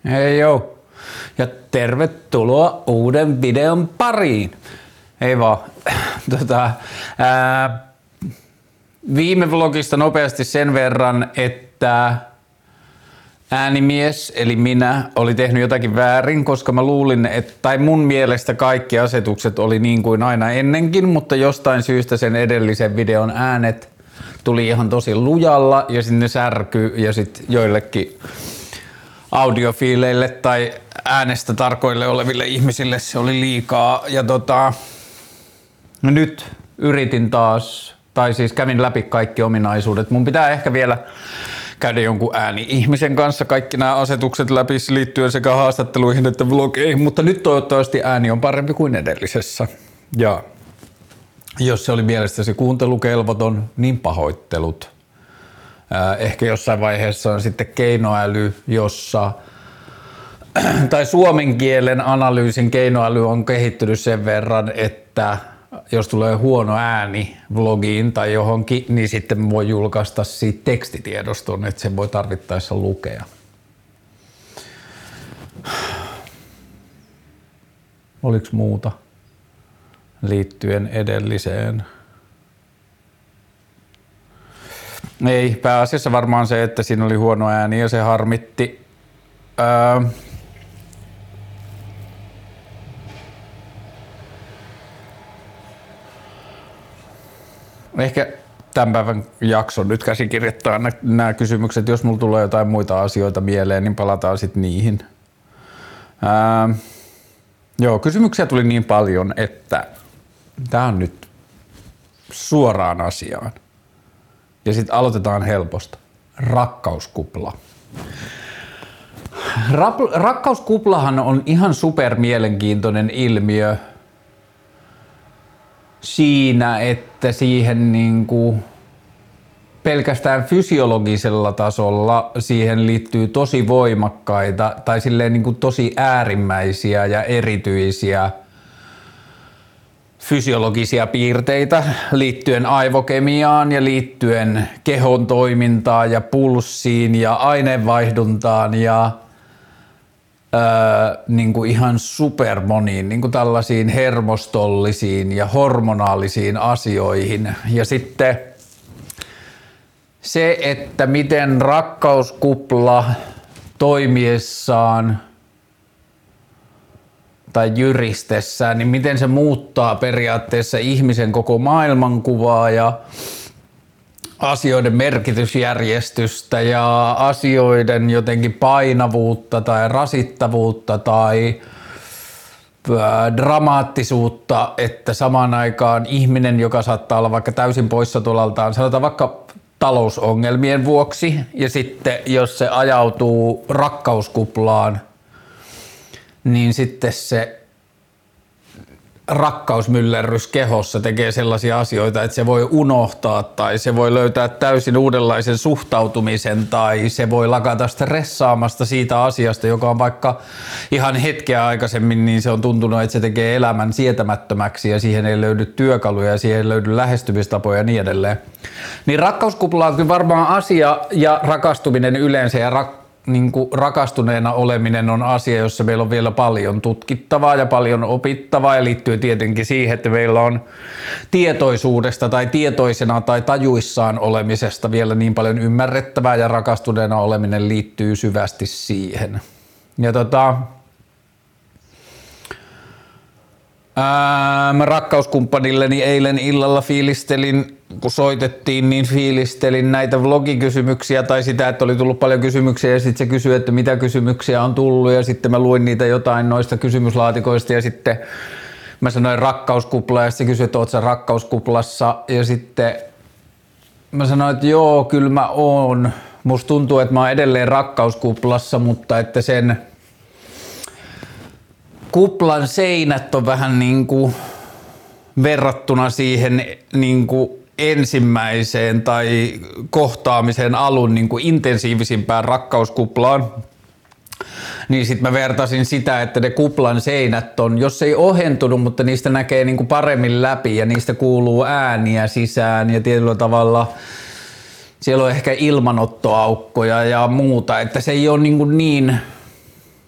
Hei joo, ja tervetuloa uuden videon pariin. Ei vaan, viime vlogista nopeasti sen verran, että äänimies eli minä oli tehnyt jotakin väärin, koska mä luulin, tai mun mielestä kaikki asetukset oli niin kuin aina ennenkin, mutta jostain syystä sen edellisen videon äänet tuli ihan tosi lujalla ja sinne särky ja sit joillekin audiofiileille tai äänestä tarkoille oleville ihmisille se oli liikaa ja nyt yritin taas, tai siis kävin läpi kaikki ominaisuudet. Mun pitää ehkä vielä käydä jonkun ääni-ihmisen kanssa kaikki nämä asetukset läpi liittyen sekä haastatteluihin että vlogeihin, mutta nyt toivottavasti ääni on parempi kuin edellisessä. Ja jos se oli mielestäsi kuuntelukelvoton, niin pahoittelut. Ehkä jossain vaiheessa on sitten keinoäly, jossa tai suomen kielen analyysin keinoäly on kehittynyt sen verran, että jos tulee huono ääni vlogiin tai johonkin, niin sitten voi julkaista siitä tekstitiedoston, että sen voi tarvittaessa lukea. Oliko muuta liittyen edelliseen? Ei, pääasiassa varmaan se, että siinä oli huono ääni ja se harmitti. Ehkä tämän päivän jakson nyt käsikirjoittaa nämä kysymykset. Jos mulla tulee jotain muita asioita mieleen, niin palataan sitten niihin. Joo, kysymyksiä tuli niin paljon, että tää on nyt suoraan asiaan. Ja sitten aloitetaan helposta. Rakkauskupla. Rakkauskuplahan on ihan super mielenkiintoinen ilmiö siinä, että siihen niinku pelkästään fysiologisella tasolla siihen liittyy tosi voimakkaita tai silleen niinku tosi äärimmäisiä ja erityisiä fysiologisia piirteitä liittyen aivokemiaan ja liittyen kehon toimintaan ja pulssiin ja aineenvaihduntaan ja niin kuin ihan supermoniin niin kuin tällaisiin hermostollisiin ja hormonaalisiin asioihin. Ja sitten se, että miten rakkauskupla toimiessaan tai jyristessään, niin miten se muuttaa periaatteessa ihmisen koko maailmankuvaa ja asioiden merkitysjärjestystä ja asioiden jotenkin painavuutta tai rasittavuutta tai dramaattisuutta, että samaan aikaan ihminen, joka saattaa olla vaikka täysin poissa tuolaltaan, sanotaan vaikka talousongelmien vuoksi, ja sitten jos se ajautuu rakkauskuplaan, niin sitten se rakkausmyllerrys kehossa tekee sellaisia asioita, että se voi unohtaa tai se voi löytää täysin uudenlaisen suhtautumisen tai se voi lakata stressaamasta siitä asiasta, joka on vaikka ihan hetkeä aikaisemmin, niin se on tuntunut, että se tekee elämän sietämättömäksi ja siihen ei löydy työkaluja ja siihen ei löydy lähestymistapoja ja niin edelleen. Niin rakkauskupla on kyllä varmaan asia ja rakastuminen yleensä ja niin kuin rakastuneena oleminen on asia, jossa meillä on vielä paljon tutkittavaa ja paljon opittavaa ja liittyy tietenkin siihen, että meillä on tietoisuudesta tai tietoisena tai tajuissaan olemisesta vielä niin paljon ymmärrettävää ja rakastuneena oleminen liittyy syvästi siihen. Ja mä rakkauskumppanilleni eilen illalla fiilistelin, kun soitettiin, niin fiilistelin näitä vlogikysymyksiä tai sitä, että oli tullut paljon kysymyksiä ja sitten se kysyi, että mitä kysymyksiä on tullut ja sitten mä luin niitä jotain noista kysymyslaatikoista ja sitten mä sanoin rakkauskupla ja sitten se kysyi, että oot sä rakkauskuplassa ja sitten mä sanoin, että joo, kyllä mä oon. Musta tuntuu, että mä oon edelleen rakkauskuplassa, mutta että sen kuplan seinät on vähän niinku verrattuna siihen niinku ensimmäiseen tai kohtaamisen alun niinku intensiivisimpään rakkauskuplaan. Niin sit mä vertasin sitä, että ne kuplan seinät on, jos ei ohentunut, mutta niistä näkee niinku paremmin läpi ja niistä kuuluu ääniä sisään ja tietyllä tavalla siellä on ehkä ilmanottoaukkoja ja muuta, että se ei ole niin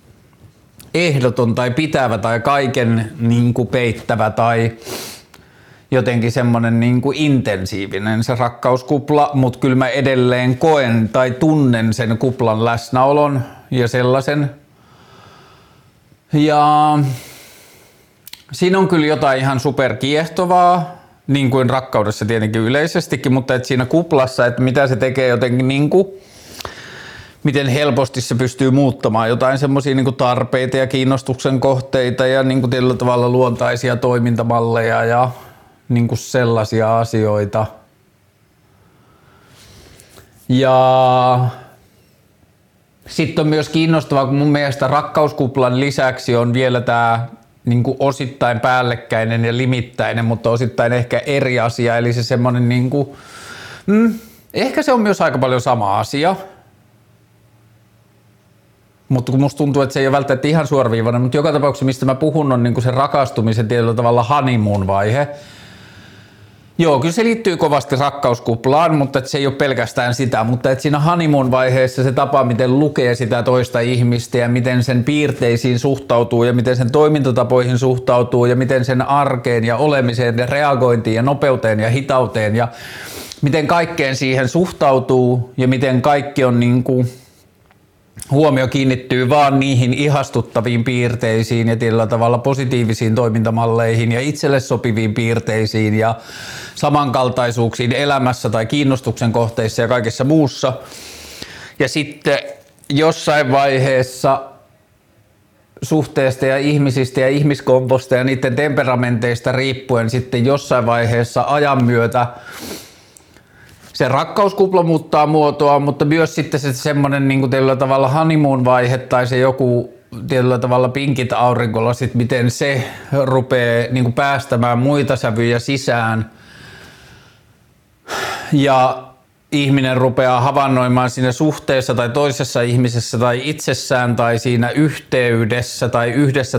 ehdoton tai pitävä tai kaiken niin kuin peittävä tai jotenkin semmoinen niin kuin intensiivinen se rakkauskupla, mutta kyllä mä edelleen koen tai tunnen sen kuplan läsnäolon ja sellaisen. Ja siinä on kyllä jotain ihan superkiehtovaa, niin kuin rakkaudessa tietenkin yleisestikin, mutta et siinä kuplassa, että mitä se tekee jotenkin niin kuin, miten helposti se pystyy muuttamaan jotain semmoisia niin kuin tarpeita ja kiinnostuksen kohteita ja niin kuin tietyllä tavalla luontaisia toimintamalleja ja niin kuin sellaisia asioita. Ja sitten on myös kiinnostavaa, kun mun mielestä rakkauskuplan lisäksi on vielä tämä niin kuin osittain päällekkäinen ja limittäinen, mutta osittain ehkä eri asia. Eli se semmoinen, niin kuin, ehkä se on myös aika paljon sama asia. Mutta kun musta tuntuu, että se ei ole välttämättä ihan suoraviivainen, mutta joka tapauksessa mistä mä puhun on niin kuin se rakastumisen tietyllä tavalla honeymoon-vaihe. Joo, kyllä se liittyy kovasti rakkauskuplaan, mutta se ei ole pelkästään sitä, mutta että siinä honeymoon-vaiheessa se tapa, miten lukee sitä toista ihmistä ja miten sen piirteisiin suhtautuu ja miten sen toimintatapoihin suhtautuu ja miten sen arkeen ja olemiseen ja reagointiin ja nopeuteen ja hitauteen ja miten kaikkeen siihen suhtautuu ja miten kaikki on niin kuin huomio kiinnittyy vaan niihin ihastuttaviin piirteisiin ja tietyllä tavalla positiivisiin toimintamalleihin ja itselle sopiviin piirteisiin ja samankaltaisuuksiin elämässä tai kiinnostuksen kohteissa ja kaikessa muussa. Ja sitten jossain vaiheessa suhteesta ja ihmisistä ja ihmiskomposta ja niiden temperamenteista riippuen sitten jossain vaiheessa ajan myötä se rakkauskupla muuttaa muotoa, mutta myös sitten se semmoinen niin kuin tietyllä tavalla honeymoon-vaihe tai se joku tietyllä tavalla pinkit aurinkolasit, miten se rupeaa niin kuin päästämään muita sävyjä sisään ja ihminen rupeaa havainnoimaan siinä suhteessa tai toisessa ihmisessä tai itsessään tai siinä yhteydessä tai yhdessä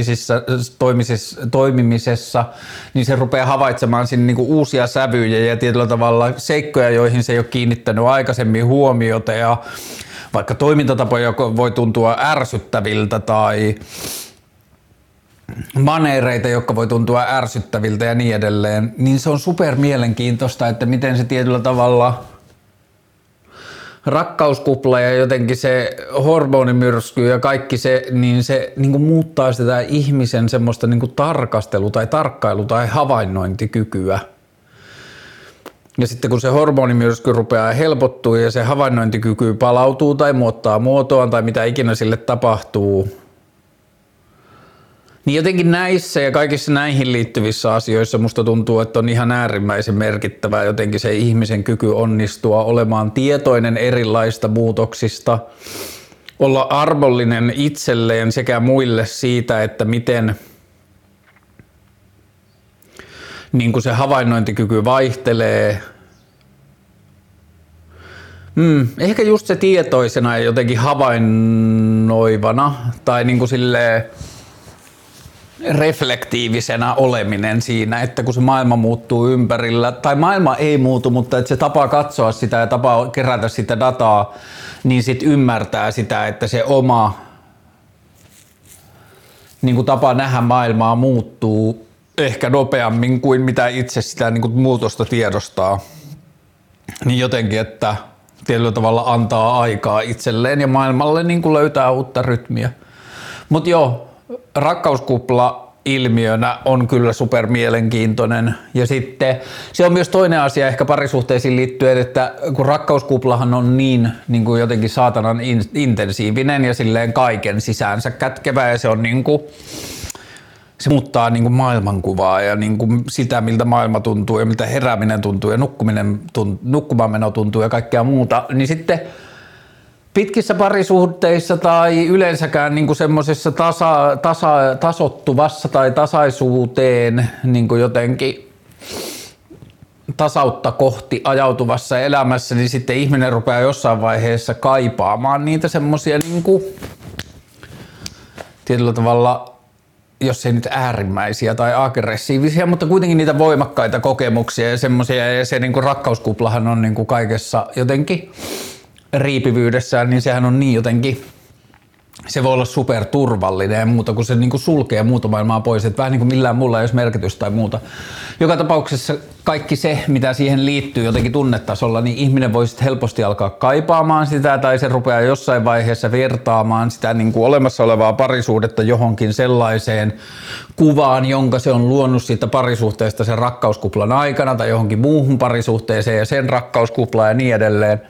toimimisessa, niin se rupeaa havaitsemaan sinne niinku uusia sävyjä ja tietyllä tavalla seikkoja, joihin se ei ole kiinnittänyt aikaisemmin huomiota ja vaikka toimintatapoja voi tuntua ärsyttäviltä tai maneereita, jotka voi tuntua ärsyttäviltä ja niin edelleen, niin se on super mielenkiintoista, että miten se tietyllä tavalla rakkauskupla ja jotenkin se hormonimyrsky ja kaikki se, niin se niin kuin muuttaa sitä ihmisen semmoista niin kuin tarkastelu- tai tarkkailu- tai havainnointikykyä. Ja sitten kun se hormonimyrsky rupeaa helpottua ja se havainnointikyky palautuu tai muuttaa muotoaan tai mitä ikinä sille tapahtuu, niin jotenkin näissä ja kaikissa näihin liittyvissä asioissa musta tuntuu, että on ihan äärimmäisen merkittävää jotenkin se ihmisen kyky onnistua olemaan tietoinen erilaista muutoksista, olla armollinen itselleen sekä muille siitä, että miten niin kuin se havainnointikyky vaihtelee. Ehkä just se tietoisena ja jotenkin havainnoivana tai niin kuin silleen reflektiivisena oleminen siinä, että kun se maailma muuttuu ympärillä, tai maailma ei muutu, mutta että se tapa katsoa sitä ja tapa kerätä sitä dataa, niin sit ymmärtää sitä, että se oma niin kuin tapa nähdä maailmaa muuttuu ehkä nopeammin kuin mitä itse sitä niin kuin muutosta tiedostaa. Niin jotenkin, että tietyllä tavalla antaa aikaa itselleen ja maailmalle niin kuin löytää uutta rytmiä. Mutta joo, rakkauskupla ilmiönä on kyllä super mielenkiintoinen ja sitten se on myös toinen asia ehkä parisuhteisiin liittyen, että kun rakkauskuplahan on niin kuin jotenkin saatanan intensiivinen ja silleen kaiken sisäänsä kätkevä ja se on niin kuin, se muuttaa niin kuin maailmankuvaa ja niin kuin sitä miltä maailma tuntuu ja miltä herääminen tuntuu ja nukkumaanmeno tuntuu ja kaikkea muuta, niin sitten pitkissä parisuhteissa tai yleensäkään niin semmoisessa tasottuvassa tai tasaisuuteen niin jotenkin tasautta kohti ajautuvassa elämässä, niin sitten ihminen rupeaa jossain vaiheessa kaipaamaan niitä semmoisia niin tietyllä tavalla, jos ei nyt äärimmäisiä tai aggressiivisia, mutta kuitenkin niitä voimakkaita kokemuksia ja semmoisia, ja se niin kuin rakkauskuplahan on niin kuin kaikessa jotenkin riipivyydessään, niin sehän on niin jotenkin se voi olla superturvallinen ja muuta, kun se niin kuin sulkee muuta maailmaa pois, että vähän niin kuin millään mulla ei olisi merkitystä tai muuta. Joka tapauksessa kaikki se, mitä siihen liittyy jotenkin tunnetasolla, niin ihminen voi sitten helposti alkaa kaipaamaan sitä tai se rupeaa jossain vaiheessa vertaamaan sitä niin kuin olemassa olevaa parisuhdetta johonkin sellaiseen kuvaan, jonka se on luonut siitä parisuhteesta sen rakkauskuplan aikana tai johonkin muuhun parisuhteeseen ja sen rakkauskuplaan ja niin edelleen.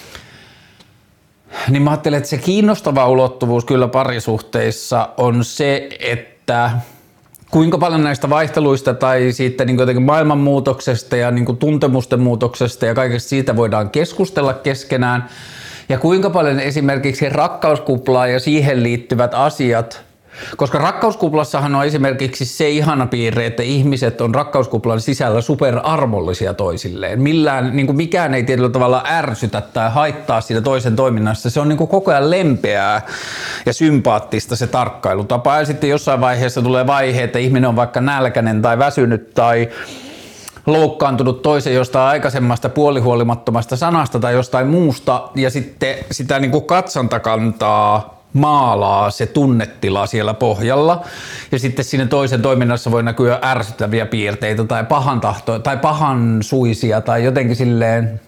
Niin mä ajattelen, että se kiinnostava ulottuvuus kyllä parisuhteissa on se, että kuinka paljon näistä vaihteluista tai siitä niin jotenkin maailmanmuutoksesta ja niin tuntemusten muutoksesta ja kaikesta siitä voidaan keskustella keskenään ja kuinka paljon esimerkiksi rakkauskuplaan ja siihen liittyvät asiat, koska rakkauskuplassahan on esimerkiksi se ihana piirre, että ihmiset on rakkauskuplan sisällä superarmollisia toisilleen. Millään, niin kuin mikään ei tietyllä tavalla ärsytä tai haittaa siinä toisen toiminnassa. Se on niin kuin koko ajan lempeää ja sympaattista se tarkkailutapa. Ja sitten jossain vaiheessa tulee vaihe, että ihminen on vaikka nälkäinen tai väsynyt tai loukkaantunut toisen jostain aikaisemmasta puolihuolimattomasta sanasta tai jostain muusta ja sitten sitä niin kuin katsantakantaa maalaa se tunnetila siellä pohjalla ja sitten siinä toisen toiminnassa voi näkyä ärsyttäviä piirteitä tai pahan tahtoa tai pahansuisia tai jotenkin silleen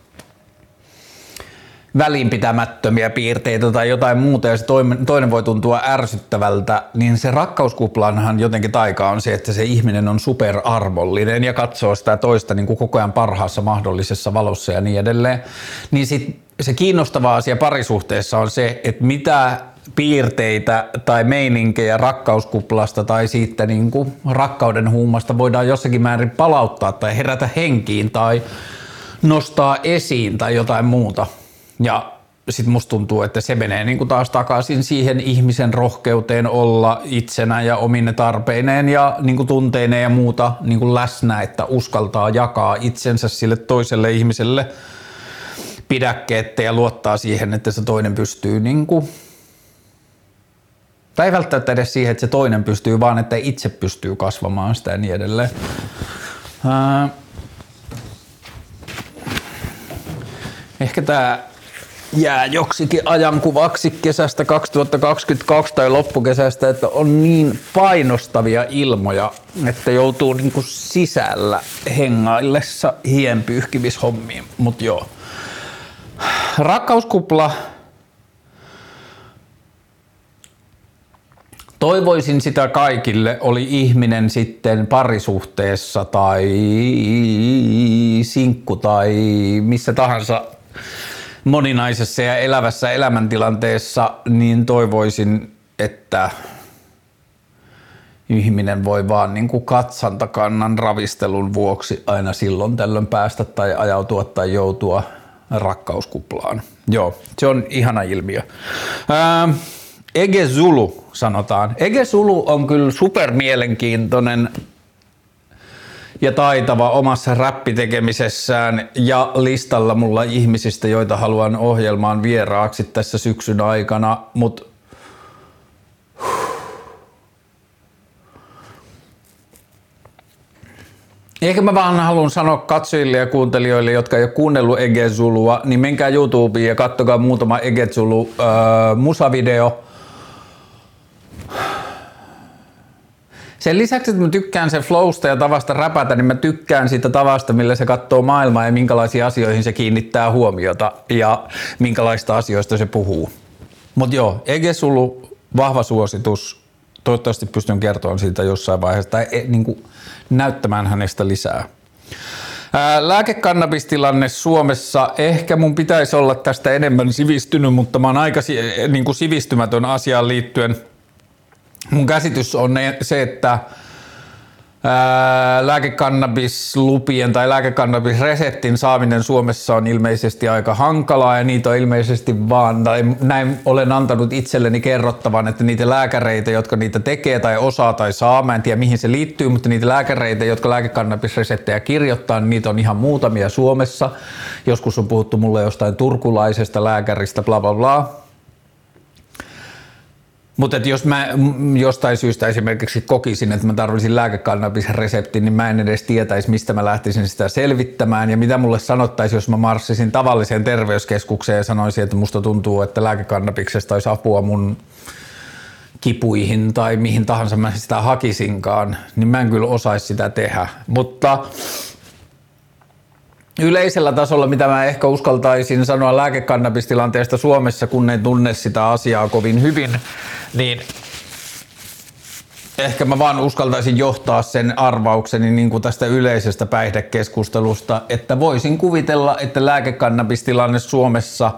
välinpitämättömiä piirteitä tai jotain muuta ja se toinen voi tuntua ärsyttävältä, niin se rakkauskuplanhan jotenkin taika on se, että se ihminen on superarmollinen ja katsoo sitä toista niin kuin koko ajan parhaassa mahdollisessa valossa ja niin edelleen. Niin sit se kiinnostava asia parisuhteessa on se, että mitä piirteitä tai meininkejä rakkauskuplasta tai siitä niin kuin rakkauden huumasta voidaan jossakin määrin palauttaa tai herätä henkiin tai nostaa esiin tai jotain muuta. Ja sit musta tuntuu, että se menee niin kuin taas takaisin siihen ihmisen rohkeuteen olla itsenä ja omine tarpeineen ja niin kuin tunteineen ja muuta niin kuin läsnä, että uskaltaa jakaa itsensä sille toiselle ihmiselle pidäkkeettä ja luottaa siihen, että se toinen pystyy niin kuin, tai ei välttämättä edes siihen, että se toinen pystyy, vaan että itse pystyy kasvamaan sitä ja niin edelleen. Ehkä tää jää joksikin ajankuvaksi kesästä 2022 tai loppukesästä, että on niin painostavia ilmoja, että joutuu niinku sisällä hengaillessa hienpyyhkimishommiin. Mut joo. Rakkauskupla. Toivoisin sitä kaikille, oli ihminen sitten parisuhteessa tai sinkku tai missä tahansa moninaisessa ja elävässä elämäntilanteessa, niin toivoisin, että ihminen voi vaan niin kuin katsantakannan ravistelun vuoksi aina silloin tällöin päästä tai ajautua tai joutua rakkauskuplaan. Joo, se on ihana ilmiö. Ege Zulu sanotaan. Ege Zulu on kyllä supermielenkiintoinen ja taitava omassa räppitekemisessään ja listalla mulla ihmisistä, joita haluan ohjelmaan vieraaksi tässä syksyn aikana, mut ehkä mä vaan haluan sanoa katsojille ja kuuntelijoille, jotka ei ole kuunnellut Ege Zulua, niin menkää YouTubeen ja kattokaa muutama Ege Zulu musavideo. Sen lisäksi, että mä tykkään sen flowsta ja tavasta räpätä, niin mä tykkään siitä tavasta, millä se katsoo maailmaa ja minkälaisiin asioihin se kiinnittää huomiota ja minkälaista asioista se puhuu. Mut joo, Ege Zulu, vahva suositus. Toivottavasti pystyn kertomaan siitä jossain vaiheessa tai niin kuin näyttämään hänestä lisää. Lääkekannabistilanne Suomessa. Ehkä mun pitäisi olla tästä enemmän sivistynyt, mutta mä oon aika niin kuin sivistymätön asiaan liittyen. Mun käsitys on se, että lääkekannabislupien tai lääkekannabisreseptin saaminen Suomessa on ilmeisesti aika hankalaa ja niitä on ilmeisesti vaan, tai näin olen antanut itselleni kerrottavan, että niitä lääkäreitä, jotka niitä tekee tai osaa tai saa, mä en tiedä mihin se liittyy, mutta niitä lääkäreitä, jotka lääkekannabisreseptejä kirjoittaa, niin niitä on ihan muutamia Suomessa. Joskus on puhuttu mulle jostain turkulaisesta lääkäristä, bla bla bla. Mutta jos mä jostain syystä esimerkiksi kokisin, että mä tarvitsin lääkekannabisreseptin, niin mä en edes tietäisi, mistä mä lähtisin sitä selvittämään ja mitä mulle sanottaisiin, jos mä marssisin tavalliseen terveyskeskukseen ja sanoisin, että musta tuntuu, että lääkekannabiksesta olisi apua mun kipuihin tai mihin tahansa mä sitä hakisinkaan, niin mä en kyllä osaisi sitä tehdä. Mutta yleisellä tasolla, mitä mä ehkä uskaltaisin sanoa lääkekannabistilanteesta Suomessa, kun en tunne sitä asiaa kovin hyvin, niin ehkä mä vaan uskaltaisin johtaa sen arvaukseni niin kuin tästä yleisestä päihdekeskustelusta, että voisin kuvitella, että lääkekannabistilanne Suomessa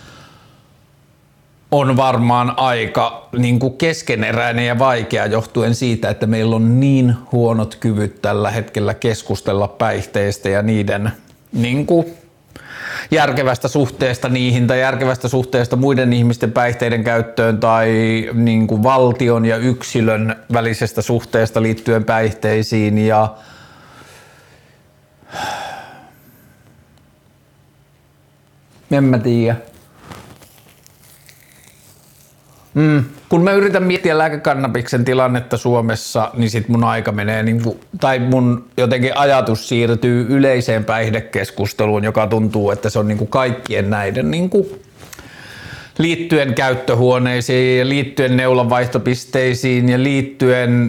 on varmaan aika niin kuin keskeneräinen ja vaikea johtuen siitä, että meillä on niin huonot kyvyt tällä hetkellä keskustella päihteistä ja niiden niin kuin järkevästä suhteesta niihin tai järkevästä suhteesta muiden ihmisten päihteiden käyttöön tai niin kuin valtion ja yksilön välisestä suhteesta liittyen päihteisiin ja en mä tiedä. Kun mä yritän miettiä lääkekannabiksen tilannetta Suomessa, niin sit mun aika menee, tai mun jotenkin ajatus siirtyy yleiseen päihdekeskusteluun, joka tuntuu, että se on kaikkien näiden liittyen käyttöhuoneisiin ja liittyen neulanvaihtopisteisiin ja liittyen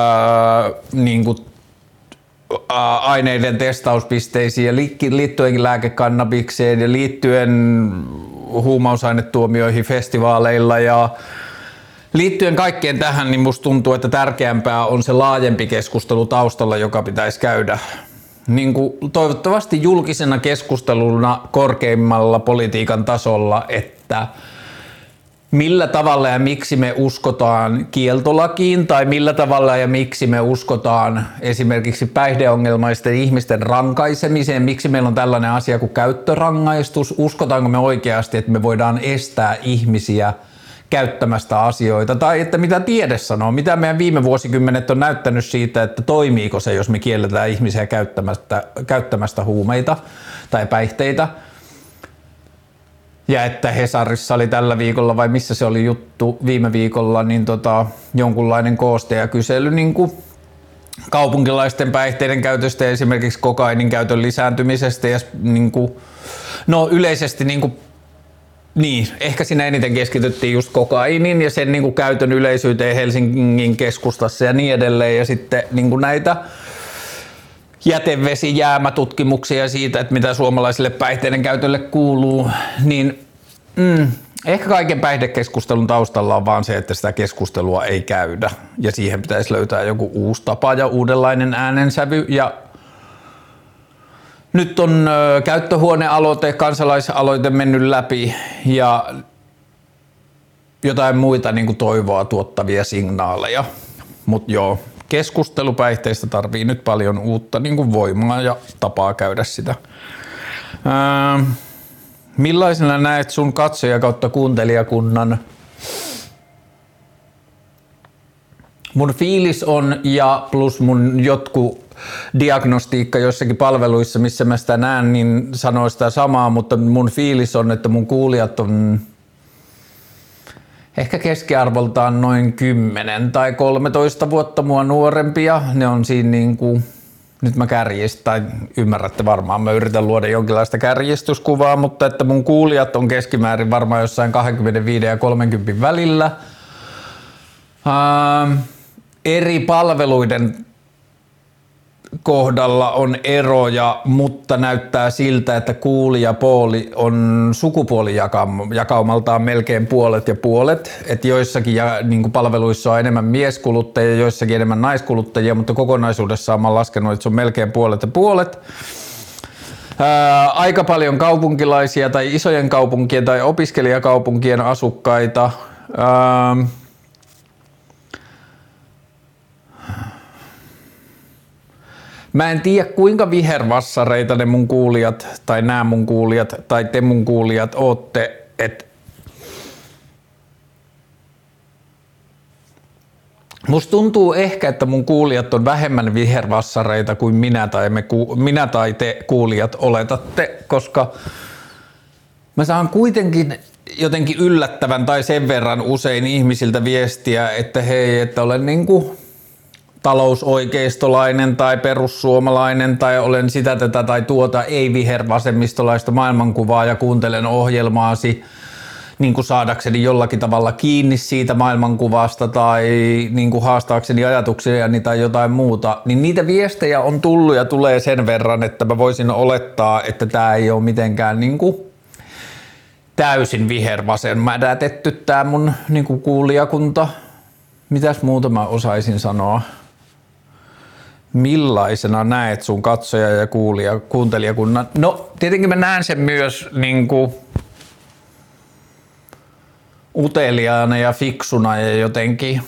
aineiden testauspisteisiin ja liittyen lääkekannabikseen ja liittyen huumausainetuomioihin festivaaleilla ja liittyen kaikkeen tähän, niin musta tuntuu, että tärkeämpää on se laajempi keskustelu taustalla, joka pitäisi käydä toivottavasti julkisena keskusteluna korkeimmalla politiikan tasolla, että millä tavalla ja miksi me uskotaan kieltolakiin tai millä tavalla ja miksi me uskotaan esimerkiksi päihdeongelmaisten ihmisten rankaisemiseen, miksi meillä on tällainen asia kuin käyttörangaistus, uskotaanko me oikeasti, että me voidaan estää ihmisiä käyttämästä asioita tai että mitä tiede sanoo, mitä meidän viime vuosikymmenet on näyttänyt siitä, että toimiiko se, jos me kielletään ihmisiä käyttämästä huumeita tai päihteitä. Ja että Hesarissa oli tällä viikolla, vai missä se oli juttu viime viikolla, niin jonkunlainen kooste ja kysely kaupunkilaisten päihteiden käytöstä ja esimerkiksi kokainin käytön lisääntymisestä ja yleisesti ehkä siinä eniten keskityttiin just kokainin ja sen käytön yleisyyteen Helsingin keskustassa ja niin edelleen ja sitten näitä jätevesijäämätutkimuksia siitä, että mitä suomalaisille päihteiden käytölle kuuluu, niin ehkä kaiken päihdekeskustelun taustalla on vaan se, että sitä keskustelua ei käydä ja siihen pitäisi löytää joku uusi tapa ja uudenlainen äänensävy ja nyt on käyttöhuonealoite, kansalaisaloite mennyt läpi ja jotain muita toivoa tuottavia signaaleja, mutta joo. Keskustelu päihteistä tarvii nyt paljon uutta voimaa ja tapaa käydä sitä. Millaisena näet sun katsoja kautta kuuntelijakunnan? Mun fiilis on ja plus mun jotkut diagnostiikka jossakin palveluissa, missä mä sitä näen, niin sanoo sitä samaa, mutta mun fiilis on, että mun kuulijat on ehkä keskiarvoltaan noin 10 tai 13 vuotta mua nuorempia. Ne on siinä nyt mä kärjistän, tai ymmärrätte varmaan, mä yritän luoda jonkinlaista kärjistyskuvaa, mutta että mun kuulijat on keskimäärin varmaan jossain 25 ja 30 välillä. Eri palveluiden kohdalla on eroja, mutta näyttää siltä, että kuulijapuoli on sukupuolijakaumaltaan melkein puolet ja puolet. Että joissakin palveluissa on enemmän mieskuluttajia, joissakin enemmän naiskuluttajia, mutta kokonaisuudessaan mä oon laskenut, että se on melkein puolet ja puolet. Aika paljon kaupunkilaisia tai isojen kaupunkien tai opiskelijakaupunkien asukkaita. Mä en tiedä kuinka vihervassareita ne mun kuulijat tai nämä mun kuulijat tai te mun kuulijat ootte, että musta tuntuu ehkä, että mun kuulijat on vähemmän vihervassareita kuin minä tai te kuulijat oletatte, koska mä saan kuitenkin jotenkin yllättävän tai sen verran usein ihmisiltä viestiä, että hei, että olen talousoikeistolainen tai perussuomalainen tai olen sitä tätä tai tuota ei vihervasemmistolaista maailmankuvaa ja kuuntelen ohjelmaasi niin kuin saadakseni jollakin tavalla kiinni siitä maailmankuvasta tai niin kuin haastaakseni ajatuksiani tai jotain muuta, niin niitä viestejä on tullut ja tulee sen verran, että mä voisin olettaa, että tää ei ole mitenkään niin kuin täysin vihervasen mädätetty tää mun niin kuin kuulijakunta. Mitäs muuta mä osaisin sanoa? Millaisena näet sun katsoja ja kuuntelijakunnan? No tietenkin mä näen sen myös niin kuin uteliaana ja fiksuna ja jotenkin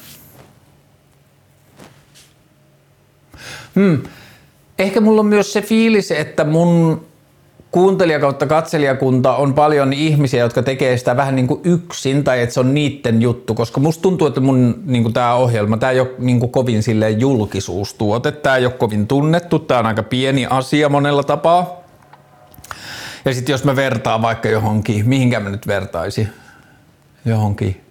ehkä mulla on myös se fiilis, että mun kuuntelija kautta katselijakunta on paljon ihmisiä, jotka tekee sitä vähän niin kuin yksin tai että se on niitten juttu, koska musta tuntuu, että mun niin kuin tää ohjelma, tää ei ole niin kuin kovin silleen julkisuustuote, tää ei ole kovin tunnettu, tää on aika pieni asia monella tapaa. Ja sit jos mä vertaan vaikka johonkin, mihinkä mä nyt vertaisin? Johonkin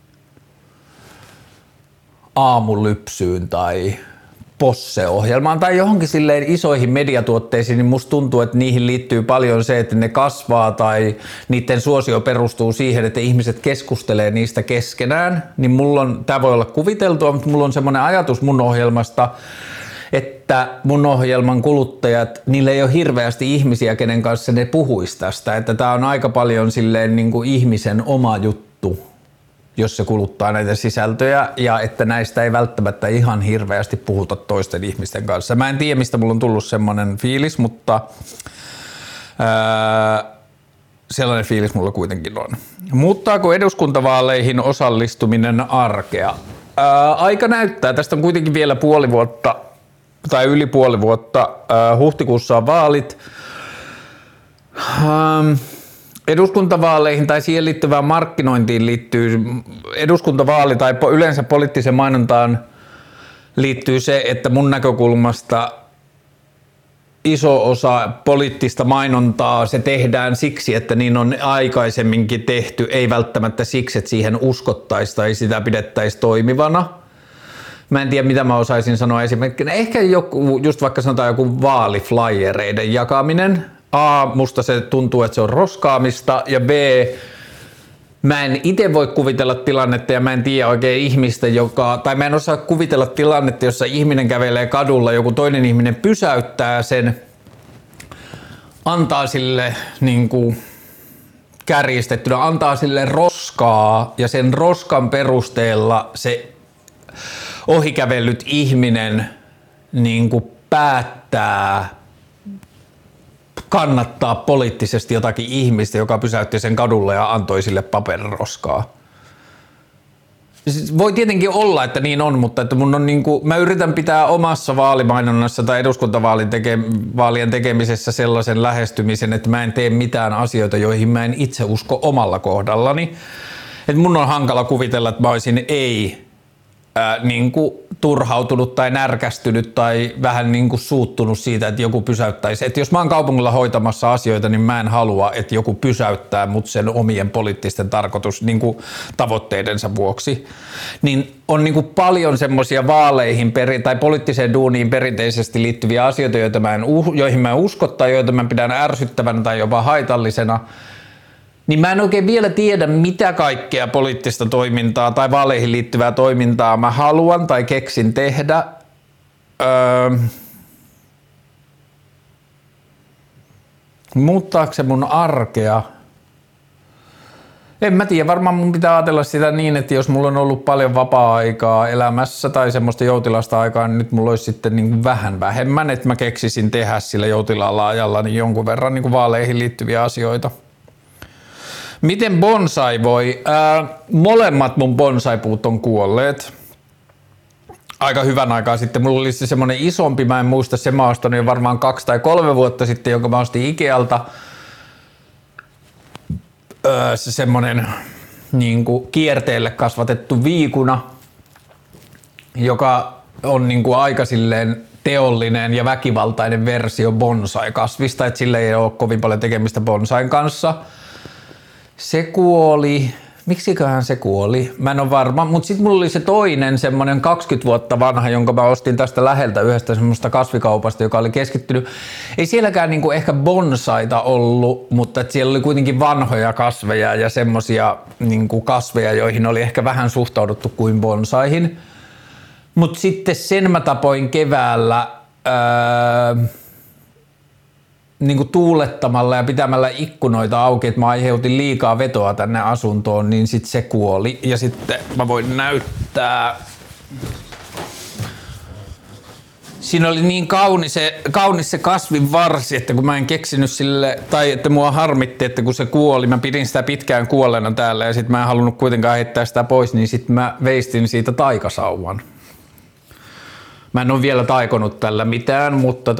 Aamulypsyyn tai Posse-ohjelmaan tai johonkin silleen isoihin mediatuotteisiin, niin musta tuntuu, että niihin liittyy paljon se, että ne kasvaa tai niiden suosio perustuu siihen, että ihmiset keskustelee niistä keskenään. Niin mulla on, tää voi olla kuviteltua, mutta mulla on semmoinen ajatus mun ohjelmasta, että mun ohjelman kuluttajat, niillä ei ole hirveästi ihmisiä, kenen kanssa ne puhuisi tästä. Että tää on aika paljon silleen niin kuin ihmisen oma juttu, jos se kuluttaa näitä sisältöjä, ja että näistä ei välttämättä ihan hirveästi puhuta toisten ihmisten kanssa. Mä en tiedä, mistä mulla on tullut semmoinen fiilis, mutta sellainen fiilis mulla kuitenkin on. Muuttaako eduskuntavaaleihin osallistuminen arkea? Aika näyttää. Tästä on kuitenkin vielä puoli vuotta tai yli puoli vuotta. Huhtikuussa on vaalit. Eduskuntavaaleihin tai siihen liittyvään markkinointiin liittyy eduskuntavaali tai yleensä poliittiseen mainontaan liittyy se, että mun näkökulmasta iso osa poliittista mainontaa se tehdään siksi, että niin on aikaisemminkin tehty, ei välttämättä siksi, että siihen uskottaisiin tai sitä pidettäisiin toimivana. Mä en tiedä, mitä mä osaisin sanoa esimerkkinä. Ehkä joku, just vaikka sanotaan joku vaaliflyereiden jakaminen. A, musta se tuntuu, että se on roskaamista, ja B, mä en itse voi kuvitella tilannetta ja mä en tiedä oikein ihmistä, tai mä en osaa kuvitella tilannetta, jossa ihminen kävelee kadulla, joku toinen ihminen pysäyttää sen, antaa sille niin kuin kärjistettynä, antaa sille roskaa ja sen roskan perusteella se ohikävellyt ihminen niin kuin päättää kannattaa poliittisesti jotakin ihmistä, joka pysäytti sen kadulle ja antoi sille paperiroskaa. Voi tietenkin olla, että niin on, mutta että mun on mä yritän pitää omassa vaalimainonnassa tai eduskuntavaalien tekemisessä sellaisen lähestymisen, että mä en tee mitään asioita, joihin mä en itse usko omalla kohdallani. Että mun on hankala kuvitella, että mä olisin turhautunut tai närkästynyt tai vähän suuttunut siitä, että joku pysäyttäisi. Että jos mä oon kaupungilla hoitamassa asioita, niin mä en halua, että joku pysäyttää mut sen omien poliittisten tavoitteidensa vuoksi. Niin on paljon semmoisia vaaleihin tai poliittiseen duuniin perinteisesti liittyviä asioita, joihin mä en usko tai joita mä pidän ärsyttävänä tai jopa haitallisena. Niin mä en oikein vielä tiedä, mitä kaikkea poliittista toimintaa tai vaaleihin liittyvää toimintaa mä haluan tai keksin tehdä. Muuttaako se mun arkea? En mä tiedä, varmaan mun pitää ajatella sitä niin, että jos mulla on ollut paljon vapaa-aikaa elämässä tai semmoista joutilasta aikaa, niin nyt mulla olisi sitten vähän vähemmän, että mä keksisin tehdä sillä joutilaalla ajalla niin jonkun verran vaaleihin liittyviä asioita. Miten bonsai voi? Molemmat mun bonsaipuut on kuolleet. Aika hyvän aikaa sitten. Mulla oli se semmonen isompi, mä en muista, se mä ostin jo varmaan 2 tai 3 vuotta sitten, jonka mä ostin Ikealta. Se semmonen kierteelle kasvatettu viikuna, joka on aika silleen teollinen ja väkivaltainen versio bonsai-kasvista, että sillä ei ole kovin paljon tekemistä bonsain kanssa. Se kuoli, Miksiköhän se kuoli? Mä en ole varma, mutta sitten mulla oli se toinen semmoinen 20 vuotta vanha, jonka mä ostin tästä läheltä yhdestä semmoista kasvikaupasta, joka oli keskittynyt. Ei sielläkään niinku ehkä bonsaita ollut, mutta et siellä oli kuitenkin vanhoja kasveja ja semmosia niinku kasveja, joihin oli ehkä vähän suhtauduttu kuin bonsaihin. Mutta sitten sen mä tapoin keväällä niin tuulettamalla ja pitämällä ikkunoita auki, että mä aiheutin liikaa vetoa tänne asuntoon, niin sitten se kuoli. Ja sitten mä voin näyttää. Siinä oli niin kaunis se kasvin varsi, että kun mä en keksinyt sille, tai että mua harmitti, että kun se kuoli, mä pidin sitä pitkään kuolleena täällä ja sitten mä en halunnut kuitenkaan heittää sitä pois, niin sitten mä veistin siitä taikasauvan. Mä en ole vielä taikonut tällä mitään, mutta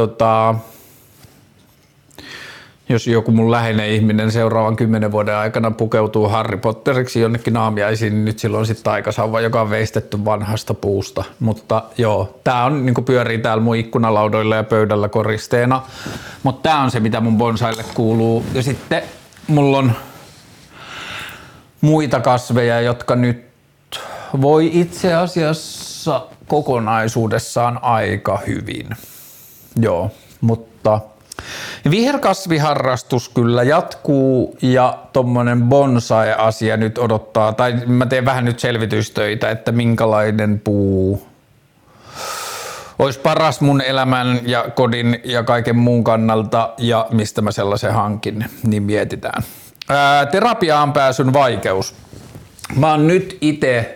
jos joku mun läheinen ihminen seuraavan 10 vuoden aikana pukeutuu Harry Potteriksi jonnekin naamiaisiin, niin nyt silloin on sitten taikasauva, joka on veistetty vanhasta puusta. Mutta joo, tää on niinku pyörii täällä mun ikkunalaudoilla ja pöydällä koristeena. Mutta tää on se, mitä mun bonsaille kuuluu. Ja sitten mulla on muita kasveja, jotka nyt voi itse asiassa kokonaisuudessaan aika hyvin. Joo, mutta viherkasviharrastus kyllä jatkuu ja tommonen bonsai-asia nyt odottaa, tai mä teen vähän nyt selvitystöitä, että minkälainen puu olisi paras mun elämän ja kodin ja kaiken muun kannalta ja mistä mä sellaisen hankin, niin mietitään. Terapiaan pääsyn vaikeus. Mä oon nyt itse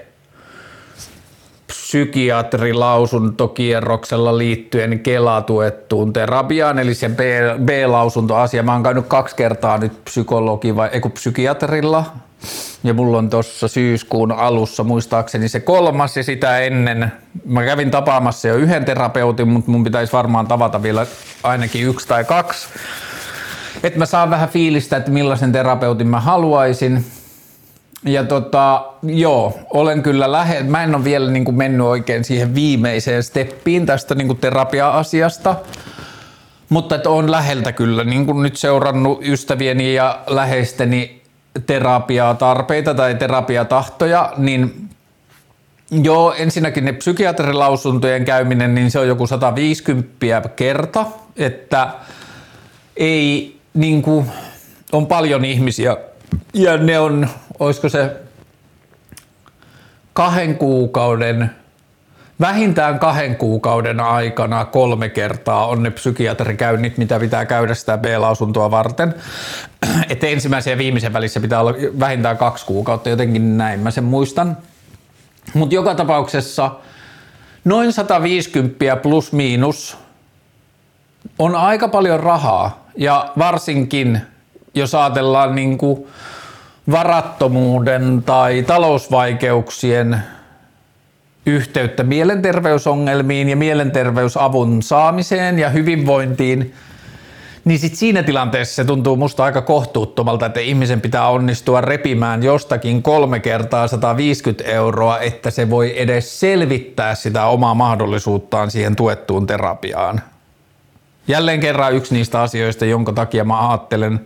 psykiatrilausuntokierroksella liittyen Kela-tuettuun terapiaan, eli sen B-lausuntoasia. Mä oon käynyt 2 kertaa nyt psykiatrilla, ja mulla on tuossa syyskuun alussa muistaakseni se 3. ja sitä ennen mä kävin tapaamassa jo 1 terapeutin, mutta mun pitäisi varmaan tavata vielä ainakin 1 tai 2, että mä saan vähän fiilistä, että millaisen terapeutin mä haluaisin. Ja joo, olen kyllä mä en ole vielä niin kuin mennyt oikein siihen viimeiseen steppiin tästä niin kuin terapia-asiasta, mutta että olen läheltä kyllä niin kuin nyt seurannut ystävieni ja läheisteni terapiatarpeita tai terapiatahtoja, niin joo, ensinnäkin ne psykiatrilausuntojen käyminen, niin se on joku 150 kerta, että ei niin kuin, on paljon ihmisiä ja ne on, olisiko se 2 kuukauden, vähintään 2 kuukauden aikana 3 kertaa on ne psykiatrikäynnit, mitä pitää käydä sitä B-lausuntoa varten. Että ensimmäisen ja viimeisen välissä pitää olla vähintään 2 kuukautta, jotenkin näin mä sen muistan. Mutta joka tapauksessa noin 150 plus miinus on aika paljon rahaa ja varsinkin jos ajatellaan niinku varattomuuden tai talousvaikeuksien yhteyttä mielenterveysongelmiin ja mielenterveysavun saamiseen ja hyvinvointiin, niin sit siinä tilanteessa se tuntuu musta aika kohtuuttomalta, että ihmisen pitää onnistua repimään jostakin 3 kertaa 150 €, että se voi edes selvittää sitä omaa mahdollisuuttaan siihen tuettuun terapiaan. Jälleen kerran yksi niistä asioista, jonka takia mä ajattelen,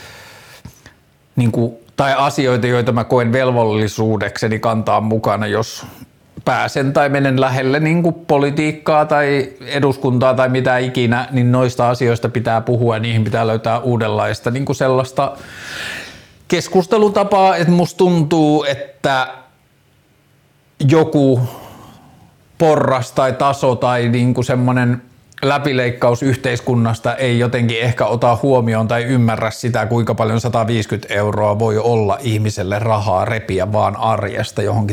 tai asioita, joita mä koen velvollisuudekseni kantaa mukana, jos pääsen tai menen lähelle politiikkaa tai eduskuntaa tai mitä ikinä, niin noista asioista pitää puhua ja niihin pitää löytää uudenlaista sellaista keskustelutapaa, että musta tuntuu, että joku porras tai taso tai semmoinen läpileikkaus yhteiskunnasta ei jotenkin ehkä ota huomioon tai ymmärrä sitä, kuinka paljon 150 € voi olla ihmiselle rahaa repiä vaan arjesta johonkin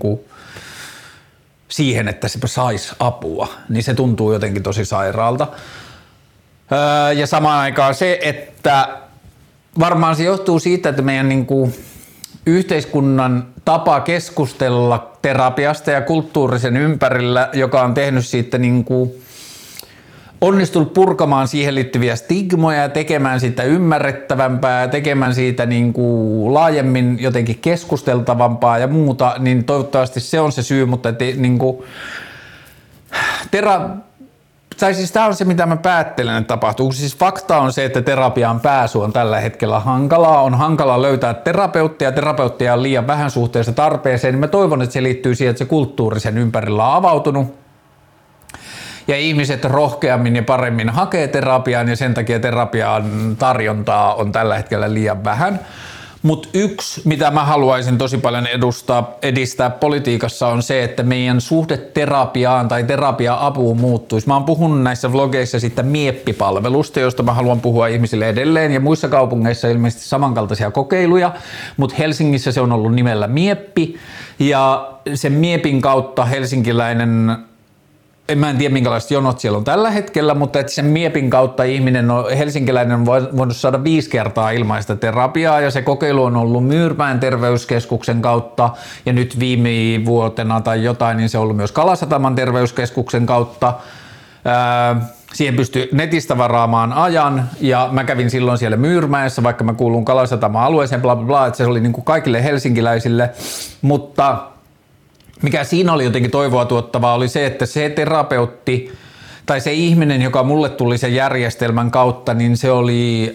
siihen, että se saisi apua, niin se tuntuu jotenkin tosi sairaalta. Ja samaan aikaan se, että varmaan se johtuu siitä, että meidän yhteiskunnan tapa keskustella terapiasta ja kulttuurisen ympärillä, joka on tehnyt siitä onnistunut purkamaan siihen liittyviä stigmoja ja tekemään siitä ymmärrettävämpää ja tekemään siitä laajemmin jotenkin keskusteltavampaa ja muuta, niin toivottavasti se on se syy, mutta Tai siis tämä on se, mitä mä päättelen, että tapahtuu. Siis fakta on se, että terapiaan pääsy on tällä hetkellä hankalaa. On hankala löytää terapeuttia on liian vähän suhteessa tarpeeseen. Mä toivon, että se liittyy siihen, että se kulttuuri sen ympärillä on avautunut. Ja ihmiset rohkeammin ja paremmin hakee terapiaan ja sen takia terapian tarjontaa on tällä hetkellä liian vähän. Mutta yksi, mitä mä haluaisin tosi paljon edistää politiikassa on se, että meidän suhde terapiaan tai terapia-apuun muuttuisi. Mä oon puhunut näissä vlogeissa siitä Mieppi-palvelusta, josta mä haluan puhua ihmisille edelleen ja muissa kaupungeissa ilmeisesti samankaltaisia kokeiluja, mutta Helsingissä se on ollut nimellä Mieppi ja sen Miepin kautta helsinkiläinen mä en tiedä minkälaiset jonot siellä on tällä hetkellä, mutta että sen Miepin kautta helsinkiläinen on voinut saada 5 kertaa ilmaista terapiaa ja se kokeilu on ollut Myyrmäen terveyskeskuksen kautta ja nyt viime vuotena tai jotain, niin se on ollut myös Kalasataman terveyskeskuksen kautta. Siihen pystyy netistä varaamaan ajan ja mä kävin silloin siellä Myyrmäessä, vaikka mä kuulun Kalasataman alueeseen, bla bla bla, että se oli niin kuin kaikille helsinkiläisille, mutta mikä siinä oli jotenkin toivoa tuottavaa oli se, että se terapeutti tai se ihminen, joka mulle tuli sen järjestelmän kautta, niin se oli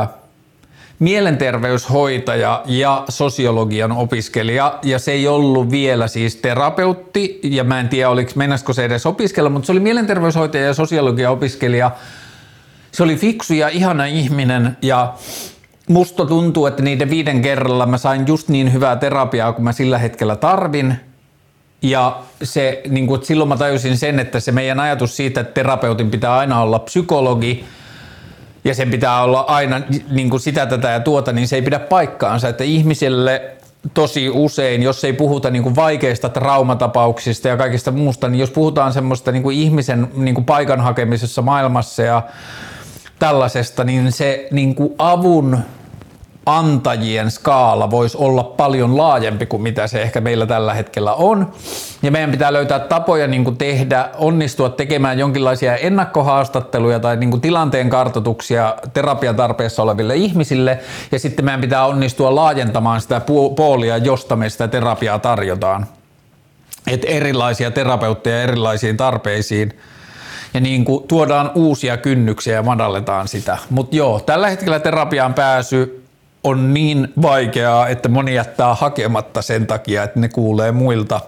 mielenterveyshoitaja ja sosiologian opiskelija ja se ei ollut vielä siis terapeutti ja mä en tiedä mennäisikö se edes opiskella, mutta se oli mielenterveyshoitaja ja sosiologian opiskelija. Se oli fiksu ja ihana ihminen ja musta tuntuu, että niiden 5 kerralla mä sain just niin hyvää terapiaa kuin mä sillä hetkellä tarvin. Ja se, niin kuin, silloin mä tajusin sen, että se meidän ajatus siitä, että terapeutin pitää aina olla psykologi ja sen pitää olla aina niin kuin sitä, tätä ja tuota, niin se ei pidä paikkaansa, että ihmiselle tosi usein, jos ei puhuta niin kuin vaikeista traumatapauksista ja kaikista muusta, niin jos puhutaan semmoista niin kuin ihmisen niin kuin paikan hakemisessa maailmassa ja tällaisesta, niin se niin kuin avun antajien skaala voisi olla paljon laajempi kuin mitä se ehkä meillä tällä hetkellä on. Ja meidän pitää löytää tapoja niin kuin onnistua tekemään jonkinlaisia ennakkohaastatteluja tai niin kuin tilanteen kartoituksia terapian tarpeessa oleville ihmisille. Ja sitten meidän pitää onnistua laajentamaan sitä poolia, josta me sitä terapiaa tarjotaan. Että erilaisia terapeutteja erilaisiin tarpeisiin. Ja niin kuin tuodaan uusia kynnyksiä ja madalletaan sitä. Mutta joo, tällä hetkellä terapiaan pääsy on niin vaikeaa, että moni jättää hakematta sen takia, että ne kuulee muilta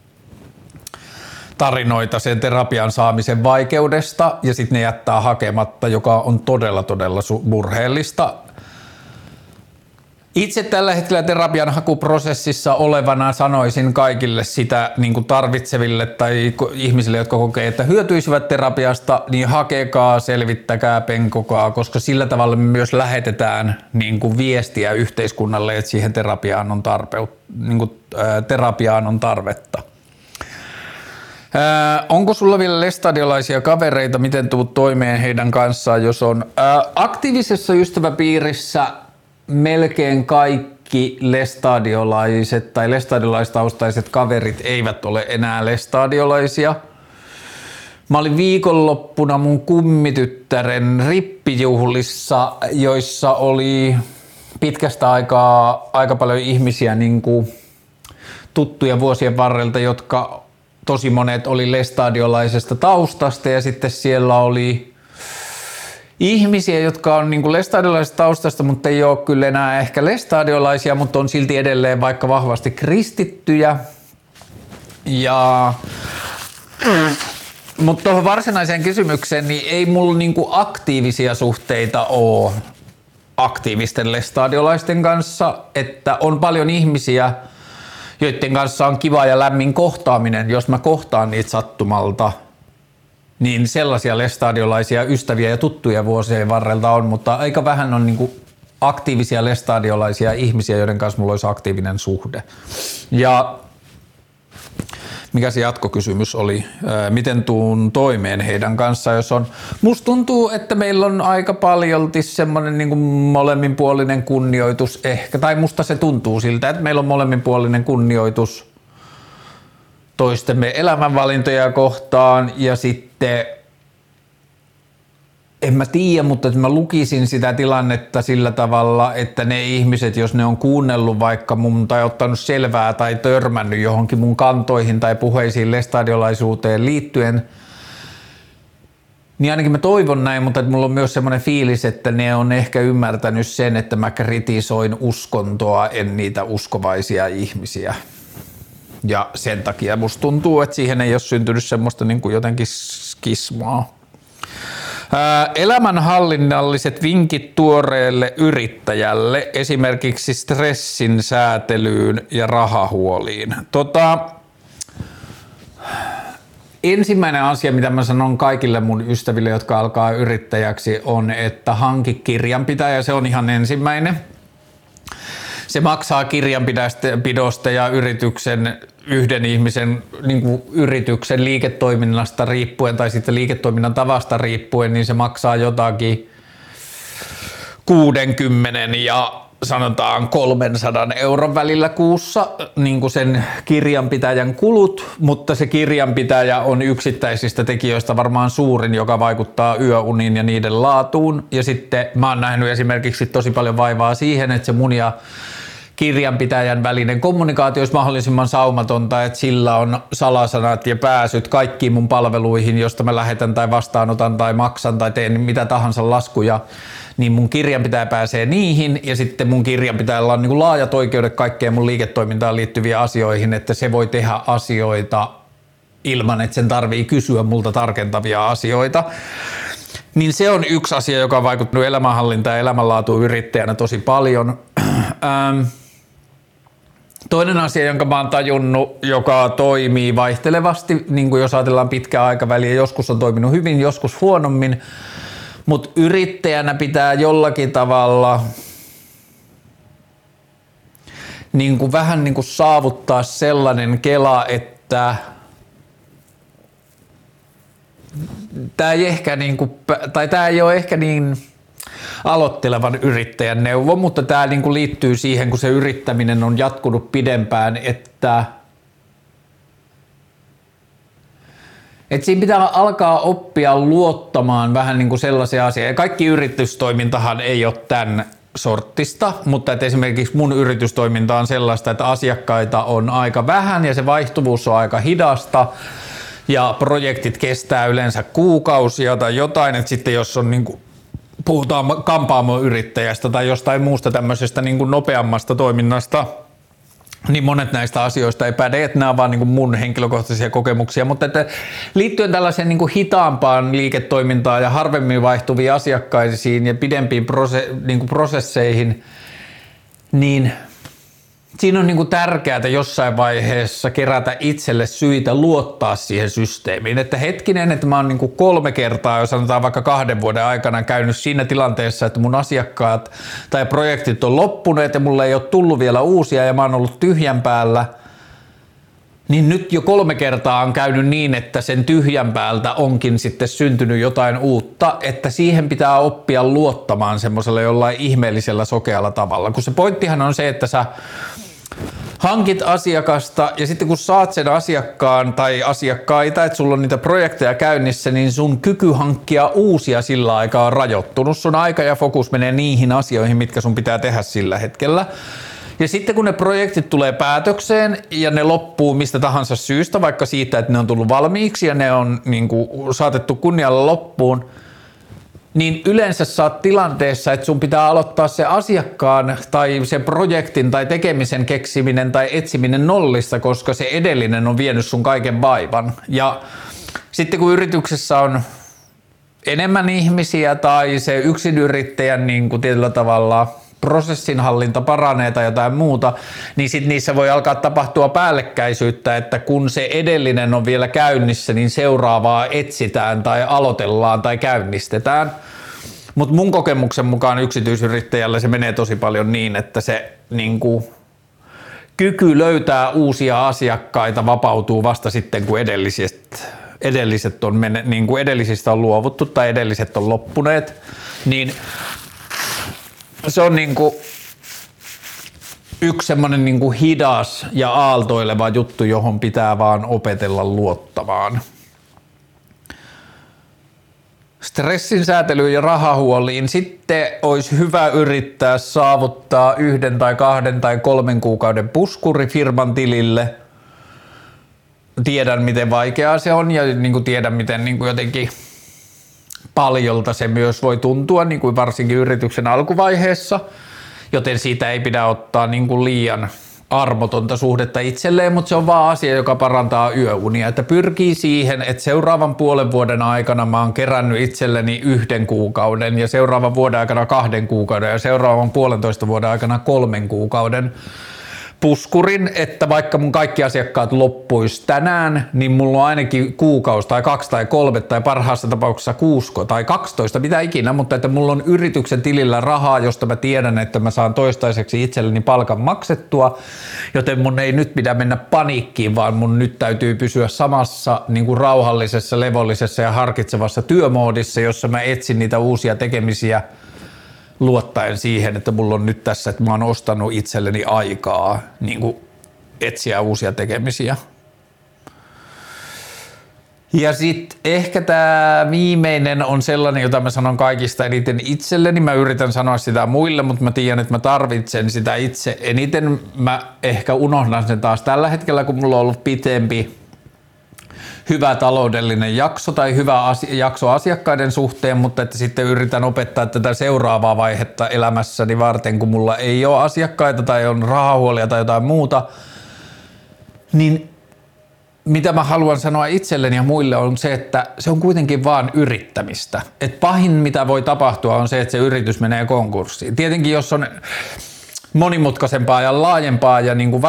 tarinoita sen terapian saamisen vaikeudesta ja sitten ne jättää hakematta, joka on todella murheellista. Itse tällä hetkellä terapian hakuprosessissa olevana sanoisin kaikille sitä niin kuin tarvitseville tai ihmisille, jotka kokee, että hyötyisivät terapiasta, niin hakekaa, selvittäkää, penkokaa, koska sillä tavalla me myös lähetetään niin kuin viestiä yhteiskunnalle, että siihen terapiaan on tarvetta. Onko sulla vielä lestadiolaisia kavereita, miten tuut toimeen heidän kanssaan, jos on aktiivisessa ystäväpiirissä? Melkein kaikki lestadiolaiset tai lestadiolaistaustaiset kaverit eivät ole enää lestadiolaisia. Mä olin viikonloppuna mun kummityttären rippijuhlissa, joissa oli pitkästä aikaa aika paljon ihmisiä niin kuin tuttuja vuosien varrelta, jotka tosi monet oli lestadiolaisesta taustasta ja sitten siellä oli ihmisiä, jotka on niin kuin lestadiolaisesta taustasta, mutta ei ole kyllä enää ehkä lestadiolaisia, mutta on silti edelleen vaikka vahvasti kristittyjä. Mutta tuohon varsinaiseen kysymykseen, niin ei mulla niin kuin aktiivisia suhteita ole aktiivisten lestadiolaisten kanssa, että on paljon ihmisiä, joiden kanssa on kiva ja lämmin kohtaaminen, jos mä kohtaan niitä sattumalta. Niin sellaisia lestadiolaisia ystäviä ja tuttuja vuosien varrelta on, mutta aika vähän on niinku aktiivisia lestadiolaisia ihmisiä, joiden kanssa mulla olisi aktiivinen suhde. Ja mikä se jatkokysymys oli? Miten tuun toimeen heidän kanssaan, jos on? Musta tuntuu, että meillä on aika paljolti semmoinen niinku molemminpuolinen kunnioitus ehkä, tai musta se tuntuu siltä, että meillä on molemminpuolinen kunnioitus toistemme elämänvalintoja kohtaan ja sitten en mä tiedä, mutta mä lukisin sitä tilannetta sillä tavalla, että ne ihmiset, jos ne on kuunnellut vaikka mun tai ottanut selvää tai törmännyt johonkin mun kantoihin tai puheisiin lestadiolaisuuteen liittyen, Niin ainakin mä toivon näin, mutta mulla on myös semmoinen fiilis, että ne on ehkä ymmärtänyt sen, että mä kritisoin uskontoa, en niitä uskovaisia ihmisiä. Ja sen takia musta tuntuu, että siihen ei ole syntynyt semmoista niin kuin jotenkin skismaa. Elämänhallinnalliset vinkit tuoreelle yrittäjälle, esimerkiksi stressin säätelyyn ja rahahuoliin. Ensimmäinen asia, mitä mä sanon kaikille mun ystäville, jotka alkaa yrittäjäksi, on, että hanki kirjanpitäjä. Se on ihan ensimmäinen. Se maksaa kirjanpidosta ja yhden ihmisen niin kuin yrityksen liiketoiminnasta riippuen tai sitten liiketoiminnan tavasta riippuen, niin se maksaa jotakin 60 ja sanotaan 300 euron välillä kuussa niin kuin sen kirjanpitäjän kulut, mutta se kirjanpitäjä on yksittäisistä tekijöistä varmaan suurin, joka vaikuttaa yöuniin ja niiden laatuun. Ja sitten mä oon nähnyt esimerkiksi tosi paljon vaivaa siihen, että se mun ja kirjanpitäjän välinen kommunikaatio olisi mahdollisimman saumatonta, että sillä on salasanat ja pääsyt kaikkiin mun palveluihin, josta mä lähetän tai vastaanotan tai maksan tai teen mitä tahansa laskuja, niin mun kirjanpitäjä pääsee niihin ja sitten mun kirjanpitäjällä on niin kuin laajat oikeudet kaikkeen mun liiketoimintaan liittyviin asioihin, että se voi tehdä asioita ilman, että sen tarvii kysyä multa tarkentavia asioita. Niin se on yksi asia, joka on vaikuttanut elämänhallintaan ja elämänlaatuun yrittäjänä tosi paljon. Toinen asia, jonka mä oon tajunnut, joka toimii vaihtelevasti, niin kuin jos ajatellaan pitkää aikaväliä, joskus on toiminut hyvin, joskus huonommin, mutta yrittäjänä pitää jollakin tavalla niin kuin vähän niin kuin saavuttaa sellainen kela, että tämä ei ole ehkä niin aloittelevan yrittäjän neuvo, mutta tämä niinku liittyy siihen, kun se yrittäminen on jatkunut pidempään, että siinä pitää alkaa oppia luottamaan vähän niin kuin sellaisia asioita. Kaikki yritystoimintahan ei ole tämän sorttista, mutta että esimerkiksi mun yritystoiminta on sellaista, että asiakkaita on aika vähän ja se vaihtuvuus on aika hidasta ja projektit kestää yleensä kuukausia tai jotain, että sitten jos on niin kuin puhutaan kampaamoyrittäjästä tai jostain muusta tämmöisestä niin kuin nopeammasta toiminnasta, niin monet näistä asioista ei päde, että nämä on vaan niin kuin mun henkilökohtaisia kokemuksia, mutta että liittyen tällaiseen niin kuin hitaampaan liiketoimintaan ja harvemmin vaihtuviin asiakkaisiin ja pidempiin niin kuin prosesseihin, niin siinä on niin kuin tärkeää jossain vaiheessa kerätä itselle syitä luottaa siihen systeemiin. Että hetkinen, että mä oon niin kuin 3 kertaa, jos sanotaan vaikka 2 vuoden aikana käynyt siinä tilanteessa, että mun asiakkaat tai projektit on loppuneet ja mulle ei ole tullut vielä uusia ja mä oon ollut tyhjän päällä, niin nyt jo 3 kertaa on käynyt niin, että sen tyhjän päältä onkin sitten syntynyt jotain uutta, että siihen pitää oppia luottamaan semmoisella jollain ihmeellisellä sokealla tavalla. Kun se pointtihan on se, että sä hankit asiakasta ja sitten kun saat sen asiakkaan tai asiakkaita, että sulla on niitä projekteja käynnissä, niin sun kyky hankkia uusia sillä aikaa on rajoittunut. Sun aika ja fokus menee niihin asioihin, mitkä sun pitää tehdä sillä hetkellä. Ja sitten kun ne projektit tulee päätökseen ja ne loppuu mistä tahansa syystä, vaikka siitä, että ne on tullut valmiiksi ja ne on niin kuin saatettu kunnialla loppuun, niin yleensä sä oot tilanteessa, että sun pitää aloittaa se asiakkaan tai se projektin tai tekemisen keksiminen tai etsiminen nollista, koska se edellinen on vienyt sun kaiken vaivan. Ja sitten kun yrityksessä on enemmän ihmisiä tai se yksinyrittäjän niin kuin tietyllä tavalla prosessinhallinta paranee tai jotain muuta, niin sitten niissä voi alkaa tapahtua päällekkäisyyttä, että kun se edellinen on vielä käynnissä, niin seuraavaa etsitään tai aloitellaan tai käynnistetään. Mutta mun kokemuksen mukaan yksityisyrittäjällä se menee tosi paljon niin, että se niinku kyky löytää uusia asiakkaita vapautuu vasta sitten, kun edellisistä on luovuttu tai edelliset on loppuneet, niin se on niinku yksi semmoinen niinku hidas ja aaltoileva juttu, johon pitää vaan opetella luottamaan. Stressin säätelyyn ja rahahuoliin sitten olisi hyvä yrittää saavuttaa 1 tai 2 tai 3 kuukauden puskuri firman tilille. Tiedän, miten vaikeaa se on ja niin kuin tiedän, miten niin kuin jotenkin paljolta se myös voi tuntua, niin kuin varsinkin yrityksen alkuvaiheessa, joten siitä ei pidä ottaa niin kuin liian armotonta suhdetta itselleen, mutta se on vaan asia, joka parantaa yöunia, että pyrkii siihen, että seuraavan puolen vuoden aikana mä oon kerännyt itselleni 1 kuukauden ja seuraavan vuoden aikana 2 kuukauden ja seuraavan 1,5 vuoden aikana 3 kuukauden puskurin, että vaikka mun kaikki asiakkaat loppuisi tänään, niin mulla on ainakin kuukausi tai 2 tai 3 tai parhaassa tapauksessa 6 tai 12, mitä ikinä, mutta että mulla on yrityksen tilillä rahaa, josta mä tiedän, että mä saan toistaiseksi itselleni palkan maksettua, joten mun ei nyt pidä mennä paniikkiin, vaan mun nyt täytyy pysyä samassa niin kuin rauhallisessa, levollisessa ja harkitsevassa työmoodissa, jossa mä etsin niitä uusia tekemisiä luottaen siihen, että mulla on nyt tässä, että mä oon ostanut itselleni aikaa niin kuin etsiä uusia tekemisiä. Ja sitten ehkä tämä viimeinen on sellainen, jota mä sanon kaikista eniten itselleni. Mä yritän sanoa sitä muille, mutta mä tiedän, että mä tarvitsen sitä itse eniten. Mä ehkä unohdan sen taas tällä hetkellä, kun mulla on ollut pitempi hyvä taloudellinen jakso tai hyvä jakso asiakkaiden suhteen, mutta että sitten yritän opettaa tätä seuraavaa vaihetta elämässäni varten, kun mulla ei ole asiakkaita tai on rahahuolia tai jotain muuta, niin mitä mä haluan sanoa itselleni ja muille on se, että se on kuitenkin vaan yrittämistä. Et pahin mitä voi tapahtua on se, että se yritys menee konkurssiin. Tietenkin jos on monimutkaisempaa ja laajempaa ja niin kuin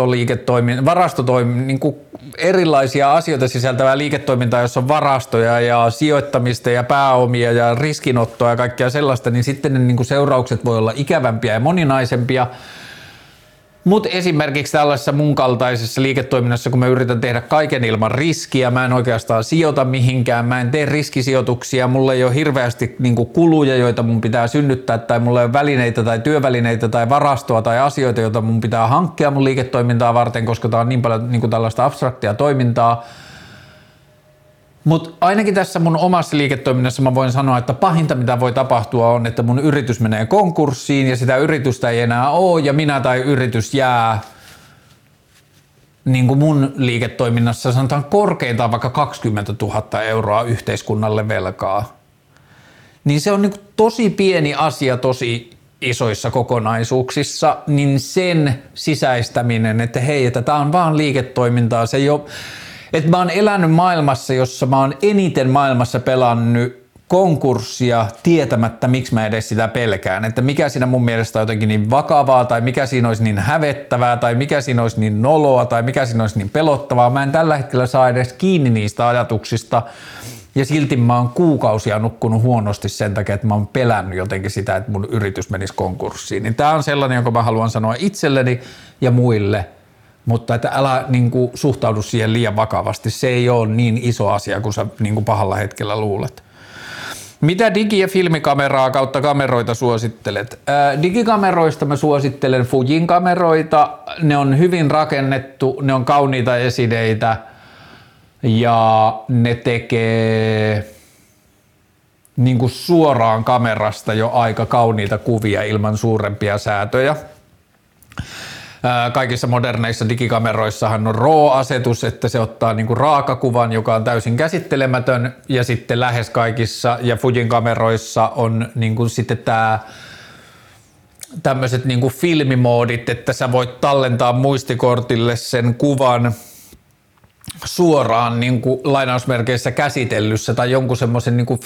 niin kuin erilaisia asioita sisältävää liiketoimintaa, jossa on varastoja ja sijoittamista ja pääomia ja riskinottoa ja kaikkea sellaista, niin sitten ne niin kuin seuraukset voi olla ikävämpiä ja moninaisempia. Mutta esimerkiksi tällaisessa mun kaltaisessa liiketoiminnassa, kun mä yritän tehdä kaiken ilman riskiä, mä en oikeastaan sijoita mihinkään, mä en tee riskisijoituksia, mulla ei ole hirveästi niinku kuluja, joita mun pitää synnyttää, tai mulla ei ole välineitä tai työvälineitä tai varastoa tai asioita, joita mun pitää hankkia mun liiketoimintaa varten, koska tää on niin paljon niinku tällaista abstraktia toimintaa. Mutta ainakin tässä mun omassa liiketoiminnassa mä voin sanoa, että pahinta mitä voi tapahtua on, että mun yritys menee konkurssiin ja sitä yritystä ei enää ole ja minä tai yritys jää niin kuin mun liiketoiminnassa sanotaan korkeintaan vaikka 20 000 euroa yhteiskunnalle velkaa. Niin se on niin kuin tosi pieni asia tosi isoissa kokonaisuuksissa, niin sen sisäistäminen, että hei, että tää on vaan liiketoimintaa, se ei ole. Että mä oon elänyt maailmassa, jossa mä oon eniten maailmassa pelannut konkurssia tietämättä, miksi mä edes sitä pelkään. Että mikä siinä mun mielestä on jotenkin niin vakavaa, tai mikä siinä olisi niin hävettävää, tai mikä siinä olisi niin noloa, tai mikä siinä olisi niin pelottavaa. Mä en tällä hetkellä saa edes kiinni niistä ajatuksista, ja silti mä oon kuukausia nukkunut huonosti sen takia, että mä oon pelännyt jotenkin sitä, että mun yritys menisi konkurssiin. Niin tää on sellainen, jonka mä haluan sanoa itselleni ja muille. Mutta että älä niin kuin, suhtaudu siihen liian vakavasti. Se ei ole niin iso asia kuin sä niin kuin pahalla hetkellä luulet. Mitä digi- ja filmikameraa kautta kameroita suosittelet? Digikameroista mä suosittelen Fujin kameroita. Ne on hyvin rakennettu, ne on kauniita esineitä ja ne tekee niin kuin suoraan kamerasta jo aika kauniita kuvia ilman suurempia säätöjä. Kaikissa moderneissa digikameroissahan on RAW-asetus, että se ottaa niinku raakakuvan, joka on täysin käsittelemätön, ja sitten lähes kaikissa ja Fujin kameroissa on niinku sitten tämmöiset niinku filmimoodit, että sä voit tallentaa muistikortille sen kuvan suoraan niin kuin lainausmerkeissä käsitellyssä tai jonkun semmoisen niin kuin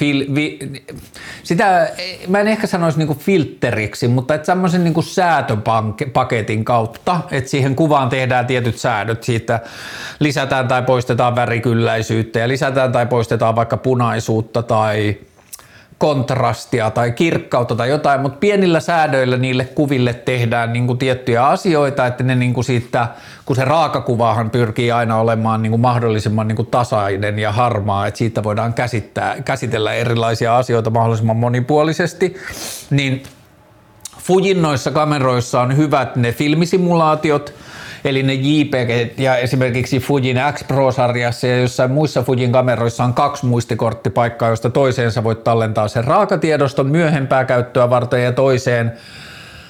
sitä mä en ehkä sanoisi niin kuin filteriksi, mutta että semmoisen niin kuin säätöpaketin kautta, että siihen kuvaan tehdään tietyt säädöt, siitä lisätään tai poistetaan värikylläisyyttä ja lisätään tai poistetaan vaikka punaisuutta tai kontrastia tai kirkkautta tai jotain, mutta pienillä säädöillä niille kuville tehdään niinku tiettyjä asioita, että ne niinku siitä, kun se raakakuvahan pyrkii aina olemaan niinku mahdollisimman niinku tasainen ja harmaa, että siitä voidaan käsitellä erilaisia asioita mahdollisimman monipuolisesti, niin Fujin noissa kameroissa on hyvät ne filmisimulaatiot, eli ne JPEG ja esimerkiksi Fujin X Pro-sarjassa ja jossain muissa Fujin kameroissa on 2 muistikorttipaikkaa, josta toiseen sä voit tallentaa sen raakatiedoston myöhempää käyttöä varten ja toiseen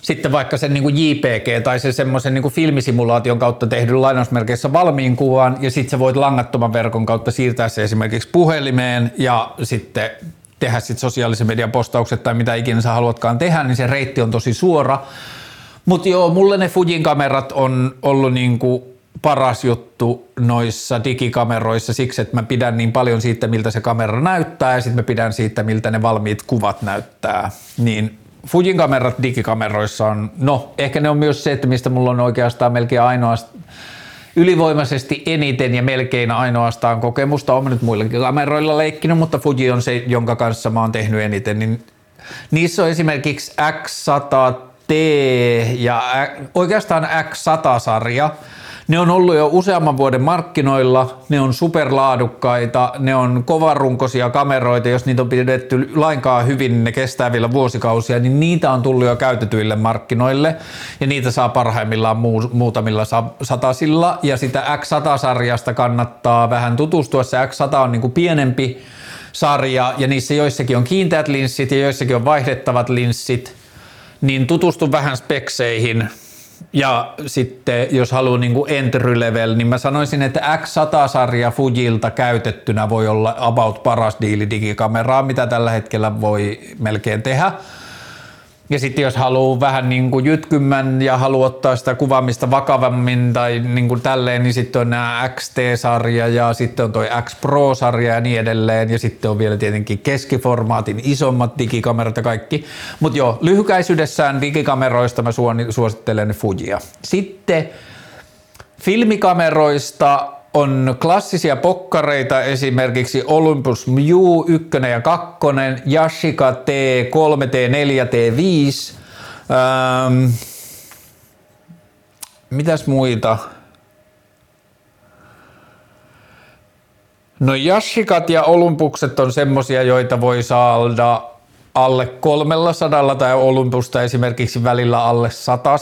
sitten vaikka sen niin kuin JPG tai se semmoisen niin kuin filmisimulaation kautta tehdyn lainausmerkeissä valmiin kuvan ja sitten sä voit langattoman verkon kautta siirtää se esimerkiksi puhelimeen ja sitten tehdä sit sosiaalisen median postaukset tai mitä ikinä sä haluatkaan tehdä, niin se reitti on tosi suora. Mutta joo, mulle ne Fujin kamerat on ollut niinku paras juttu noissa digikameroissa siksi, että mä pidän niin paljon siitä, miltä se kamera näyttää ja sitten mä pidän siitä, miltä ne valmiit kuvat näyttää. Niin Fujin kamerat digikameroissa on, no ehkä ne on myös se, että mistä mulla on oikeastaan melkein ainoastaan ylivoimaisesti eniten ja melkein ainoastaan kokemusta. Olen nyt muillakin kameroilla leikkinyt, mutta Fuji on se, jonka kanssa mä oon tehnyt eniten. Niin niissä on esimerkiksi X100T ja oikeastaan X100-sarja. Ne on ollut jo useamman vuoden markkinoilla, ne on superlaadukkaita, ne on kovarunkoisia kameroita, jos niitä on pidetty lainkaan hyvin, niin ne kestää vielä vuosikausia, niin niitä on tullut jo käytetyille markkinoille ja niitä saa parhaimmillaan muutamilla satasilla ja sitä X100-sarjasta kannattaa vähän tutustua, se X100 on niin kuin pienempi sarja ja niissä joissakin on kiinteät linssit ja joissakin on vaihdettavat linssit, niin tutustu vähän spekseihin. Ja sitten jos haluaa niin kuin entry level, niin mä sanoisin, että X100-sarja Fujilta käytettynä voi olla about paras diili digikameraa, mitä tällä hetkellä voi melkein tehdä. Ja sitten jos haluaa vähän niin kuin jytkymän ja haluaa ottaa sitä kuvaamista vakavammin tai niin kuin tälleen, niin sitten on nämä XT-sarja ja sitten on toi X Pro-sarja ja niin edelleen. Ja sitten on vielä tietenkin keskiformaatin isommat digikamerat ja kaikki. Mutta joo, lyhykäisyydessään digikameroista mä suosittelen Fujia. Sitten filmikameroista on klassisia pokkareita, esimerkiksi Olympus Mju 1 ja 2, Yashica T3, T4, T5. Mitäs muita? No Yashicat ja Olympukset on semmosia, joita voi saada alle 300 tai Olympusta esimerkiksi välillä alle 100.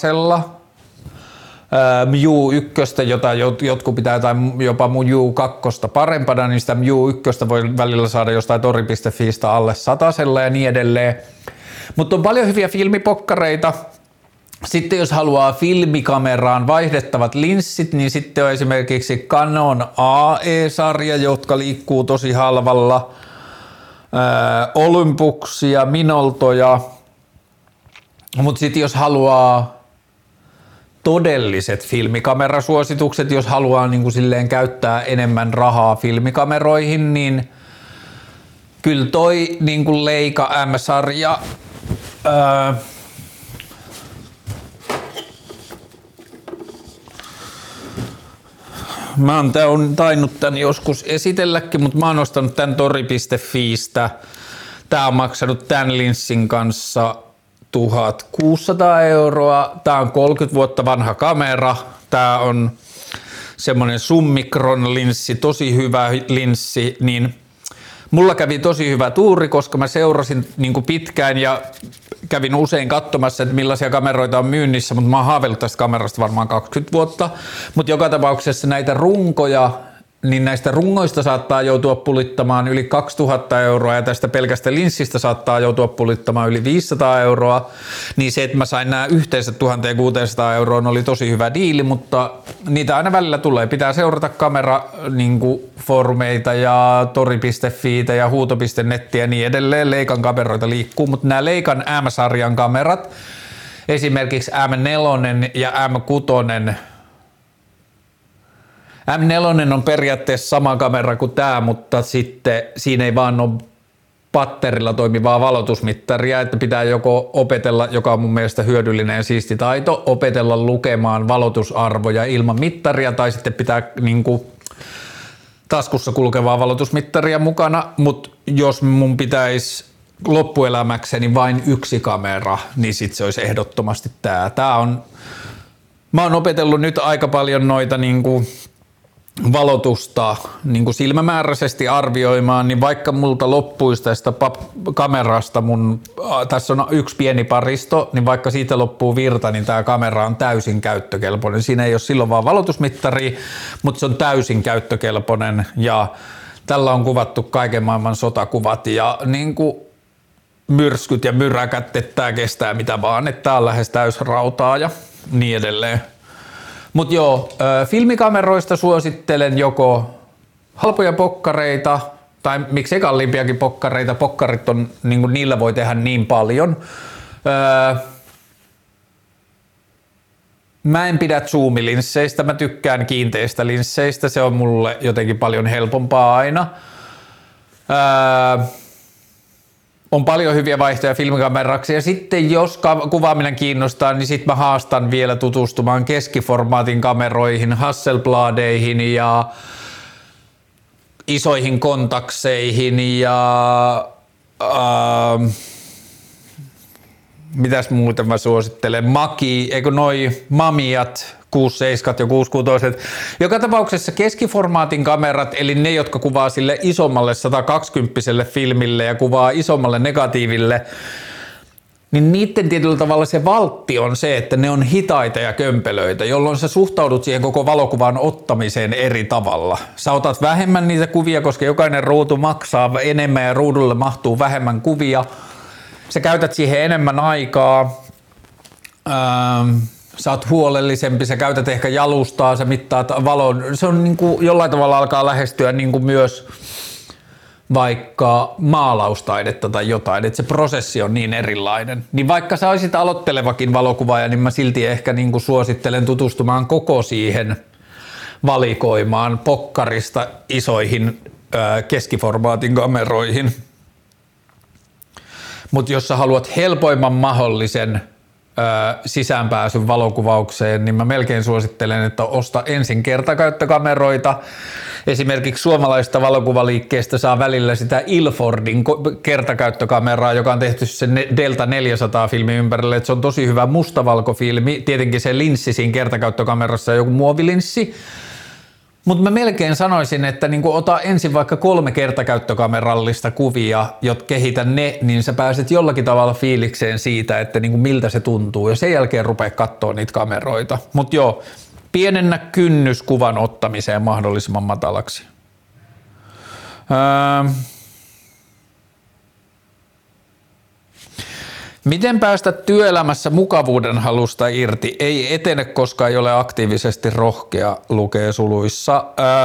Mju 1, jota jotkut pitää tai jopa Mju 2 parempana, niin sitä Mju 1 voi välillä saada jostain tori.fiistä alle 100 ja niin edelleen. Mutta on paljon hyviä filmipokkareita. Sitten jos haluaa filmikameraan vaihdettavat linssit, niin sitten on esimerkiksi Canon AE-sarja, jotka liikkuu tosi halvalla. Olympuksia, Minoltoja. Mutta sitten jos haluaa todelliset filmikamerasuositukset, jos haluaa niin kuin silleen käyttää enemmän rahaa filmikameroihin, niin kyllä toi niin kuin Leica M-sarja mä oon tainnut tän joskus esitelläkin, mutta mä oon ostanut tän tori.fiistä. Tää on maksanut tän linssin kanssa 1600 €. Tää on 30 vuotta vanha kamera. Tää on semmonen summikron linssi, tosi hyvä linssi, niin mulla kävi tosi hyvä tuuri, koska mä seurasin niin kuin pitkään ja kävin usein katsomassa, että millaisia kameroita on myynnissä, mutta mä oon haaveillut tästä kamerasta varmaan 20 vuotta. Mutta joka tapauksessa näitä runkoja, niin näistä rungoista saattaa joutua pulittamaan yli 2000 € ja tästä pelkästä linssistä saattaa joutua pulittamaan yli 500 €. Niin se, että mä sain nämä yhteensä 1600 € oli tosi hyvä diili, mutta niitä aina välillä tulee. Pitää seurata kamerafoorumeita ja tori.fiitä ja huuto.nettiä ja niin edelleen. Leican kameroita liikkuu, mutta nämä Leican M-sarjan kamerat, esimerkiksi M4 ja M6, M4 on periaatteessa sama kamera kuin tämä, mutta sitten siinä ei vaan ole patterilla toimivaa valotusmittaria, että pitää joko opetella, joka on mun mielestä hyödyllinen ja siisti taito, opetella lukemaan valotusarvoja ilman mittaria tai sitten pitää niinku taskussa kulkevaa valotusmittaria mukana, mutta jos mun pitäisi loppuelämäkseni vain yksi kamera, niin sitten se olisi ehdottomasti tämä. Mä oon opetellut nyt aika paljon noita niinku valotusta niin kuin silmämääräisesti arvioimaan, niin vaikka multa loppuisi tästä kamerasta tässä on yksi pieni paristo, niin vaikka siitä loppuu virta, niin tämä kamera on täysin käyttökelpoinen. Siinä ei ole silloin vaan valotusmittari, mutta se on täysin käyttökelpoinen ja tällä on kuvattu kaiken maailman sotakuvat ja niin kuin myrskyt ja myräkät, että tää kestää mitä vaan, että tää on lähes täysrautaa ja niin edelleen. Mut joo, filmikameroista suosittelen joko halpoja pokkareita, tai miksei kalliimpiakin pokkareita. Pokkarit on, niin niillä voi tehdä niin paljon. Mä en pidä zoomilinsseistä, mä tykkään kiinteistä linsseistä, se on mulle jotenkin paljon helpompaa aina. On paljon hyviä vaihtoehtoja filmikameraksi ja sitten jos kuvaaminen kiinnostaa, niin sitten mä haastan vielä tutustumaan keskiformaatin kameroihin, Hasselbladeihin ja isoihin kontakseihin ja mitäs muuta mä suosittelen, Mamiat, 6.7 ja 6.6. Joka tapauksessa keskiformaatin kamerat, eli ne, jotka kuvaa sille isommalle 120 filmille ja kuvaa isommalle negatiiville, niin niiden tietyllä tavalla se valtti on se, että ne on hitaita ja kömpelöitä, jolloin sä suhtaudut siihen koko valokuvan ottamiseen eri tavalla. Sä otat vähemmän niitä kuvia, koska jokainen ruutu maksaa enemmän ja ruudulle mahtuu vähemmän kuvia. Sä käytät siihen enemmän aikaa, sä oot huolellisempi, sä käytät ehkä jalustaa, sä mittaat valon. Se on niin kuin jollain tavalla alkaa lähestyä niin kuin myös vaikka maalaustaidetta tai jotain, että se prosessi on niin erilainen. Niin vaikka sä olisit aloittelevakin valokuvaaja, niin mä silti ehkä niin kuin suosittelen tutustumaan koko siihen valikoimaan pokkarista isoihin keskiformaatin kameroihin. Mutta jos sä haluat helpoimman mahdollisen sisäänpääsyn valokuvaukseen, niin mä melkein suosittelen, että osta ensin kertakäyttökameroita. Esimerkiksi suomalaisesta valokuvaliikkeestä saa välillä sitä Ilfordin kertakäyttökameraa, joka on tehty sen Delta 400 filmin ympärille, että se on tosi hyvä mustavalkofilmi. Tietenkin se linssi siinä kertakäyttökamerassa on joku muovilinssi. Mutta mä melkein sanoisin, että niinku ota ensin vaikka 3 kertakäyttökamerallista kuvia, jot kehitä ne, niin sä pääset jollakin tavalla fiilikseen siitä, että niinku miltä se tuntuu ja sen jälkeen rupea katsoa niitä kameroita. Mutta joo, pienennä kynnys kuvan ottamiseen mahdollisimman matalaksi. Miten päästä työelämässä mukavuuden halusta irti? Ei etene, koska ei ole aktiivisesti rohkea, lukee suluissa.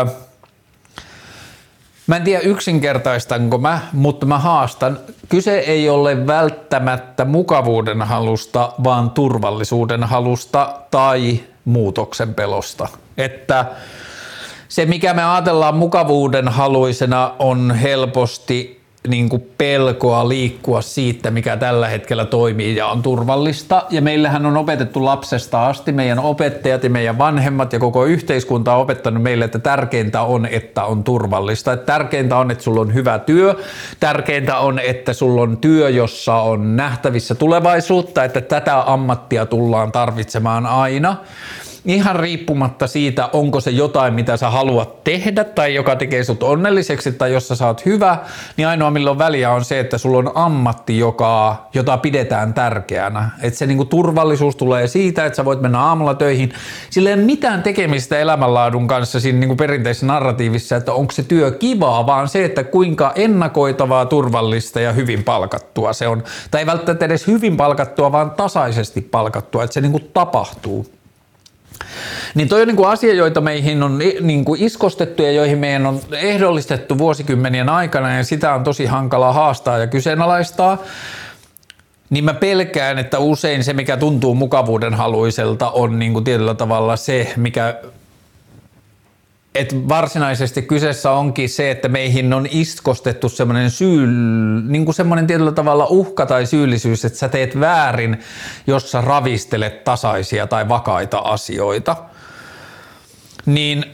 Mä en tiedä yksinkertaistanko mä, mutta mä haastan. Kyse ei ole välttämättä mukavuuden halusta, vaan turvallisuuden halusta tai muutoksen pelosta. Että se, mikä me ajatellaan mukavuuden haluisena, on helposti niin kuin pelkoa liikkua siitä, mikä tällä hetkellä toimii ja on turvallista. Ja meillähän on opetettu lapsesta asti, meidän opettajat ja meidän vanhemmat ja koko yhteiskunta on opettanut meille, että tärkeintä on, että on turvallista. Että tärkeintä on, että sulla on hyvä työ. Tärkeintä on, että sulla on työ, jossa on nähtävissä tulevaisuutta, että tätä ammattia tullaan tarvitsemaan aina. Ihan riippumatta siitä, onko se jotain, mitä sä haluat tehdä tai joka tekee sut onnelliseksi tai jossa sä oot hyvä, niin ainoa milloin väliä on se, että sulla on ammatti, jota pidetään tärkeänä. Että se niinku turvallisuus tulee siitä, että sä voit mennä aamulla töihin. Sillä ei ole mitään tekemistä elämänlaadun kanssa siinä niinku perinteisessä narratiivissa, että onko se työ kivaa, vaan se, että kuinka ennakoitavaa, turvallista ja hyvin palkattua se on. Tai ei välttämättä edes hyvin palkattua, vaan tasaisesti palkattua, että se niinku tapahtuu. Niin toi on niinku asia, joita meihin on niinku iskostettu ja joihin meidän on ehdollistettu vuosikymmenien aikana ja sitä on tosi hankala haastaa ja kyseenalaistaa. Niin mä pelkään, että usein se, mikä tuntuu mukavuuden haluiselta, on niinku tietyllä tavalla se, mikä että varsinaisesti kyseessä onkin se, että meihin on iskostettu semmoinen niin kuin semmoinen tietyllä tavalla uhka tai syyllisyys, että sä teet väärin, jos sä ravistelet tasaisia tai vakaita asioita. Niin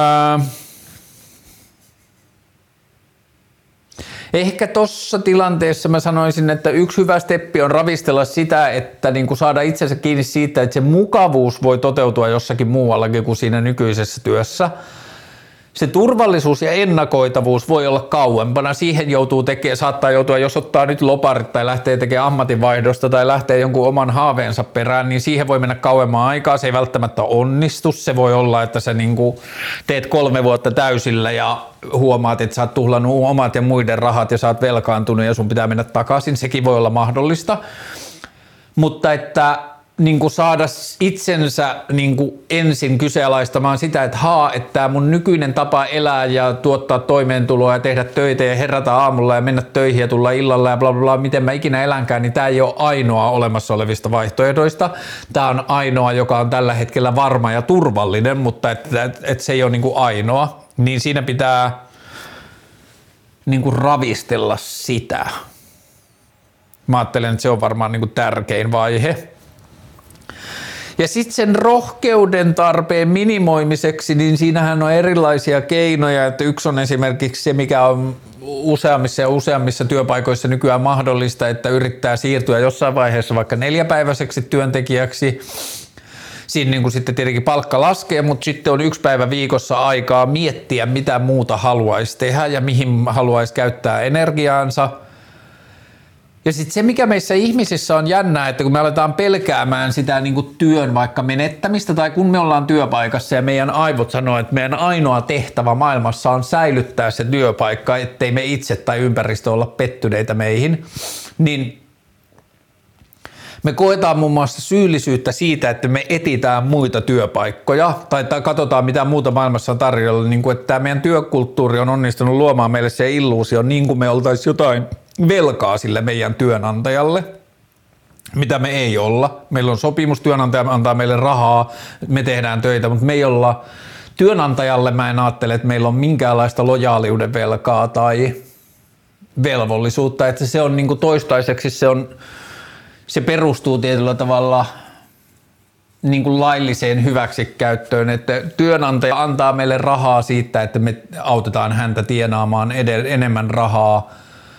ehkä tossa tilanteessa mä sanoisin, että yksi hyvä steppi on ravistella sitä, että niin kuin saada itsensä kiinni siitä, että se mukavuus voi toteutua jossakin muuallakin kuin siinä nykyisessä työssä. se turvallisuus ja ennakoitavuus voi olla kauempana. Siihen saattaa joutua, jos ottaa nyt loparit tai lähtee tekemään ammatinvaihdosta tai lähtee jonkun oman haaveensa perään, niin siihen voi mennä kauemman aikaa. Se ei välttämättä onnistu. Se voi olla, että sä niinku teet 3 vuotta täysillä ja huomaat, että sä oot tuhlannut omat ja muiden rahat ja sä oot velkaantunut ja sun pitää mennä takaisin. Sekin voi olla mahdollista. Mutta että niin kuin saada itsensä niin kuin ensin kyseenalaistamaan sitä, että että tämä mun nykyinen tapa elää ja tuottaa toimeentuloa ja tehdä töitä ja herätä aamulla ja mennä töihin ja tulla illalla ja bla bla bla, miten mä ikinä elänkään, niin tämä ei ole ainoa olemassa olevista vaihtoehdoista. Tämä on ainoa, joka on tällä hetkellä varma ja turvallinen, mutta että se ei ole niin kuin ainoa. Niin siinä pitää niin kuin ravistella sitä. Mä ajattelen, että se on varmaan niin kuin tärkein vaihe. Ja sitten sen rohkeuden tarpeen minimoimiseksi, niin siinähän on erilaisia keinoja, että yksi on esimerkiksi se, mikä on useammissa työpaikoissa nykyään mahdollista, että yrittää siirtyä jossain vaiheessa vaikka 4-päiväiseksi työntekijäksi. Siinä niin kuin sitten tietenkin palkka laskee, mutta sitten on 1 päivä viikossa aikaa miettiä, mitä muuta haluaisi tehdä ja mihin haluaisi käyttää energiaansa. Ja sitten se, mikä meissä ihmisissä on jännää, että kun me aletaan pelkäämään sitä niin kuin työn vaikka menettämistä tai kun me ollaan työpaikassa ja meidän aivot sanoo, että meidän ainoa tehtävä maailmassa on säilyttää se työpaikka, ettei me itse tai ympäristö olla pettyneitä meihin, niin me koetaan muun muassa syyllisyyttä siitä, että me etsitään muita työpaikkoja tai katsotaan mitä muuta maailmassa on tarjolla, niin kuin että tämä meidän työkulttuuri on onnistunut luomaan meille se illuusio, niin kuin me oltaisiin jotain velkaa sille meidän työnantajalle, mitä me ei olla. Meillä on sopimus, työnantaja antaa meille rahaa, me tehdään töitä, mutta me ei olla työnantajalle, mä en ajattele, että meillä on minkäänlaista lojaaliuden velkaa tai velvollisuutta, että se on niin kuin toistaiseksi se perustuu tietyllä tavalla niin kuin lailliseen hyväksikäyttöön, että työnantaja antaa meille rahaa siitä, että me autetaan häntä tienaamaan enemmän rahaa.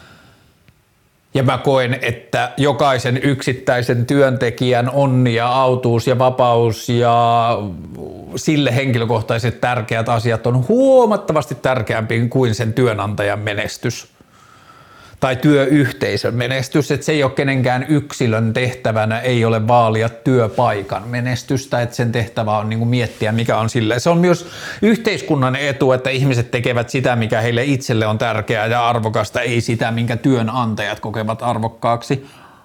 Ja mä koen, että jokaisen yksittäisen työntekijän onni ja autuus ja vapaus ja sille henkilökohtaiset tärkeät asiat on huomattavasti tärkeämpi kuin sen työnantajan menestys. Tai työyhteisön menestys, että se ei ole kenenkään yksilön tehtävänä, ei ole vaalia työpaikan menestystä, että sen tehtävä on niin kuin miettiä, mikä on sille. Se on myös yhteiskunnan etu, että ihmiset tekevät sitä, mikä heille itselle on tärkeää ja arvokasta, ei sitä, minkä työnantajat kokevat arvokkaaksi.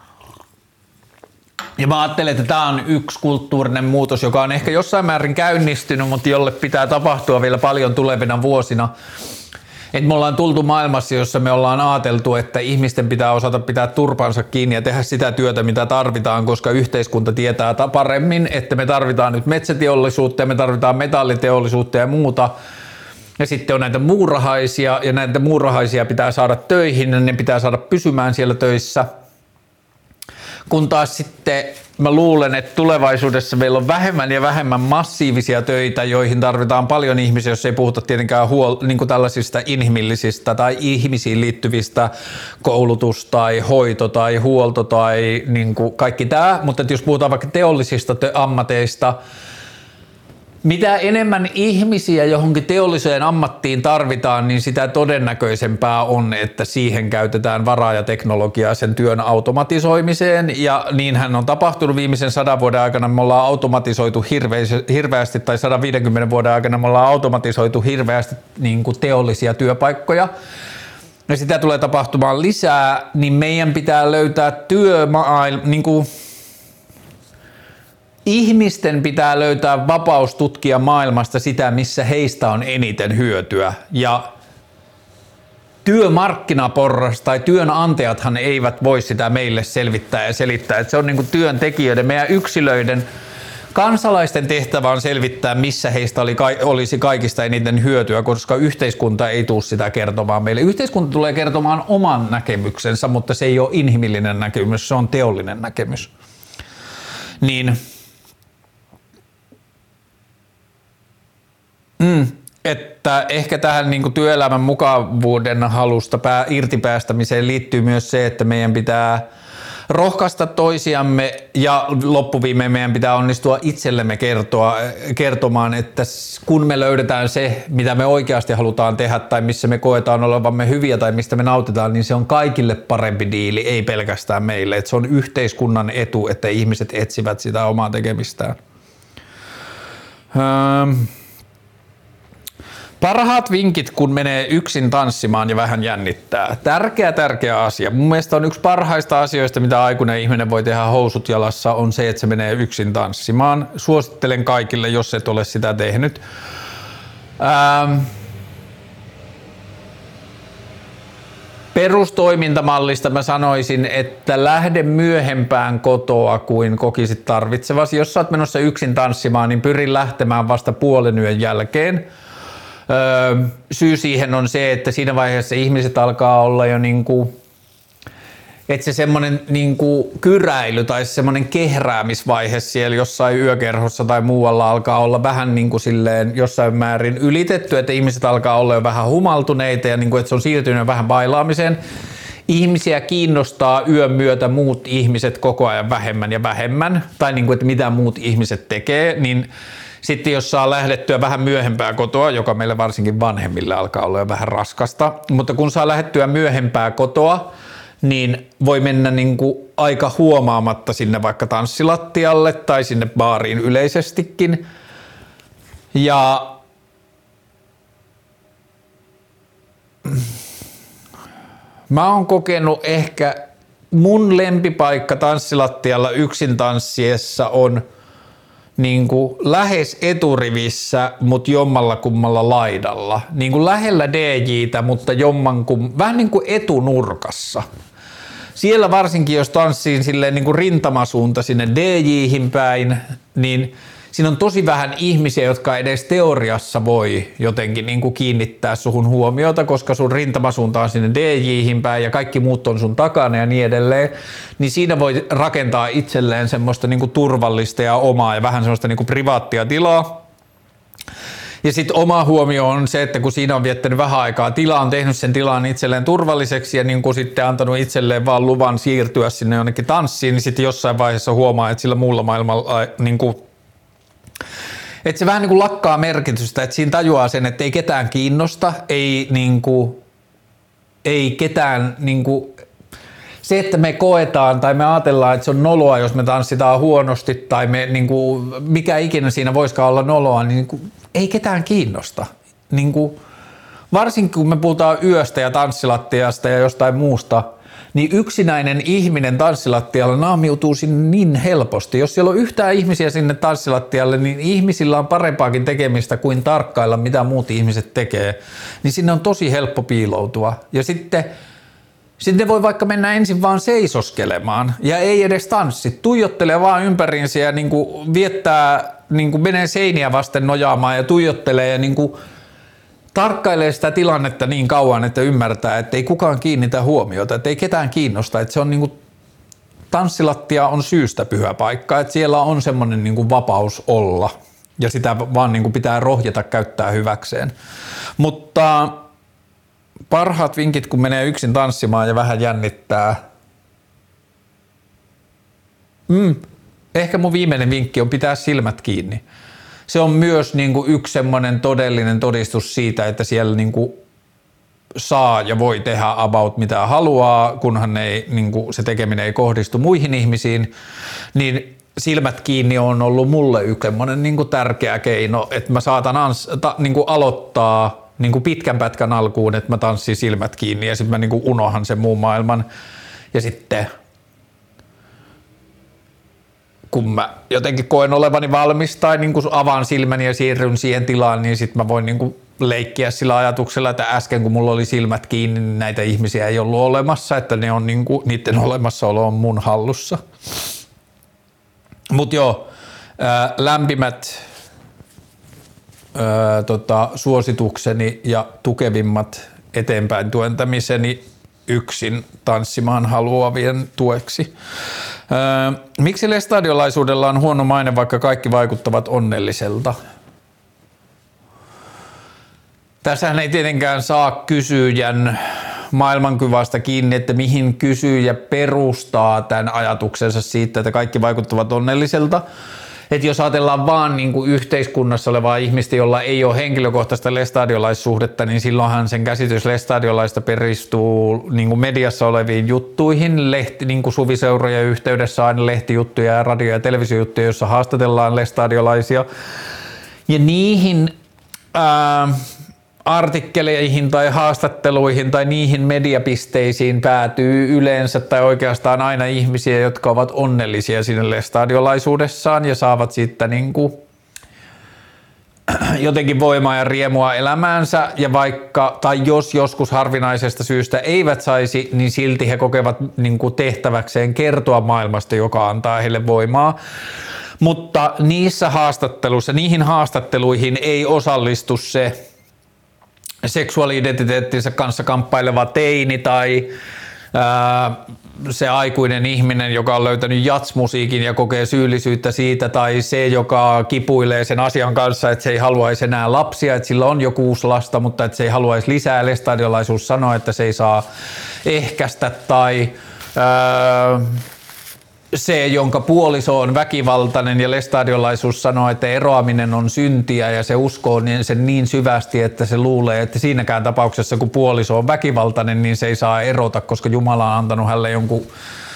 Ja mä ajattelen, että tämä on yksi kulttuurinen muutos, joka on ehkä jossain määrin käynnistynyt, mutta jolle pitää tapahtua vielä paljon tulevina vuosina. Että me ollaan tultu maailmassa, jossa me ollaan ajateltu, että ihmisten pitää osata pitää turpansa kiinni ja tehdä sitä työtä, mitä tarvitaan, koska yhteiskunta tietää paremmin, että me tarvitaan nyt metsäteollisuutta ja me tarvitaan metalliteollisuutta ja muuta. Ja sitten on näitä muurahaisia ja näitä muurahaisia pitää saada töihin ja ne pitää saada pysymään siellä töissä. Kun taas sitten mä luulen, että tulevaisuudessa meillä on vähemmän ja vähemmän massiivisia töitä, joihin tarvitaan paljon ihmisiä, jos ei puhuta tietenkään niin kuin tällaisista inhimillisistä tai ihmisiin liittyvistä koulutus tai hoito tai huolto tai niin kuin kaikki tämä. Mutta jos puhutaan vaikka teollisista ammateista, mitä enemmän ihmisiä johonkin teolliseen ammattiin tarvitaan, niin sitä todennäköisempää on, että siihen käytetään varaa ja teknologiaa sen työn automatisoimiseen. Ja niinhän on tapahtunut viimeisen 100 vuoden aikana. Me ollaan automatisoitu hirveästi, tai 150 vuoden aikana me ollaan automatisoitu hirveästi niin kuin teollisia työpaikkoja. Ja sitä tulee tapahtumaan lisää, niin meidän pitää löytää niin kuin ihmisten pitää löytää vapaus tutkia maailmasta sitä, missä heistä on eniten hyötyä. Ja työmarkkinaporras tai työnantajathan eivät voi sitä meille selvittää ja selittää. Että se on niin kuin työntekijöiden, meidän yksilöiden, kansalaisten tehtävä on selvittää, missä heistä olisi kaikista eniten hyötyä, koska yhteiskunta ei tule sitä kertomaan meille. Yhteiskunta tulee kertomaan oman näkemyksensä, mutta se ei ole inhimillinen näkemys, se on teollinen näkemys. Niin että ehkä tähän niin kuin työelämän mukavuuden halusta irtipäästämiseen liittyy myös se, että meidän pitää rohkaista toisiamme ja loppuviimein meidän pitää onnistua itsellemme kertomaan, että kun me löydetään se, mitä me oikeasti halutaan tehdä tai missä me koetaan olevamme hyviä tai mistä me nautitaan, niin se on kaikille parempi diili, ei pelkästään meille. Että se on yhteiskunnan etu, että ihmiset etsivät sitä omaa tekemistään. Parhaat vinkit, kun menee yksin tanssimaan ja vähän jännittää. Tärkeä asia. Mun mielestä on yksi parhaista asioista, mitä aikuinen ihminen voi tehdä housut jalassa, on se, että se menee yksin tanssimaan. Suosittelen kaikille, jos et ole sitä tehnyt. Perustoimintamallista mä sanoisin, että lähde myöhempään kotoa kuin kokisit tarvitsevasi. Jos sä oot menossa yksin tanssimaan, niin pyri lähtemään vasta puolen yön jälkeen. Syy siihen on se, että siinä vaiheessa ihmiset alkaa olla jo niinku, että se semmoinen niinku kyräily tai semmoinen kehräämisvaihe siellä jossain yökerhossa tai muualla alkaa olla vähän niinku silleen jossain määrin ylitetty, että ihmiset alkaa olla jo vähän humaltuneita ja niinku, että se on siirtynyt vähän bailaamiseen. Ihmisiä kiinnostaa yön myötä muut ihmiset koko ajan vähemmän ja vähemmän, tai niinku, että mitä muut ihmiset tekee, niin sitten jos saa lähdettyä vähän myöhempää kotoa, joka meille varsinkin vanhemmille alkaa olla jo vähän raskasta, mutta kun saa lähdettyä myöhempää kotoa, niin voi mennä niin kuin aika huomaamatta sinne vaikka tanssilattialle tai sinne baariin yleisestikin. Ja mä oon kokenut ehkä mun lempipaikka tanssilattialla yksin tanssiessa on niin kuin lähes eturivissä, mutta jommalla kummalla laidalla. Niin kuin lähellä DJ:tä, mutta vähän niin kuin etunurkassa. Siellä varsinkin, jos tanssiin silleen niin kuin rintamasuunta sinne DJ:hin päin, niin siinä on tosi vähän ihmisiä, jotka edes teoriassa voi jotenkin niin kuin kiinnittää suhun huomiota, koska sun rintamasuunta on sinne DJ:hin päin ja kaikki muut on sun takana ja niin edelleen, niin siinä voi rakentaa itselleen semmoista niin kuin turvallista ja omaa ja vähän semmoista niin kuin privaattia tilaa. Ja sitten oma huomio on se, että kun siinä on viettänyt vähän aikaa tilaa, on tehnyt sen tilan itselleen turvalliseksi ja niin kun sitten antanut itselleen vaan luvan siirtyä sinne jonnekin tanssiin, niin sitten jossain vaiheessa huomaa, että sillä muulla maailmalla niin kuin että se vähän niin kuin lakkaa merkitystä, että siinä tajuaa sen, että ei ketään kiinnosta, ei ketään niin kuin, se, että me koetaan tai me ajatellaan, että se on noloa, jos me tanssitaan huonosti tai me, niin kuin, mikä ikinä siinä voisikaan olla noloa, niin kuin, ei ketään kiinnosta. Niin kuin, varsinkin kun me puhutaan yöstä ja tanssilattiasta ja jostain muusta, niin yksinäinen ihminen tanssilattialla naamiutuu sinne niin helposti. Jos siellä on yhtään ihmisiä sinne tanssilattialle, niin ihmisillä on parempaakin tekemistä kuin tarkkailla, mitä muut ihmiset tekee. Niin sinne on tosi helppo piiloutua. Ja sitten ne voi vaikka mennä ensin vaan seisoskelemaan ja ei edes tanssi. Tuijottelee vaan ympäriinsä ja niin kuin viettää, niin kuin menee seiniä vasten nojaamaan ja tuijottelee ja niin kuin tarkkailee sitä tilannetta niin kauan, että ymmärtää, että ei kukaan kiinnitä huomiota, että ei ketään kiinnosta, että se on niinku, tanssilattia on syystä pyhä paikka, että siellä on semmoinen niinku vapaus olla ja sitä vaan niinku pitää rohjeta käyttää hyväkseen. Mutta parhaat vinkit, kun menee yksin tanssimaan ja vähän jännittää. Ehkä mun viimeinen vinkki on pitää silmät kiinni. Se on myös niin kuin yksi semmoinen todellinen todistus siitä, että siellä niin kuin saa ja voi tehdä about mitä haluaa, kunhan ei, niin kuin se tekeminen ei kohdistu muihin ihmisiin, niin silmät kiinni on ollut mulle yksi semmoinen niin kuin tärkeä keino, että mä saatan niin kuin aloittaa niin kuin pitkän pätkän alkuun, että mä tanssin silmät kiinni ja sitten mä niin kuin unohan sen muun maailman ja sitten kun mä jotenkin koen olevani valmis tai niin kuin avaan silmäni ja siirryn siihen tilaan, niin sitten mä voin niin kuin leikkiä sillä ajatuksella, että äsken kun mulla oli silmät kiinni, niin näitä ihmisiä ei ollut olemassa, että ne on niin kuin, niiden olemassaolo on mun hallussa. Mut joo, lämpimät suositukseni ja tukevimmat eteenpäin työntämiseni yksin tanssimaan haluavien tueksi. Miksi lestadiolaisuudella on huono maine, vaikka kaikki vaikuttavat onnelliselta? Tässähän ei tietenkään saa kysyjän maailmankuvasta kiinni, että mihin kysyjä perustaa tämän ajatuksensa siitä, että kaikki vaikuttavat onnelliselta. Että jos ajatellaan vaan niin kuin yhteiskunnassa olevaa ihmistä, jolla ei ole henkilökohtaista lestadiolaissuhdetta, niin silloinhan sen käsitys lestadiolaista perustuu niin kuin mediassa oleviin juttuihin, niin kuin suviseurojen yhteydessä aina lehtijuttuja ja radio- ja televisiojuttuja, joissa haastatellaan lestadiolaisia. Ja niihin artikkeleihin tai haastatteluihin tai niihin mediapisteisiin päätyy yleensä tai oikeastaan aina ihmisiä, jotka ovat onnellisia siinä lestadiolaisuudessaan ja saavat siitä niin kuin jotenkin voimaa ja riemua elämäänsä, ja vaikka tai jos joskus harvinaisesta syystä eivät saisi, niin silti he kokevat niin kuin tehtäväkseen kertoa maailmasta, joka antaa heille voimaa. Mutta niihin haastatteluihin ei osallistu se seksuaali-identiteettinsä kanssa kamppaileva teini tai se aikuinen ihminen, joka on löytänyt jatsmusiikin ja kokee syyllisyyttä siitä, tai se, joka kipuilee sen asian kanssa, että se ei haluaisi enää lapsia, että sillä on jo 6 lasta, mutta että se ei haluaisi lisää. Lestadiolaisuus sanoo, että se ei saa ehkäistä, tai se, jonka puoliso on väkivaltainen, ja lestadiolaisuus sanoo, että eroaminen on syntiä, ja se uskoo sen niin syvästi, että se luulee, että siinäkään tapauksessa, kun puoliso on väkivaltainen, niin se ei saa erota, koska Jumala on antanut hänelle jonkun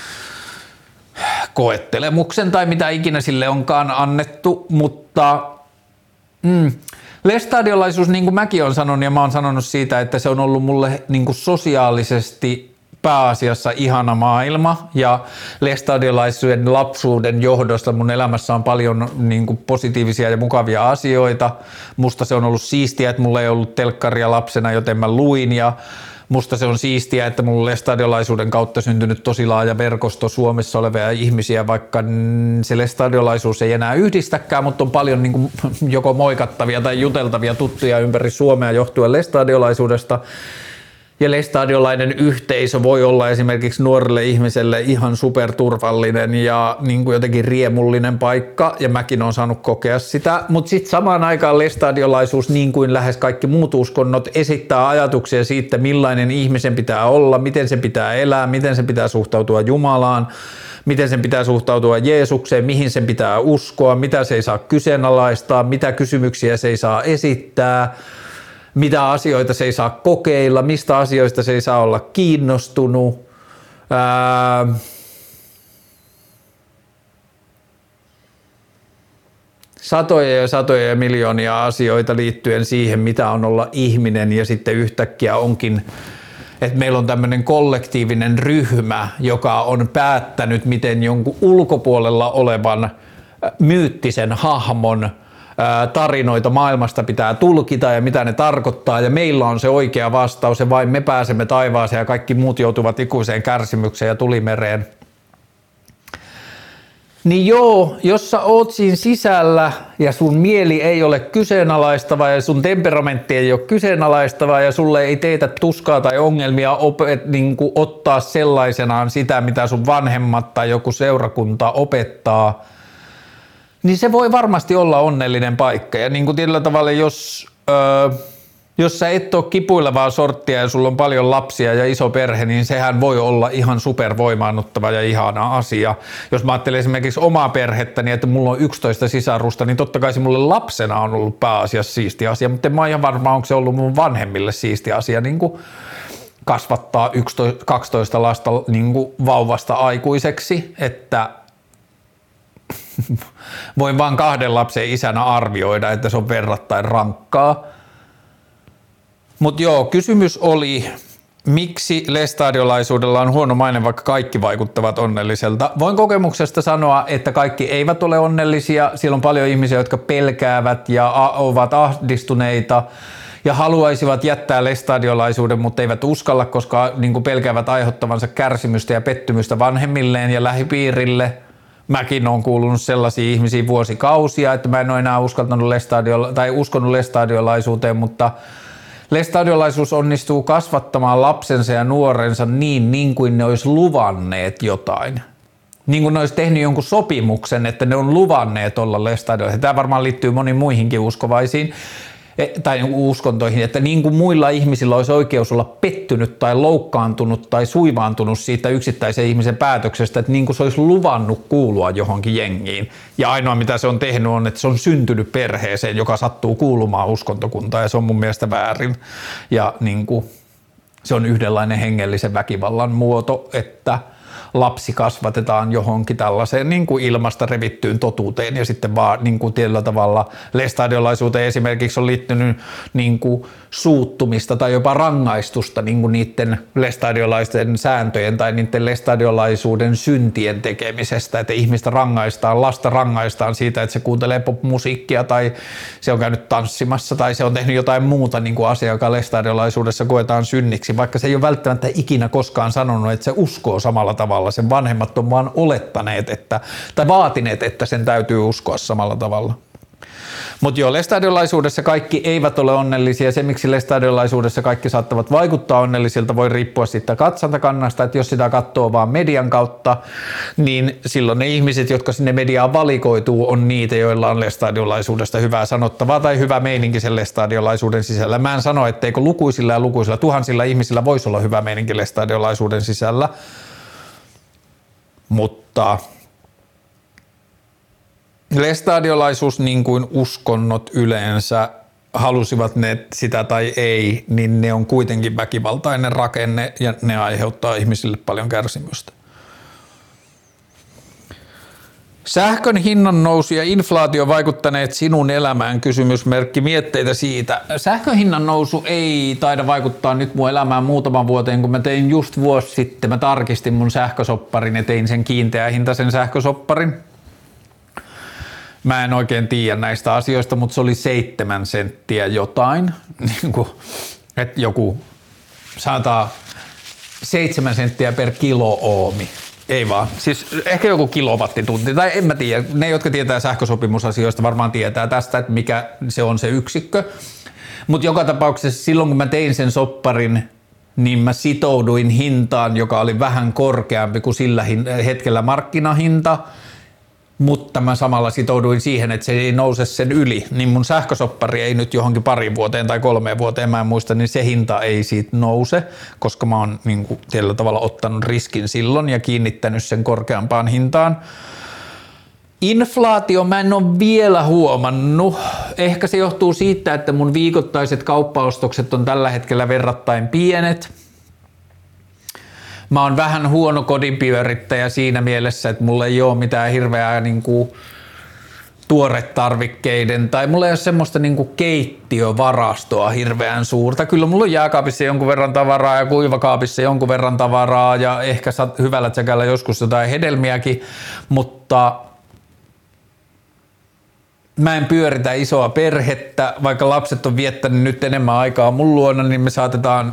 koettelemuksen tai mitä ikinä sille onkaan annettu, mutta lestadiolaisuus, niin kuin mäkin olen sanonut, ja mä oon sanonut siitä, että se on ollut mulle niin kuin sosiaalisesti pääasiassa ihana maailma, ja lestadiolaisuuden lapsuuden johdosta mun elämässä on paljon niin kuin positiivisia ja mukavia asioita. Musta se on ollut siistiä, että mulla ei ollut telkkaria lapsena, joten mä luin, ja musta se on siistiä, että mulla on lestadiolaisuuden kautta syntynyt tosi laaja verkosto Suomessa olevia ihmisiä, vaikka se lestadiolaisuus ei enää yhdistäkään, mutta on paljon niin kuin joko moikattavia tai juteltavia tuttuja ympäri Suomea johtuen lestadiolaisuudesta. Ja lestadiolainen yhteisö voi olla esimerkiksi nuorelle ihmiselle ihan superturvallinen ja niin kuin jotenkin riemullinen paikka, ja mäkin olen saanut kokea sitä, mutta sitten samaan aikaan lestadiolaisuus, niin kuin lähes kaikki muut uskonnot, esittää ajatuksia siitä, millainen ihmisen pitää olla, miten se pitää elää, miten se pitää suhtautua Jumalaan, miten sen pitää suhtautua Jeesukseen, mihin sen pitää uskoa, mitä se ei saa kyseenalaistaa, mitä kysymyksiä se ei saa esittää, mitä asioita se ei saa kokeilla, mistä asioista se ei saa olla kiinnostunut. Satoja ja satoja ja miljoonia asioita liittyen siihen, mitä on olla ihminen, ja sitten yhtäkkiä onkin, että meillä on tämmöinen kollektiivinen ryhmä, joka on päättänyt, miten jonkun ulkopuolella olevan myyttisen hahmon tarinoita maailmasta pitää tulkita ja mitä ne tarkoittaa, ja meillä on se oikea vastaus, ja vain me pääsemme taivaaseen ja kaikki muut joutuvat ikuiseen kärsimykseen ja tulimereen. Niin joo, jos sä oot siinä sisällä ja sun mieli ei ole kyseenalaistava ja sun temperamentti ei ole kyseenalaistava ja sulle ei teetä tuskaa tai ongelmia niin kuin ottaa sellaisenaan sitä, mitä sun vanhemmat tai joku seurakunta opettaa, niin se voi varmasti olla onnellinen paikka. Ja niin kuin tietyllä tavalla, jos sä et ole kipuilevaa sorttia ja sulla on paljon lapsia ja iso perhe, niin sehän voi olla ihan supervoimaannuttava ja ihana asia. Jos mä ajattelen esimerkiksi omaa perhettä, niin että mulla on 11 sisarusta, niin totta kai se mulle lapsena on ollut pääasiassa siisti asia, mutta en mä ihan varma, onko se ollut mun vanhemmille siisti asia niin kuin kasvattaa 12 lasta niin kuin vauvasta aikuiseksi, että voin vaan 2 lapsen isänä arvioida, että se on verrattain rankkaa. Mutta joo, kysymys oli, miksi lestadiolaisuudella on huono maine, vaikka kaikki vaikuttavat onnelliselta. Voin kokemuksesta sanoa, että kaikki eivät ole onnellisia. Siellä on paljon ihmisiä, jotka pelkäävät ja ovat ahdistuneita ja haluaisivat jättää lestadiolaisuuden, mutta eivät uskalla, koska niin pelkäävät aiheuttavansa kärsimystä ja pettymystä vanhemmilleen ja lähipiirille. Mäkin olen kuulunut sellaisiin ihmisiin vuosikausia, että mä en ole enää uskonut lestadiolaisuuteen, mutta lestadiolaisuus onnistuu kasvattamaan lapsensa ja nuorensa niin kuin ne olisi luvanneet jotain. Niin kuin ne olisi tehnyt jonkun sopimuksen, että ne on luvanneet olla lestadiolaisia. Tämä varmaan liittyy moniin muihinkin uskovaisiin. tai uskontoihin, että niin kuin muilla ihmisillä olisi oikeus olla pettynyt tai loukkaantunut tai suivaantunut siitä yksittäisen ihmisen päätöksestä, että niin kuin se olisi luvannut kuulua johonkin jengiin. Ja ainoa mitä se on tehnyt on, että se on syntynyt perheeseen, joka sattuu kuulumaan uskontokuntaan ja se on mun mielestä väärin. Ja niin kuin, se on yhdenlainen hengellisen väkivallan muoto, että lapsi kasvatetaan johonkin tällaiseen niin kuin ilmasta revittyyn totuuteen ja sitten vaan niin kuin tietyllä tavalla lestadiolaisuuteen esimerkiksi on liittynyt niin kuin suuttumista tai jopa rangaistusta niin kuin niiden lestadiolaisten sääntöjen tai niiden lestadiolaisuuden syntien tekemisestä, että ihmistä rangaistaan, lasta rangaistaan siitä, että se kuuntelee popmusiikkia tai se on käynyt tanssimassa tai se on tehnyt jotain muuta niin kuin asiaa, joka lestadiolaisuudessa koetaan synniksi, vaikka se ei ole välttämättä ikinä koskaan sanonut, että se uskoo samalla tavalla. Sen vanhemmat on vaan olettaneet, tai vaatineet, että sen täytyy uskoa samalla tavalla. Mutta joo, lestadiolaisuudessa kaikki eivät ole onnellisia. Se, miksi lestadiolaisuudessa kaikki saattavat vaikuttaa onnellisilta, voi riippua siitä katsantakannasta, että jos sitä katsoo vaan median kautta, niin silloin ne ihmiset, jotka sinne mediaan valikoituu, on niitä, joilla on lestadiolaisuudesta hyvää sanottavaa tai hyvä meininki sen lestadiolaisuuden sisällä. Mä en sano, etteikö lukuisilla ja lukuisilla tuhansilla ihmisillä voisi olla hyvä meininki lestadiolaisuuden sisällä, mutta lestadiolaisuus niin kuin uskonnot yleensä, halusivat ne sitä tai ei, niin ne on kuitenkin väkivaltainen rakenne ja ne aiheuttaa ihmisille paljon kärsimystä. Sähkön hinnan nousu ja inflaatio vaikuttaneet sinun elämään? Kysymysmerkki, mietteitä siitä. Sähkön hinnan nousu ei taida vaikuttaa nyt mun elämään muutaman vuoteen, kun mä tein just vuosi sitten. Mä tarkistin mun sähkösopparin ja tein sen kiinteähintaisen sähkösopparin. Mä en oikein tiedä näistä asioista, mutta se oli 7 senttiä jotain. Että joku 7 senttiä per kiloomi. Ei vaan. Siis ehkä joku kilowattitunti, tai en mä tiedä. Ne, jotka tietää sähkösopimusasioista, varmaan tietää tästä, että mikä se on se yksikkö. Mutta joka tapauksessa silloin, kun mä tein sen sopparin, niin mä sitouduin hintaan, joka oli vähän korkeampi kuin sillä hetkellä markkinahinta, mutta mä samalla sitouduin siihen, että se ei nouse sen yli, niin mun sähkösoppari ei nyt johonkin 2 vuoteen tai 3 vuoteen, mä en muista, niin se hinta ei siitä nouse, koska mä oon niin kuin tietyllä tavalla ottanut riskin silloin ja kiinnittänyt sen korkeampaan hintaan. Inflaatio mä en ole vielä huomannut. Ehkä se johtuu siitä, että mun viikoittaiset kauppaostokset on tällä hetkellä verrattain pienet. Mä oon vähän huono kodinpyörittäjä siinä mielessä, että mulla ei ole mitään hirveää niin kuin tuoretarvikkeiden tai mulla ei ole semmoista niin kuin keittiövarastoa hirveän suurta. Kyllä mulla on jääkaapissa jonkun verran tavaraa ja kuivakaapissa jonkun verran tavaraa ja ehkä hyvällä tsekällä joskus jotain hedelmiäkin, mutta mä en pyöritä isoa perhettä, vaikka lapset on viettänyt nyt enemmän aikaa mun luona, niin me saatetaan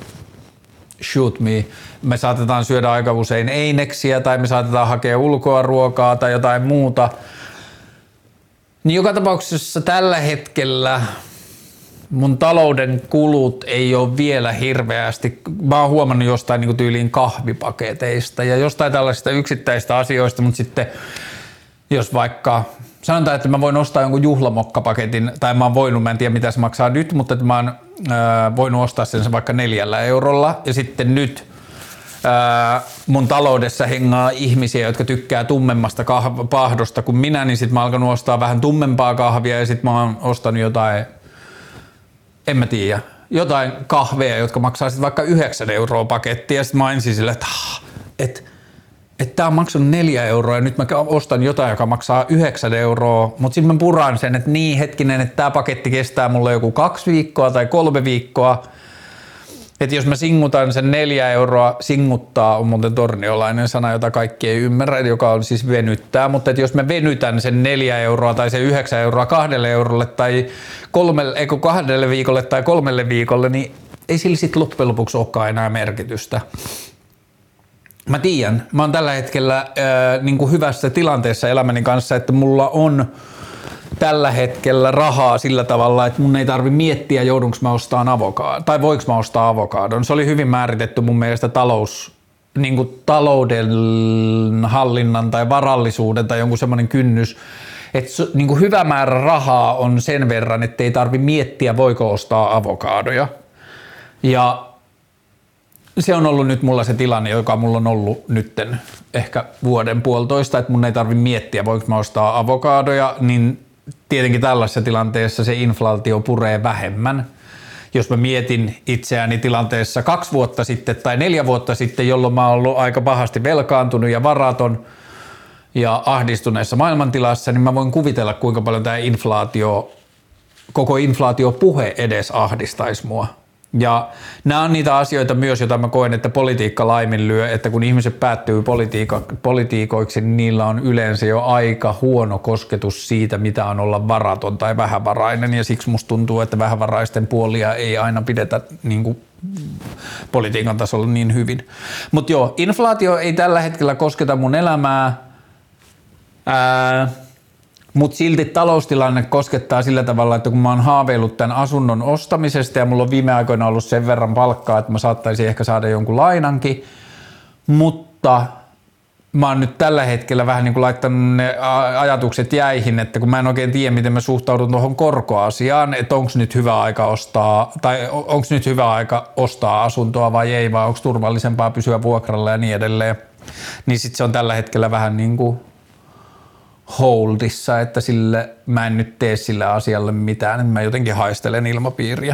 me saatetaan syödä aika usein eineksiä tai me saatetaan hakea ulkoa ruokaa tai jotain muuta. Niin joka tapauksessa tällä hetkellä mun talouden kulut ei ole vielä hirveästi. Mä oon huomannut jostain niin kuin tyyliin kahvipaketeista ja jostain tällaisista yksittäistä asioista, mutta sitten jos vaikka sanotaan, että mä voin ostaa jonkun juhlamokkapaketin, tai mä en tiedä mitä se maksaa nyt, mutta että mä oon voinut ostaa sen vaikka 4 eurolla, ja sitten nyt mun taloudessa hengaa ihmisiä, jotka tykkää tummemmasta pahdosta kuin minä, niin sit mä oon alkanut ostaa vähän tummempaa kahvia, ja sit mä oon ostanut jotain, en mä tiedä, jotain kahveja, jotka maksaa sit vaikka 9 euroa pakettia, ja sit mä ensin silleen, että tää on maksanut 4 euroa ja nyt mä ostan jotain, joka maksaa 9 euroa, mutta sitten mä puran sen, että niin hetkinen, että tää paketti kestää mulle joku 2 viikkoa tai 3 viikkoa. Että jos mä singutan sen 4 euroa, singuttaa on muuten torniolainen sana, jota kaikki ei ymmärrä, joka on siis venyttää, mutta että jos mä venytän sen 4 euroa tai sen 9 euroa 2 eurolle tai 2 viikolle tai 3 viikolle, niin ei sillä sit loppujen lopuksi olekaan enää merkitystä. Mä tiedän, mä oon tällä hetkellä niin kuin hyvässä tilanteessa elämäni kanssa, että mulla on tällä hetkellä rahaa sillä tavalla, että mun ei tarvi miettiä, joudunko mä ostaan avokaadon tai voiko mä ostaa avokaadon. Se oli hyvin määritetty mun mielestä niin kuin talouden hallinnan tai varallisuuden tai jonkun semmoinen kynnys, että niin kuin hyvä määrä rahaa on sen verran, että ei tarvi miettiä, voiko ostaa avokaadoja. Ja se on ollut nyt mulla se tilanne, joka mulla on ollut nytten ehkä vuoden puolitoista, että mun ei tarvi miettiä, voinko mä ostaa avokaadoja, niin tietenkin tällaisessa tilanteessa se inflaatio puree vähemmän. Jos mä mietin itseäni tilanteessa 2 vuotta sitten tai 4 vuotta sitten, jolloin mä oon ollut aika pahasti velkaantunut ja varaton ja ahdistuneessa maailmantilassa, niin mä voin kuvitella, kuinka paljon tämä koko inflaatiopuhe edes ahdistaisi mua. Ja nämä on niitä asioita myös, joita mä koen, että politiikka laiminlyö, että kun ihmiset päättyy politiikoiksi, niin niillä on yleensä jo aika huono kosketus siitä, mitä on olla varaton tai vähävarainen, ja siksi musta tuntuu, että vähävaraisten puolia ei aina pidetä niin kuin politiikan tasolla niin hyvin. Mutta joo, inflaatio ei tällä hetkellä kosketa mun elämää, mutta silti taloustilanne koskettaa sillä tavalla, että kun mä oon haaveillut tämän asunnon ostamisesta ja mulla on viime aikoina ollut sen verran palkkaa, että mä saattaisin ehkä saada jonkun lainankin, mutta mä oon nyt tällä hetkellä vähän niin kuin laittanut ne ajatukset jäihin, että kun mä en oikein tiedä, miten mä suhtaudun tuohon korkoasiaan, että onko nyt hyvä aika ostaa asuntoa vai ei, vai onko turvallisempaa pysyä vuokralla ja niin edelleen, niin sit se on tällä hetkellä vähän niin kuin holdissa, että mä en nyt tee sille asialle mitään, että mä jotenkin haistelen ilmapiiriä.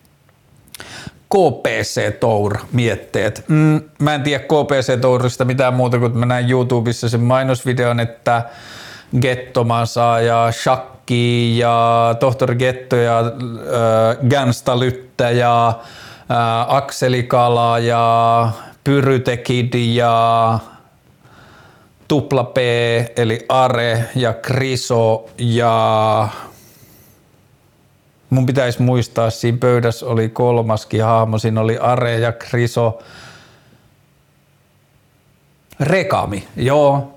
KPC Tour mietteet. Mä en tiedä KPC Tourista mitään muuta kuin mä näin YouTubessa sen mainosvideon, että Gettomasa ja Shakki ja Tohtori Getto ja Gangsta Lyttä ja Akseli Kala ja Pyryte Kid ja Tupla P eli Are ja Kriso ja mun pitäisi muistaa, siinä pöydässä oli 3. hahmo, siinä oli Are ja Kriso. Rekami, joo.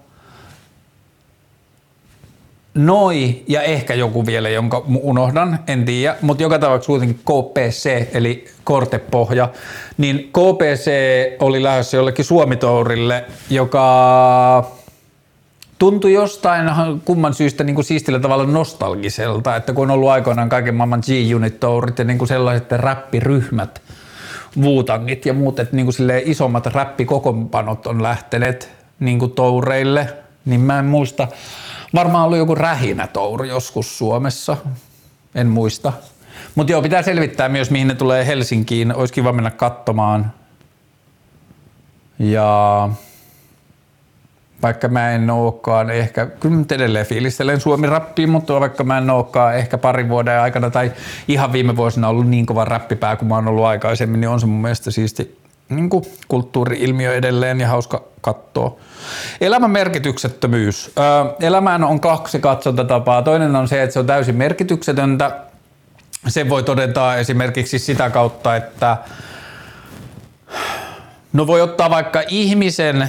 Noi ja ehkä joku vielä, jonka unohdan, en tiedä, mutta joka tapauksessa kuitenkin KPC eli kortepohja, niin KPC oli lähdössä jollekin Suomi-tourille, joka tuntui jostain kumman syystä niin kuin siistillä tavalla nostalgiselta, että kun on ollut aikoinaan kaiken maailman G-Unit-tourit ja niin kuin sellaiset räppiryhmät, Wu-Tangit ja muut, että niin kuin isommat räppikokoonpanot on lähteneet niin kuin toureille, niin mä en muista. Varmaan ollut joku Rähinä-touri joskus Suomessa, en muista. Mutta joo, pitää selvittää myös, mihin ne tulee Helsinkiin. Olisi kiva mennä katsomaan. Ja vaikka mä en olekaan ehkä, kyllä nyt edelleen fiilistelen Suomi-räppiä, mutta vaikka mä en olekaan ehkä parin vuoden aikana tai ihan viime vuosina ollut niin kova räppipää kuin mä oon ollut aikaisemmin, niin on se mun mielestä siisti niin kuin kulttuuri-ilmiö edelleen ja hauska katsoa. Elämän merkityksettömyys. Elämään on 2 katsontatapaa. Toinen on se, että se on täysin merkityksetöntä. Sen voi todeta esimerkiksi sitä kautta, että no voi ottaa vaikka ihmisen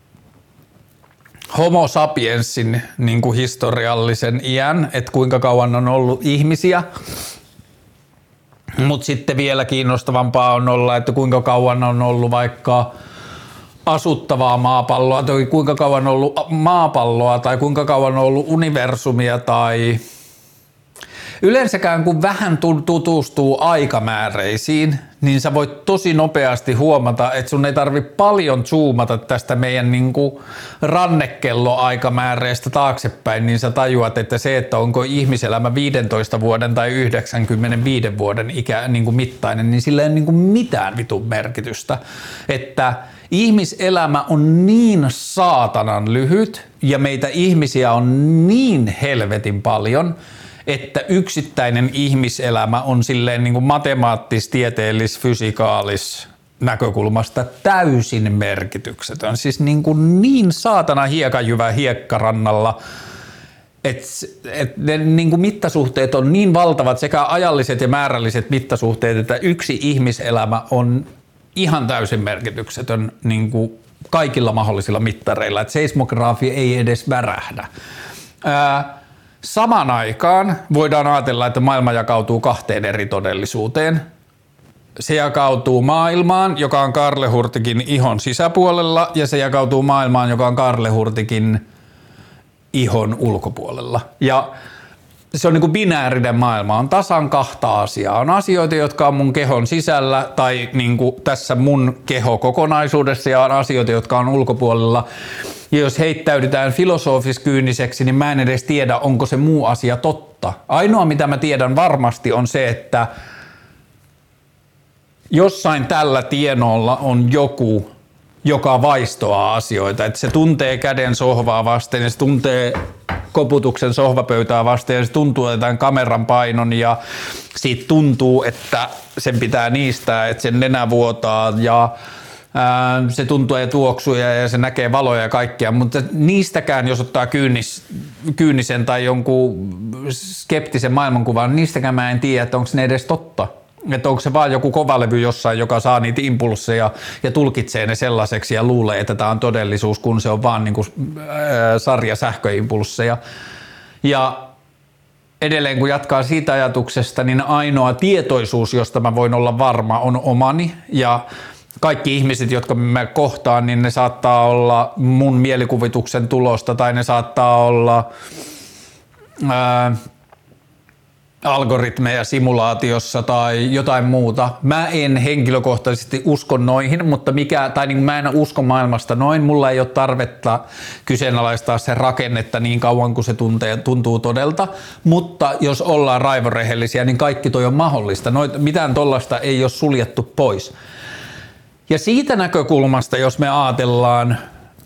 Homo sapiensin niin kuin historiallisen iän, että kuinka kauan on ollut ihmisiä. Mutta sitten vielä kiinnostavampaa on olla, että kuinka kauan on ollut vaikka asuttavaa maapalloa tai kuinka kauan on ollut maapalloa tai kuinka kauan on ollut universumia tai yleensäkään kun vähän tutustuu aikamääreisiin, niin sä voit tosi nopeasti huomata, että sun ei tarvi paljon zoomata tästä meidän niinku rannekelloaikamääreestä taaksepäin, niin sä tajuat, että se, että onko ihmiselämä 15 vuoden tai 95 vuoden niinku mittainen, niin sillä ei ole niinku mitään vitun merkitystä. Että ihmiselämä on niin saatanan lyhyt ja meitä ihmisiä on niin helvetin paljon, että yksittäinen ihmiselämä on silleen niin kuin matemaattis, tieteellis, fysikaalis näkökulmasta täysin merkityksetön. Siis niin saatana hiekanjyvä hiekkarannalla, että ne niin kuin mittasuhteet on niin valtavat, sekä ajalliset ja määrälliset mittasuhteet, että yksi ihmiselämä on ihan täysin merkityksetön niin kuin kaikilla mahdollisilla mittareilla, että seismograafi ei edes värähdä. Samaan aikaan voidaan ajatella, että maailma jakautuu 2 eri todellisuuteen. Se jakautuu maailmaan, joka on Karle Hurtikin ihon sisäpuolella, ja se jakautuu maailmaan, joka on Karle Hurtikin ihon ulkopuolella. Ja se on niin kuin binäärinen maailma, on tasan kahta asiaa. On asioita, jotka on mun kehon sisällä tai niin kuin tässä mun keho kokonaisuudessa ja on asioita, jotka on ulkopuolella. Ja jos heittäydytään filosofis-kyyniseksi, niin mä en edes tiedä, onko se muu asia totta. Ainoa, mitä mä tiedän varmasti, on se, että jossain tällä tienolla on joku, joka vaistoaa asioita. Että se tuntee käden sohvaa vasten ja se tuntee koputuksen sohvapöytää vasten ja se tuntuu jotain kameran painon ja siitä tuntuu, että sen pitää niistää, että sen nenä vuotaa ja se tuntuu ja tuoksuja ja se näkee valoja ja kaikkea, mutta niistäkään, jos ottaa kyynisen tai jonkun skeptisen maailmankuvan, niistäkään mä en tiedä, että onko ne edes totta. Että onko se vaan joku kovalevy jossain, joka saa niitä impulsseja ja tulkitsee ne sellaiseksi ja luulee, että tämä on todellisuus, kun se on vaan niin kuin, sarja sähköimpulsseja. Ja edelleen kun jatkaa siitä ajatuksesta, niin ainoa tietoisuus, josta mä voin olla varma, on omani. Ja kaikki ihmiset, jotka mä kohtaan, niin ne saattaa olla mun mielikuvituksen tulosta tai ne saattaa olla algoritmeja simulaatiossa tai jotain muuta. Mä en henkilökohtaisesti usko noihin, mutta mä en usko maailmasta noin. Mulla ei ole tarvetta kyseenalaistaa sen rakennetta niin kauan kuin se tuntuu todelta, mutta jos ollaan raivorehellisiä, niin kaikki toi on mahdollista. Mitään tollasta ei ole suljettu pois. Ja siitä näkökulmasta, jos me ajatellaan,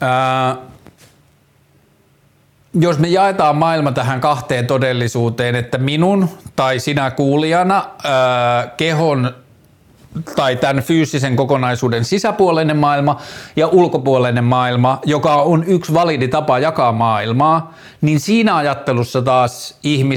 jos me jaetaan maailma tähän kahteen todellisuuteen, että minun tai sinä kuulijana kehon tai tämän fyysisen kokonaisuuden sisäpuolinen maailma ja ulkopuolinen maailma, joka on yksi validi tapa jakaa maailmaa, niin siinä ajattelussa taas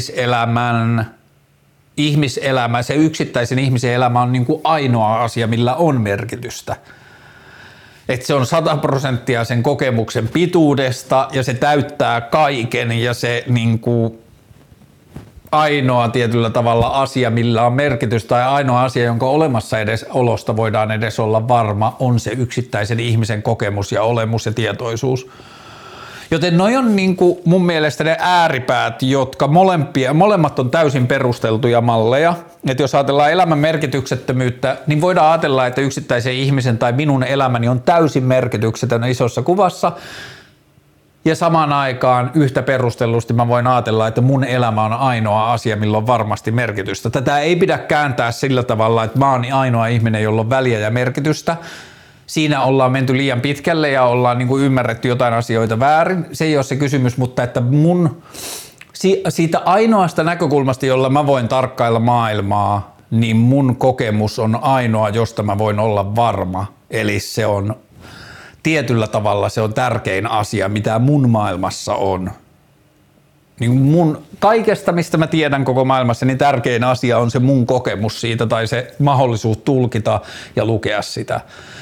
ihmiselämä, se yksittäisen ihmisen elämä on niin kuin ainoa asia, millä on merkitystä. Että se on 100% sen kokemuksen pituudesta ja se täyttää kaiken ja se niin kuin ainoa tietyllä tavalla asia, millä on merkitystä tai ainoa asia, jonka olemassaolosta voidaan edes olla varma, on se yksittäisen ihmisen kokemus ja olemus ja tietoisuus. Joten noi on niin kuin mun mielestä ne ääripäät, jotka molemmat on täysin perusteltuja malleja. Että jos ajatellaan elämän merkityksettömyyttä, niin voidaan ajatella, että yksittäisen ihmisen tai minun elämäni on täysin merkityksetön isossa kuvassa. Ja samaan aikaan yhtä perustellusti mä voin ajatella, että mun elämä on ainoa asia, millä on varmasti merkitystä. Tätä ei pidä kääntää sillä tavalla, että mä oon ainoa ihminen, jolla on väliä ja merkitystä. Siinä ollaan menty liian pitkälle ja ollaan niin kuin ymmärretty jotain asioita väärin. Se ei ole se kysymys, mutta että siitä ainoasta näkökulmasta, jolla mä voin tarkkailla maailmaa, niin mun kokemus on ainoa, josta mä voin olla varma. Eli se on tietyllä tavalla se on tärkein asia, mitä mun maailmassa on. Niin kaikesta, mistä mä tiedän koko maailmassa, niin tärkein asia on se mun kokemus siitä tai se mahdollisuus tulkita ja lukea sitä.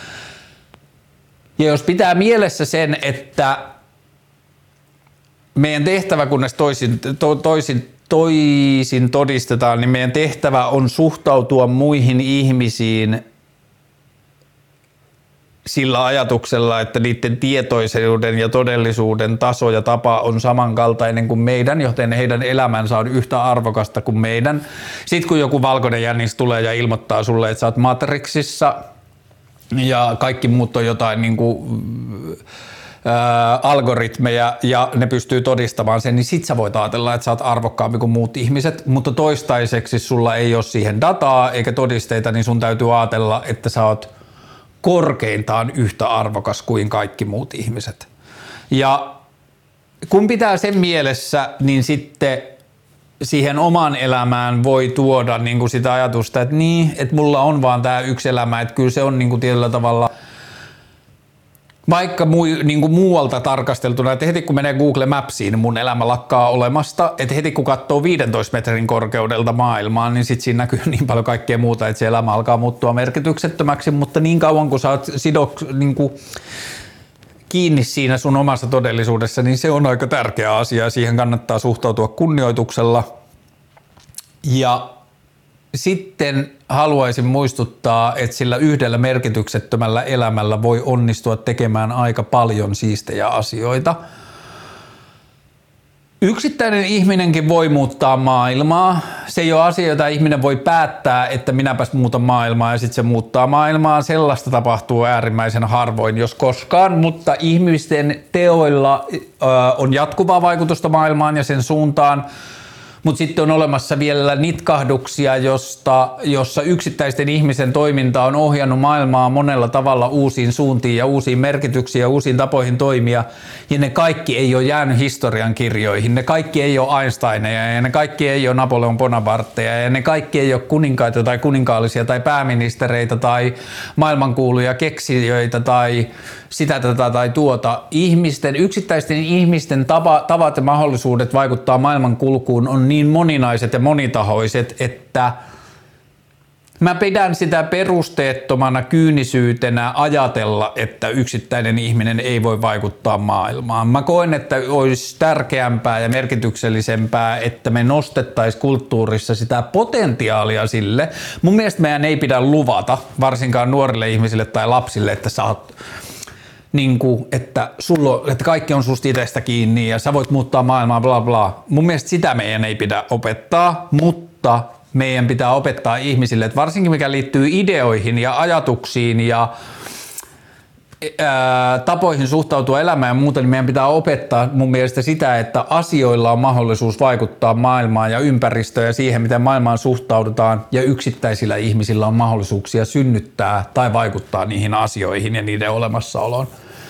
Ja jos pitää mielessä sen, että meidän tehtävä, kunnes toisin todistetaan, niin meidän tehtävä on suhtautua muihin ihmisiin sillä ajatuksella, että niiden tietoisuuden ja todellisuuden taso ja tapa on samankaltainen kuin meidän, joten heidän elämänsä on yhtä arvokasta kuin meidän. Sitten kun joku valkoinen jännis tulee ja ilmoittaa sulle, että sä oot Matrixissa ja kaikki muut on jotain niin kuin, algoritmeja ja ne pystyy todistamaan sen, niin sit sä voit ajatella, että sä oot arvokkaampi kuin muut ihmiset, mutta toistaiseksi sulla ei ole siihen dataa eikä todisteita, niin sun täytyy ajatella, että sä oot korkeintaan yhtä arvokas kuin kaikki muut ihmiset. Ja kun pitää sen mielessä, niin sitten siihen omaan elämään voi tuoda niin kuin sitä ajatusta, että niin, että mulla on vaan tämä yksi elämä, että kyllä se on niin kuin tietyllä tavalla vaikka niin kuin muualta tarkasteltuna, että heti kun menee Google Mapsiin, mun elämä lakkaa olemasta, että heti kun katsoo 15 metrin korkeudelta maailmaan, niin sitten siinä näkyy niin paljon kaikkea muuta, että se elämä alkaa muuttua merkityksettömäksi, mutta niin kauan kun sä oot niin kuin kiinni siinä sun omassa todellisuudessa, niin se on aika tärkeä asia ja siihen kannattaa suhtautua kunnioituksella. Ja sitten haluaisin muistuttaa, että sillä yhdellä merkityksettömällä elämällä voi onnistua tekemään aika paljon siistejä asioita. Yksittäinen ihminenkin voi muuttaa maailmaa. Se ei ole asia, jota ihminen voi päättää, että minäpäs muutan maailmaa ja sitten se muuttaa maailmaa. Sellaista tapahtuu äärimmäisen harvoin, jos koskaan, mutta ihmisten teoilla on jatkuvaa vaikutusta maailmaan ja sen suuntaan. Mutta sitten on olemassa vielä nitkahduksia, jossa yksittäisten ihmisen toiminta on ohjannut maailmaa monella tavalla uusiin suuntiin ja uusiin merkityksiin ja uusiin tapoihin toimia. Ja ne kaikki ei ole jäänyt historian kirjoihin, ne kaikki ei ole Einsteineja ja ne kaikki ei ole Napoleon Bonaparteja ja ne kaikki ei ole kuninkaita tai kuninkaallisia tai pääministereitä tai maailmankuuluja keksijöitä tai sitä tätä tai tuota. Yksittäisten ihmisten tavat ja mahdollisuudet vaikuttaa maailman kulkuun on niin moninaiset ja monitahoiset, että mä pidän sitä perusteettomana kyynisyytenä ajatella, että yksittäinen ihminen ei voi vaikuttaa maailmaan. Mä koen, että olisi tärkeämpää ja merkityksellisempää, että me nostettaisiin kulttuurissa sitä potentiaalia sille. Mun mielestä meidän ei pidä luvata, varsinkaan nuorille ihmisille tai lapsille, että sä oot että kaikki on susta itsestä kiinni ja sä voit muuttaa maailmaa, bla bla. Mun mielestä sitä meidän ei pidä opettaa, mutta meidän pitää opettaa ihmisille, että varsinkin mikä liittyy ideoihin ja ajatuksiin ja tapoihin suhtautua elämään ja muuta, niin meidän pitää opettaa mun mielestä sitä, että asioilla on mahdollisuus vaikuttaa maailmaan ja ympäristöön ja siihen, miten maailmaan suhtaudutaan, ja yksittäisillä ihmisillä on mahdollisuuksia synnyttää tai vaikuttaa niihin asioihin ja niiden olemassaoloon.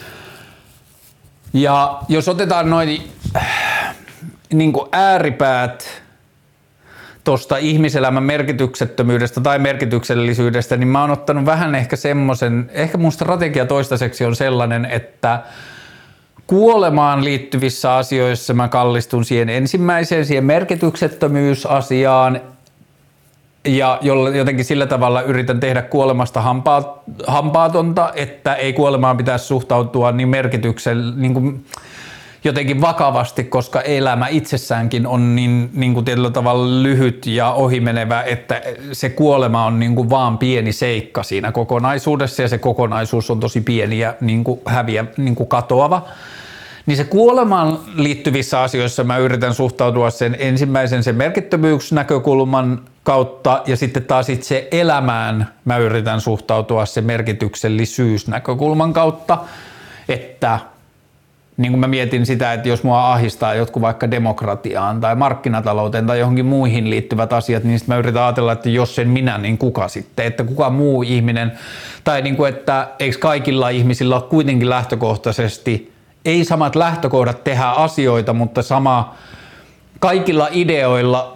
Ja jos otetaan noin niin kuin ääripäät tuosta ihmiselämän merkityksettömyydestä tai merkityksellisyydestä, niin mä oon ottanut vähän ehkä ehkä mun strategia toistaiseksi on sellainen, että kuolemaan liittyvissä asioissa mä kallistun siihen ensimmäiseen, siihen merkityksettömyysasiaan, ja jotenkin sillä tavalla yritän tehdä kuolemasta hampaatonta, että ei kuolemaan pitäisi suhtautua niin jotenkin vakavasti, koska elämä itsessäänkin on niin kuin tietyllä tavalla lyhyt ja ohimenevä, että se kuolema on niin kuin vaan pieni seikka siinä kokonaisuudessa ja se kokonaisuus on tosi pieni ja niin kuin niin kuin katoava. Niin se kuolemaan liittyvissä asioissa mä yritän suhtautua sen ensimmäisen sen merkittävyysnäkökulman kautta ja sitten taas itse elämään mä yritän suhtautua sen merkityksellisyysnäkökulman kautta, että niin kuin mä mietin sitä, että jos mua ahdistaa jotkut vaikka demokratiaan tai markkinatalouteen tai johonkin muihin liittyvät asiat, niin sitten mä yritän ajatella, että jos en minä, niin kuka sitten, että kuka muu ihminen, tai niin kuin, että eikö kaikilla ihmisillä ole kuitenkin lähtökohtaisesti, ei samat lähtökohdat tehdä asioita, mutta kaikilla ideoilla,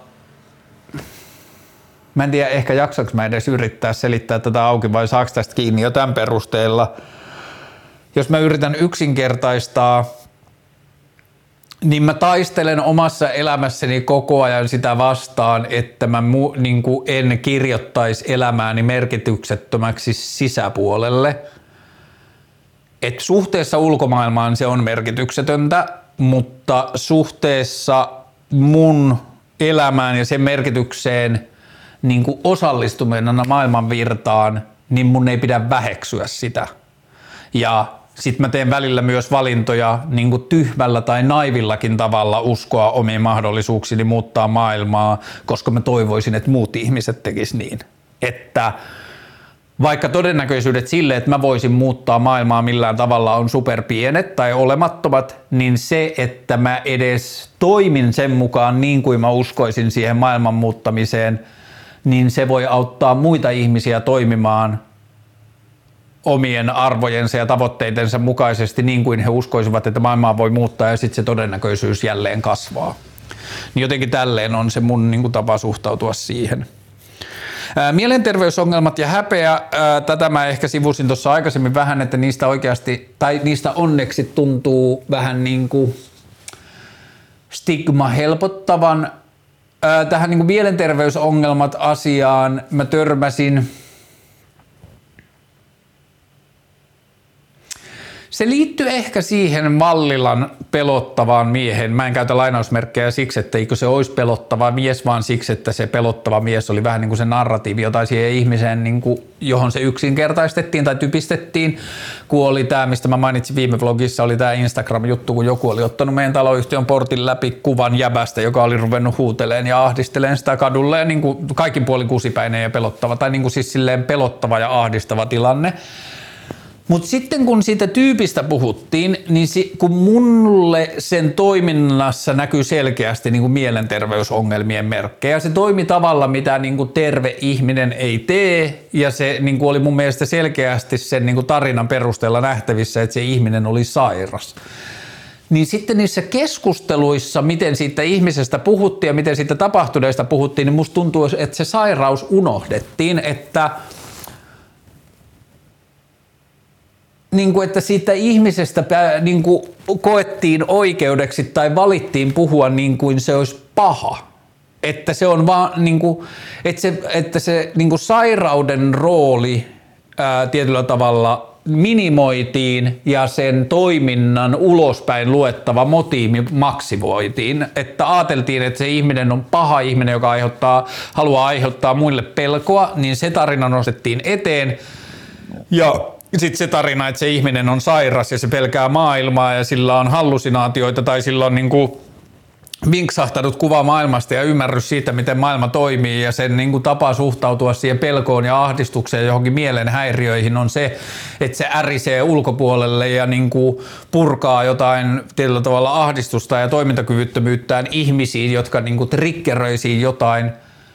mä en tiedä ehkä jaksaks mä edes yrittää selittää tätä auki vai saaks tästä kiinni jo tämän perusteella. Jos mä yritän yksinkertaistaa, niin mä taistelen omassa elämässäni koko ajan sitä vastaan, että mä niin kuin en kirjoittaisi elämääni merkityksettömäksi sisäpuolelle. Et suhteessa ulkomaailmaan se on merkityksetöntä, mutta suhteessa mun elämään ja sen merkitykseen niin kuin osallistuminen maailman virtaan, niin mun ei pidä väheksyä sitä. Ja sitten mä teen välillä myös valintoja niin kuin tyhmällä tai naivillakin tavalla uskoa omiin mahdollisuuksiini muuttaa maailmaa, koska mä toivoisin, että muut ihmiset tekis niin. Että vaikka todennäköisyydet sille, että mä voisin muuttaa maailmaa millään tavalla on superpienet tai olemattomat, niin se, että mä edes toimin sen mukaan niin kuin mä uskoisin siihen maailman muuttamiseen, niin se voi auttaa muita ihmisiä toimimaan omien arvojensa ja tavoitteidensa mukaisesti niin kuin he uskoisivat, että maailmaa voi muuttaa ja sitten se todennäköisyys jälleen kasvaa. Niin jotenkin tälleen on se mun niin kuin tapa suhtautua siihen. Mielenterveysongelmat ja häpeä, tätä mä ehkä sivusin tuossa aikaisemmin vähän, että niistä oikeasti, tai niistä onneksi tuntuu vähän niin kuin stigma helpottavan. Tähän niin kuin mielenterveysongelmat asiaan mä törmäsin Se liittyy ehkä siihen Mallilan pelottavaan miehen. Mä en käytä lainausmerkkejä siksi, että eikö se olisi pelottava mies, vaan siksi, että se pelottava mies oli vähän niin kuin se narratiivi, jota siihen ihmiseen, niin kuin, johon se yksinkertaistettiin tai typistettiin, kun oli tämä, mistä mä mainitsin viime vlogissa, oli tämä Instagram-juttu, kun joku oli ottanut meidän taloyhtiön portin läpi kuvan jäbästä, joka oli ruvennut huuteleen ja ahdisteleen sitä kadulle ja niin kuin kaikin puolin kusipäinen ja pelottava, tai niin kuin siis silleen pelottava ja ahdistava tilanne. Mutta sitten kun siitä tyypistä puhuttiin, niin kun mulle sen toiminnassa näkyy selkeästi niin kuin mielenterveysongelmien merkkejä. Se toimi tavalla, mitä niin kuin terve ihminen ei tee, ja se niin kuin oli mun mielestä selkeästi sen niin kuin tarinan perusteella nähtävissä, että se ihminen oli sairas. Niin sitten niissä keskusteluissa, miten siitä ihmisestä puhuttiin ja miten siitä tapahtuneesta puhuttiin, niin musta tuntuu, että se sairaus unohdettiin, että niin kuin, että siitä ihmisestä niin kuin koettiin oikeudeksi tai valittiin puhua niin kuin se olisi paha. Että se on vaan niin kuin, että se niin kuin sairauden rooli tietyllä tavalla minimoitiin ja sen toiminnan ulospäin luettava motiivi maksivoitiin. Että ajateltiin, että se ihminen on paha ihminen, joka haluaa aiheuttaa muille pelkoa, niin se tarina nostettiin eteen. Ja sitten se tarina, että se ihminen on sairas ja se pelkää maailmaa ja sillä on hallusinaatioita tai sillä on niinku vinksahtanut kuva maailmasta ja ymmärrys siitä, miten maailma toimii ja sen niinku tapa suhtautua siihen pelkoon ja ahdistukseen ja johonkin mielenhäiriöihin on se, että se ärisee ulkopuolelle ja niinku purkaa jotain tietyllä tavalla ahdistusta ja toimintakyvyttömyyttään ihmisiin, jotka niinku triggeröisiin jotain.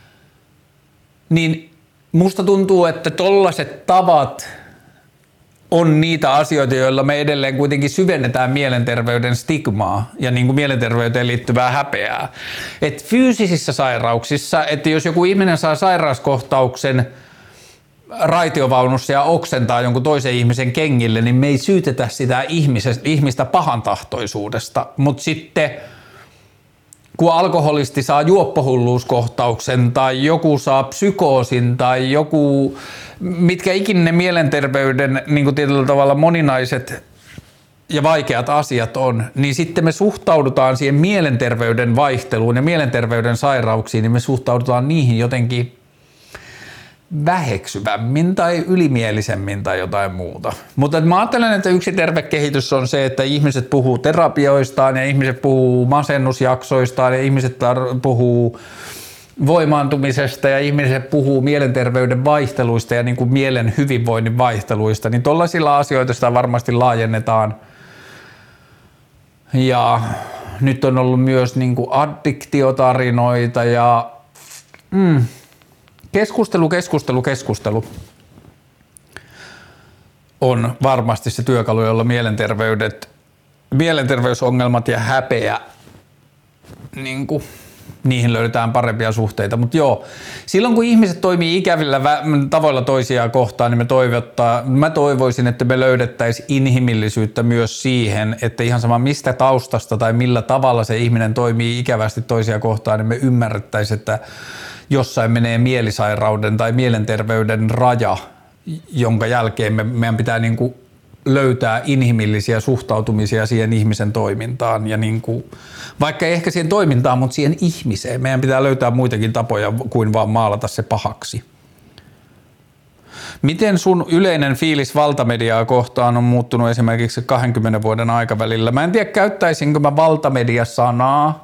Niin musta tuntuu, että tollaiset tavat on niitä asioita, joilla me edelleen kuitenkin syvennetään mielenterveyden stigmaa ja niin kuin mielenterveyteen liittyvää häpeää. Et fyysisissä sairauksissa, että jos joku ihminen saa sairauskohtauksen raitiovaunussa ja oksentaa jonkun toisen ihmisen kengille, niin me ei syytetä sitä ihmistä pahantahtoisuudesta, mutta sitten kun alkoholisti saa juoppohulluuskohtauksen tai joku saa psykoosin tai joku, mitkä ikinä ne mielenterveyden niin kuin tietyllä tavalla moninaiset ja vaikeat asiat on, niin sitten me suhtaudutaan siihen mielenterveyden vaihteluun ja mielenterveyden sairauksiin, niin me suhtaudutaan niihin jotenkin väheksyvämmin tai ylimielisemmin tai jotain muuta. Mutta mä ajattelen, että yksi terve kehitys on se, että ihmiset puhuu terapioistaan ja ihmiset puhuu masennusjaksoistaan ja ihmiset puhuu voimaantumisesta ja ihmiset puhuu mielenterveyden vaihteluista ja niin kuin mielen hyvinvoinnin vaihteluista, niin tollaisilla asioita sitä varmasti laajennetaan. Ja nyt on ollut myös niin kuin addiktiotarinoita ja keskustelu on varmasti se työkalu, jolla mielenterveysongelmat ja häpeä, niin kuin, niihin löydetään parempia suhteita. Mutta joo, silloin kun ihmiset toimii ikävillä tavoilla toisiaan kohtaan, niin mä toivoisin, että me löydettäisiin inhimillisyyttä myös siihen, että ihan sama mistä taustasta tai millä tavalla se ihminen toimii ikävästi toisia kohtaan, niin me ymmärrettäisiin, että jossain menee mielisairauden tai mielenterveyden raja, jonka jälkeen meidän pitää niin kuin löytää inhimillisiä suhtautumisia siihen ihmisen toimintaan ja niin kuin, vaikka ei ehkä siihen toimintaan, mutta siihen ihmiseen. Meidän pitää löytää muitakin tapoja kuin vaan maalata se pahaksi. Miten sun yleinen fiilis valtamediaa kohtaan on muuttunut esimerkiksi 20 vuoden aikavälillä? Mä en tiedä, käyttäisinkö mä valtamedia-sanaa.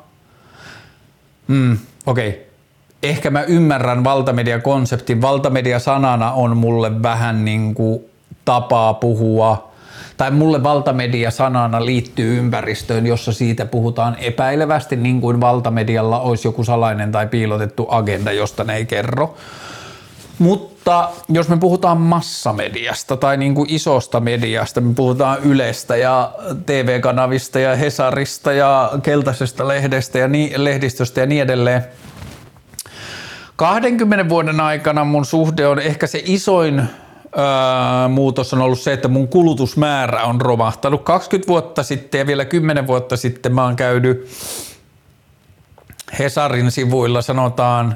Okei. Ehkä mä ymmärrän valtamedia-konseptin. Valtamedia-sanana on mulle vähän niin kuin tapaa puhua, tai mulle valtamedia-sanana liittyy ympäristöön, jossa siitä puhutaan epäilevästi, niin kuin valtamedialla olisi joku salainen tai piilotettu agenda, josta ne ei kerro. Mutta jos me puhutaan massamediasta tai niin kuin isosta mediasta, me puhutaan Ylestä ja TV-kanavista ja Hesarista ja Keltaisesta lehdestä ja lehdistöstä ja niin edelleen. 20 vuoden aikana mun suhde on ehkä se isoin muutos on ollut se, että mun kulutusmäärä on romahtanut. 20 vuotta sitten ja vielä 10 vuotta sitten mä oon käynyt Hesarin sivuilla sanotaan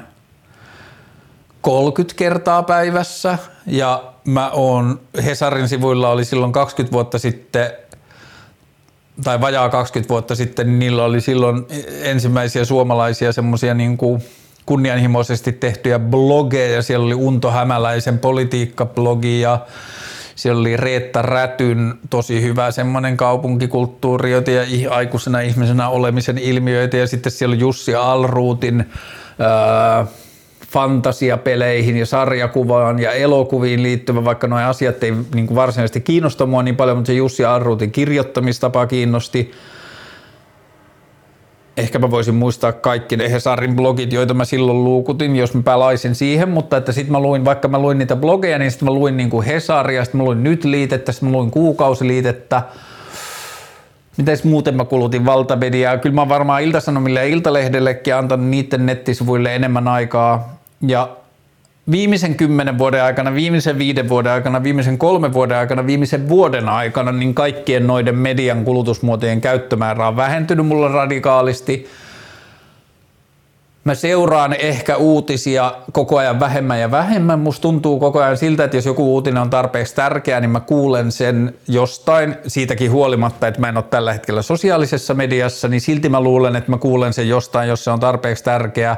30 kertaa päivässä ja mä oon Hesarin sivuilla oli silloin 20 vuotta sitten tai vajaa 20 vuotta sitten, niin niillä oli silloin ensimmäisiä suomalaisia semmoisia niin kuin kunnianhimoisesti tehtyjä blogeja. Siellä oli Unto Hämäläisen politiikkablogi ja siellä oli Reetta Rätyn tosi hyvä semmoinen kaupunkikulttuuri ja aikuisena ihmisenä olemisen ilmiöitä. Ja sitten siellä oli Jussi Alruutin fantasiapeleihin ja sarjakuvaan ja elokuviin liittyvä, vaikka nuo asiat ei niin kuin varsinaisesti kiinnosta mua niin paljon, mutta se Jussi Alruutin kirjoittamistapa kiinnosti. Ehkä mä voisin muistaa kaikki ne Hesarin blogit, joita mä silloin luukutin, jos mä palaisin siihen, mutta että sit mä luin, vaikka mä luin niitä blogeja, niin sit mä luin niin kuin Hesaria, sit mä luin Nyt-liitettä, sit mä luin Kuukausiliitettä. Mites muuten mä kulutin valtamediaa? Kyllä mä oon varmaan Ilta-Sanomille ja Iltalehdellekin antanut niiden nettisivuille enemmän aikaa. Ja viimeisen 10 vuoden aikana, viimeisen 5 vuoden aikana, viimeisen 3 vuoden aikana, viimeisen vuoden aikana, niin kaikkien noiden median kulutusmuotojen käyttömäärä on vähentynyt mulla radikaalisti. Mä seuraan ehkä uutisia koko ajan vähemmän ja vähemmän. Musta tuntuu koko ajan siltä, että jos joku uutinen on tarpeeksi tärkeä, niin mä kuulen sen jostain. Siitäkin huolimatta, että mä en ole tällä hetkellä sosiaalisessa mediassa, niin silti mä luulen, että mä kuulen sen jostain, jos se on tarpeeksi tärkeä.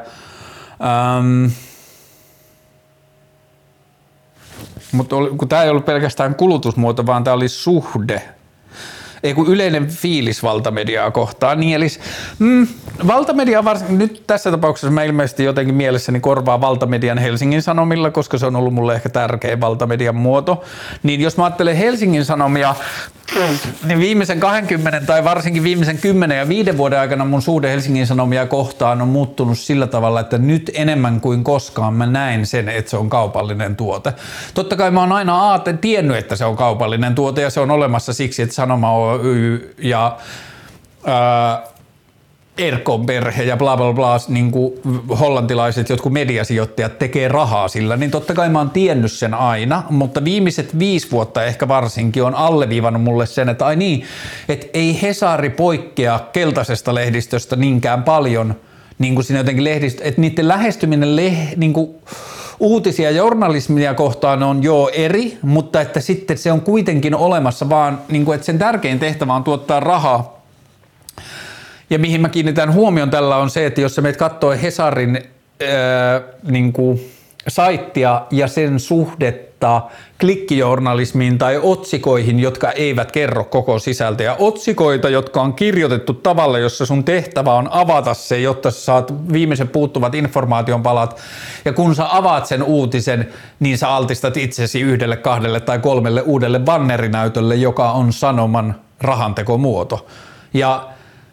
Mutta kun tämä ei ollut pelkästään kulutusmuoto, vaan tämä oli suhde. Ei kun yleinen fiilis valtamediaa kohtaan. Niin eli valtamedia varsinkin, nyt tässä tapauksessa mä ilmeisesti jotenkin mielessäni korvaa valtamedian Helsingin Sanomilla, koska se on ollut mulle ehkä tärkein valtamedian muoto. Niin jos mä ajattelen Helsingin Sanomia, niin viimeisen 20 tai varsinkin viimeisen 10 ja 5 vuoden aikana mun suhde Helsingin Sanomia kohtaan on muuttunut sillä tavalla, että nyt enemmän kuin koskaan mä näen sen, että se on kaupallinen tuote. Totta kai mä oon aina tiennyt, että se on kaupallinen tuote ja se on olemassa siksi, että Sanoma Oy ja Erkon perhe ja bla bla bla, niin kuin hollantilaiset jotkut mediasijoittajat tekee rahaa sillä, niin totta kai mä oon tiennyt sen aina, mutta viimeiset 5 vuotta ehkä varsinkin on alleviivannut mulle sen, että ai niin, että ei Hesari poikkea keltaisesta lehdistöstä niinkään paljon, niin kuin siinä jotenkin lehdistö, että niiden lähestyminen niin kuin uutisia ja journalismia kohtaan on jo eri, mutta että sitten se on kuitenkin olemassa vaan, niin kuin, että sen tärkein tehtävä on tuottaa rahaa. Ja mihin mä kiinnitän huomion tällä on se, että jos sä meet kattoo Hesarin niin kuin saittia ja sen suhdetta klikkijournalismiin tai otsikoihin, jotka eivät kerro koko sisältöä. Otsikoita, jotka on kirjoitettu tavalla, jossa sun tehtävä on avata se, jotta sä saat viimeisen puuttuvat informaation palat. Ja kun sä avaat sen uutisen, niin sä altistat itsesi 1, 2 tai 3 uudelle bannerinäytölle, joka on Sanoman rahantekomuoto. Ja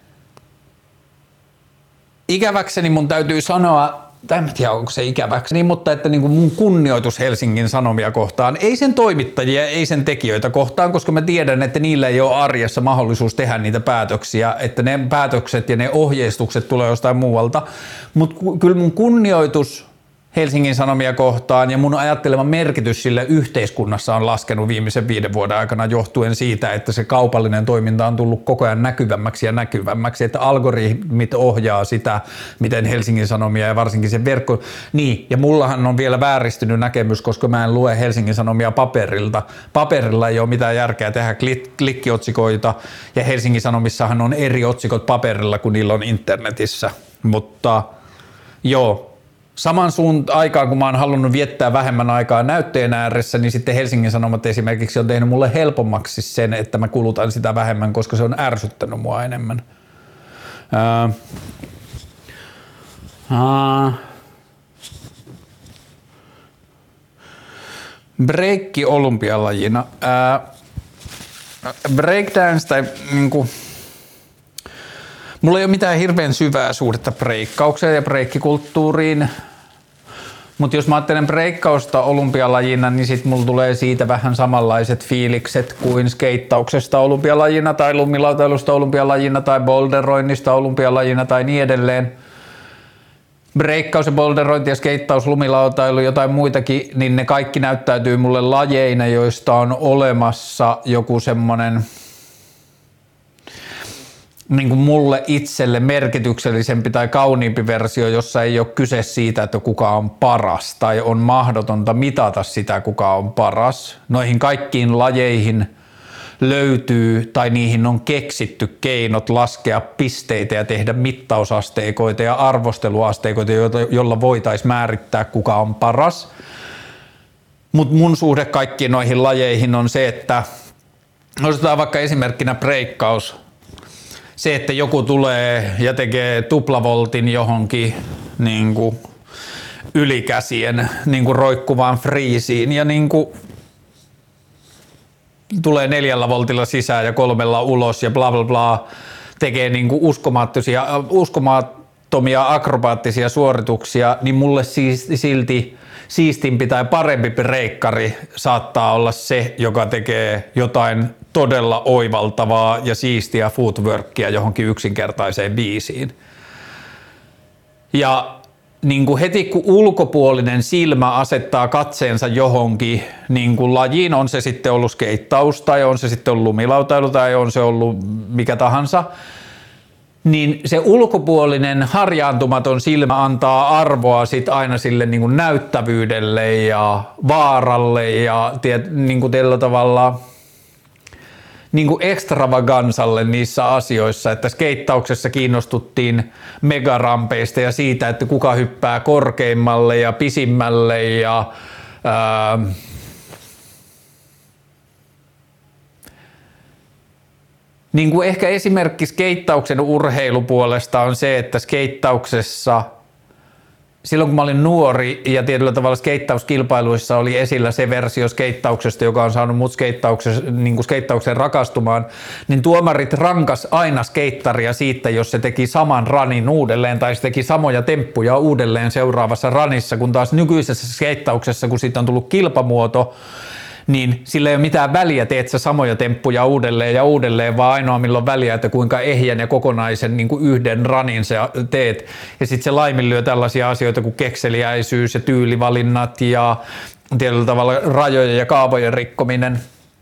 ikäväkseni mun täytyy sanoa, tai en tiedä onko se ikäväkseni, mutta että niin kuin mun kunnioitus Helsingin Sanomia kohtaan, ei sen toimittajia, ei sen tekijöitä kohtaan, koska mä tiedän, että niillä ei ole arjessa mahdollisuus tehdä niitä päätöksiä, että ne päätökset ja ne ohjeistukset tulee jostain muualta, mutta kyllä mun kunnioitus Helsingin Sanomia kohtaan ja mun ajattelema merkitys sille yhteiskunnassa on laskenut viimeisen 5 vuoden aikana johtuen siitä, että se kaupallinen toiminta on tullut koko ajan näkyvämmäksi ja näkyvämmäksi, että algoritmit ohjaa sitä, miten Helsingin Sanomia ja varsinkin se verkko. Niin, ja mullahan on vielä vääristynyt näkemys, koska mä en lue Helsingin Sanomia paperilta. Paperilla ei ole mitään järkeä tehdä klikkiotsikoita ja Helsingin Sanomissahan on eri otsikot paperilla kuin niillä on internetissä, mutta joo. Saman aikaan, kun mä oon halunnut viettää vähemmän aikaa näytteen ääressä, niin sitten Helsingin Sanomat esimerkiksi on tehnyt mulle helpommaksi sen, että mä kulutan sitä vähemmän, koska se on ärsyttänyt mua enemmän. Breikki olympialajina. Breakdance tai niinku mulla ei ole mitään hirveän syvää suhdetta breikkaukseen ja breikkikulttuuriin, mutta jos mä ajattelen breikkausta olympialajina, niin sit mulla tulee siitä vähän samanlaiset fiilikset kuin skeittauksesta olympialajina tai lumilautailusta olympialajina tai boulderoinnista olympialajina tai niin edelleen. Breikkaus ja boulderointi ja skeittaus, lumilautailu, jotain muitakin, niin ne kaikki näyttäytyy mulle lajeina, joista on olemassa joku semmonen niin kuin mulle itselle merkityksellisempi tai kauniimpi versio, jossa ei ole kyse siitä, että kuka on paras tai on mahdotonta mitata sitä, kuka on paras. Noihin kaikkiin lajeihin löytyy tai niihin on keksitty keinot laskea pisteitä ja tehdä mittausasteikoita ja arvosteluasteikoita, jolla voitaisiin määrittää kuka on paras. Mutta mun suhde kaikkiin noihin lajeihin on se, että otetaan vaikka esimerkkinä breikkaus. Se, että joku tulee ja tekee tuplavoltin johonkin niin kuin ylikäsien niin kuin roikkuvaan friisiin ja niin kuin tulee 4 voltilla sisään ja 3 ulos ja bla bla bla, tekee niin kuin uskomattomia akrobaattisia suorituksia, niin mulle silti siistimpi tai parempi breikkari saattaa olla se, joka tekee jotain todella oivaltavaa ja siistiä footworkia johonkin yksinkertaiseen biisiin. Ja niin kuin heti kun ulkopuolinen silmä asettaa katseensa johonkin niin kuin lajiin, on se sitten ollut skeittaus tai on se sitten ollut lumilautailu tai on se ollut mikä tahansa, niin se ulkopuolinen harjaantumaton silmä antaa arvoa sit aina sille niin kuin näyttävyydelle ja vaaralle ja niin kuin tällä tavalla niin kuin extravagansalle niissä asioissa, että skeittauksessa kiinnostuttiin megarampeista ja siitä, että kuka hyppää korkeimmalle ja pisimmälle ja niin kuin ehkä esimerkki skeittauksen urheilupuolesta on se, että skeittauksessa silloin kun mä olin nuori ja tietyllä tavalla skeittauskilpailuissa oli esillä se versio skeittauksesta, joka on saanut mut niin skeittaukseen rakastumaan, niin tuomarit rankas aina skeittaria siitä, jos se teki saman ranin uudelleen tai se teki samoja temppuja uudelleen seuraavassa ranissa, kun taas nykyisessä skeittauksessa, kun siitä on tullut kilpamuoto, niin sillä ei ole mitään väliä, teet sä samoja temppuja uudelleen ja uudelleen, vaan ainoa milloin väliä, että kuinka ehjän ja kokonaisen niin kuin yhden ranin sä teet. Ja sitten se laiminlyö tällaisia asioita kuin kekseliäisyys ja tyylivalinnat ja tietyllä tavalla rajojen ja kaavojen rikkominen.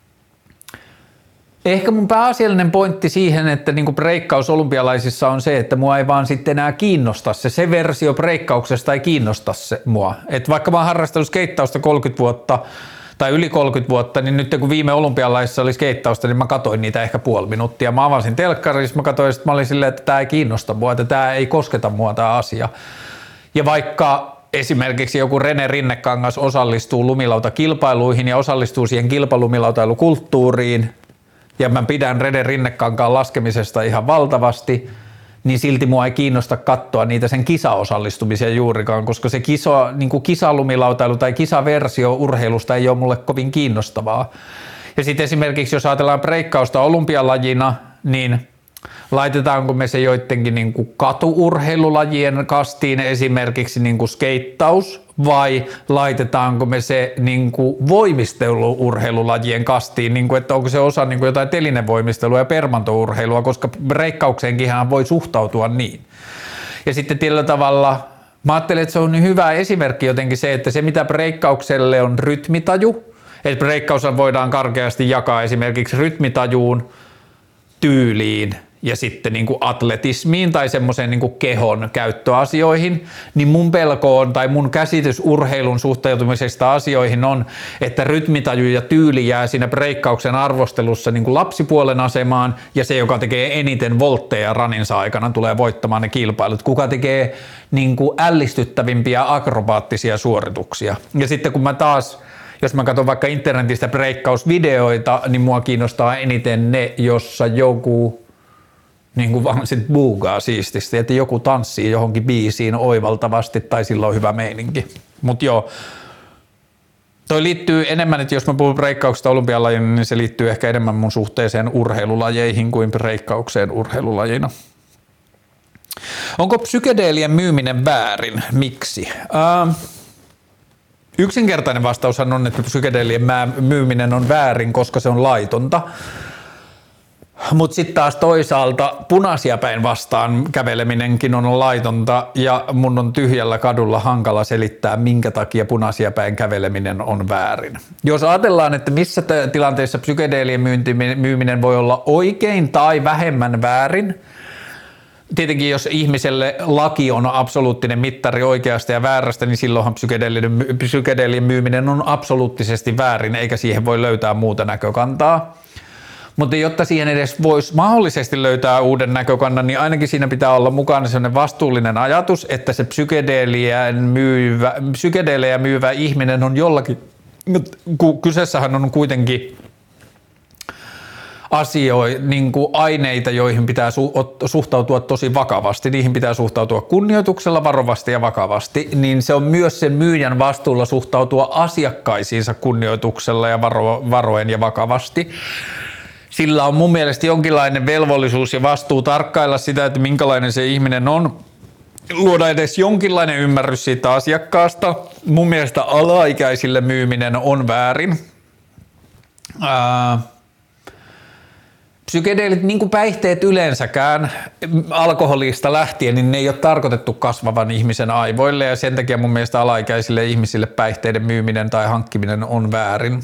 Ehkä mun pääasiallinen pointti siihen, että niinku breikkaus olympialaisissa on se, että mua ei vaan sitten enää kiinnosta se versio breikkauksesta ei kiinnosta se mua. Et vaikka mä oon harrastanut skeittausta 30 vuotta, tai yli 30 vuotta, niin nyt kun viime olympialaisissa oli skeittausta, niin mä katsoin niitä ehkä puoli minuuttia. Mä avasin telkkarin, mä katsoin, että mä olin silleen, että tää ei kiinnosta mua, että tää ei kosketa mua tää asia. Ja vaikka esimerkiksi joku Rene Rinnekangas osallistuu lumilautakilpailuihin ja osallistuu siihen kilpalumilautailukulttuuriin, ja mä pidän Rene Rinnekankaan laskemisesta ihan valtavasti, niin silti mua ei kiinnosta katsoa niitä sen kisaosallistumisia juurikaan, koska se niin kuin kisalumilautailu tai kisaversio urheilusta ei ole mulle kovin kiinnostavaa. Ja sitten esimerkiksi jos ajatellaan breikkausta olympialajina, niin laitetaanko me se joidenkin niin kuin katuurheilulajien kastiin, esimerkiksi niin kuin skeittaus, vai laitetaanko me se niin kuin voimisteluurheilulajien kastiin, niin kuin, että onko se osa niin kuin jotain telinevoimistelua ja permantourheilua, koska breikkaukseenkinhan voi suhtautua niin. Ja sitten tällä tavalla mä ajattelen, että se on hyvä esimerkki jotenkin se, että se mitä breikkaukselle on rytmitaju, että breikkaus voidaan karkeasti jakaa esimerkiksi rytmitajuun, tyyliin ja sitten niin kuin atletismiin tai semmoiseen niin kuin kehon käyttöasioihin, niin mun pelko on tai mun käsitys urheilun suhteutumisesta asioihin on, että rytmitaju ja tyyli jää siinä breikkauksen arvostelussa niin kuin lapsipuolen asemaan ja se, joka tekee eniten voltteja raninsa aikana, tulee voittamaan ne kilpailut. Kuka tekee niin kuin ällistyttävimpiä akrobaattisia suorituksia. Ja sitten kun mä taas jos mä katson vaikka internetistä breikkausvideoita, niin mua kiinnostaa eniten ne, jossa joku niin kuin vaan sit buugaa siististi, että joku tanssii johonkin biisiin oivaltavasti tai sillä on hyvä meininki. Mut joo, toi liittyy enemmän, että jos mä puhun breikkauksesta olympialajina, niin se liittyy ehkä enemmän mun suhteeseen urheilulajeihin kuin breikkaukseen urheilulajina. Onko psykedeelien myyminen väärin? Miksi? Yksinkertainen vastaushan on, että psykedeelien myyminen on väärin, koska se on laitonta. Mutta sitten taas toisaalta punaisia päin vastaan käveleminenkin on laitonta ja mun on tyhjällä kadulla hankala selittää, minkä takia punaisia päin käveleminen on väärin. Jos ajatellaan, että missä tilanteessa psykedeelien myyminen voi olla oikein tai vähemmän väärin, tietenkin jos ihmiselle laki on absoluuttinen mittari oikeasta ja väärästä, niin silloinhan psykedeelien myyminen on absoluuttisesti väärin, eikä siihen voi löytää muuta näkökantaa. Mutta jotta siihen edes voisi mahdollisesti löytää uuden näkökannan, niin ainakin siinä pitää olla mukana sellainen vastuullinen ajatus, että se psykedeelejä myyvä ihminen on jollakin, kyseessähän on kuitenkin niin kuin aineita, joihin pitää suhtautua tosi vakavasti, niihin pitää suhtautua kunnioituksella, varovasti ja vakavasti, niin se on myös sen myyjän vastuulla suhtautua asiakkaisiinsa kunnioituksella ja varoen ja vakavasti. Sillä on mun mielestä jonkinlainen velvollisuus ja vastuu tarkkailla sitä, että minkälainen se ihminen on, luoda edes jonkinlainen ymmärrys siitä asiakkaasta. Mun mielestä alaikäisille myyminen on väärin. Psykedeelit, niin kuin päihteet yleensäkään, alkoholista lähtien, niin ne ei ole tarkoitettu kasvavan ihmisen aivoille ja sen takia mun mielestä alaikäisille ihmisille päihteiden myyminen tai hankkiminen on väärin.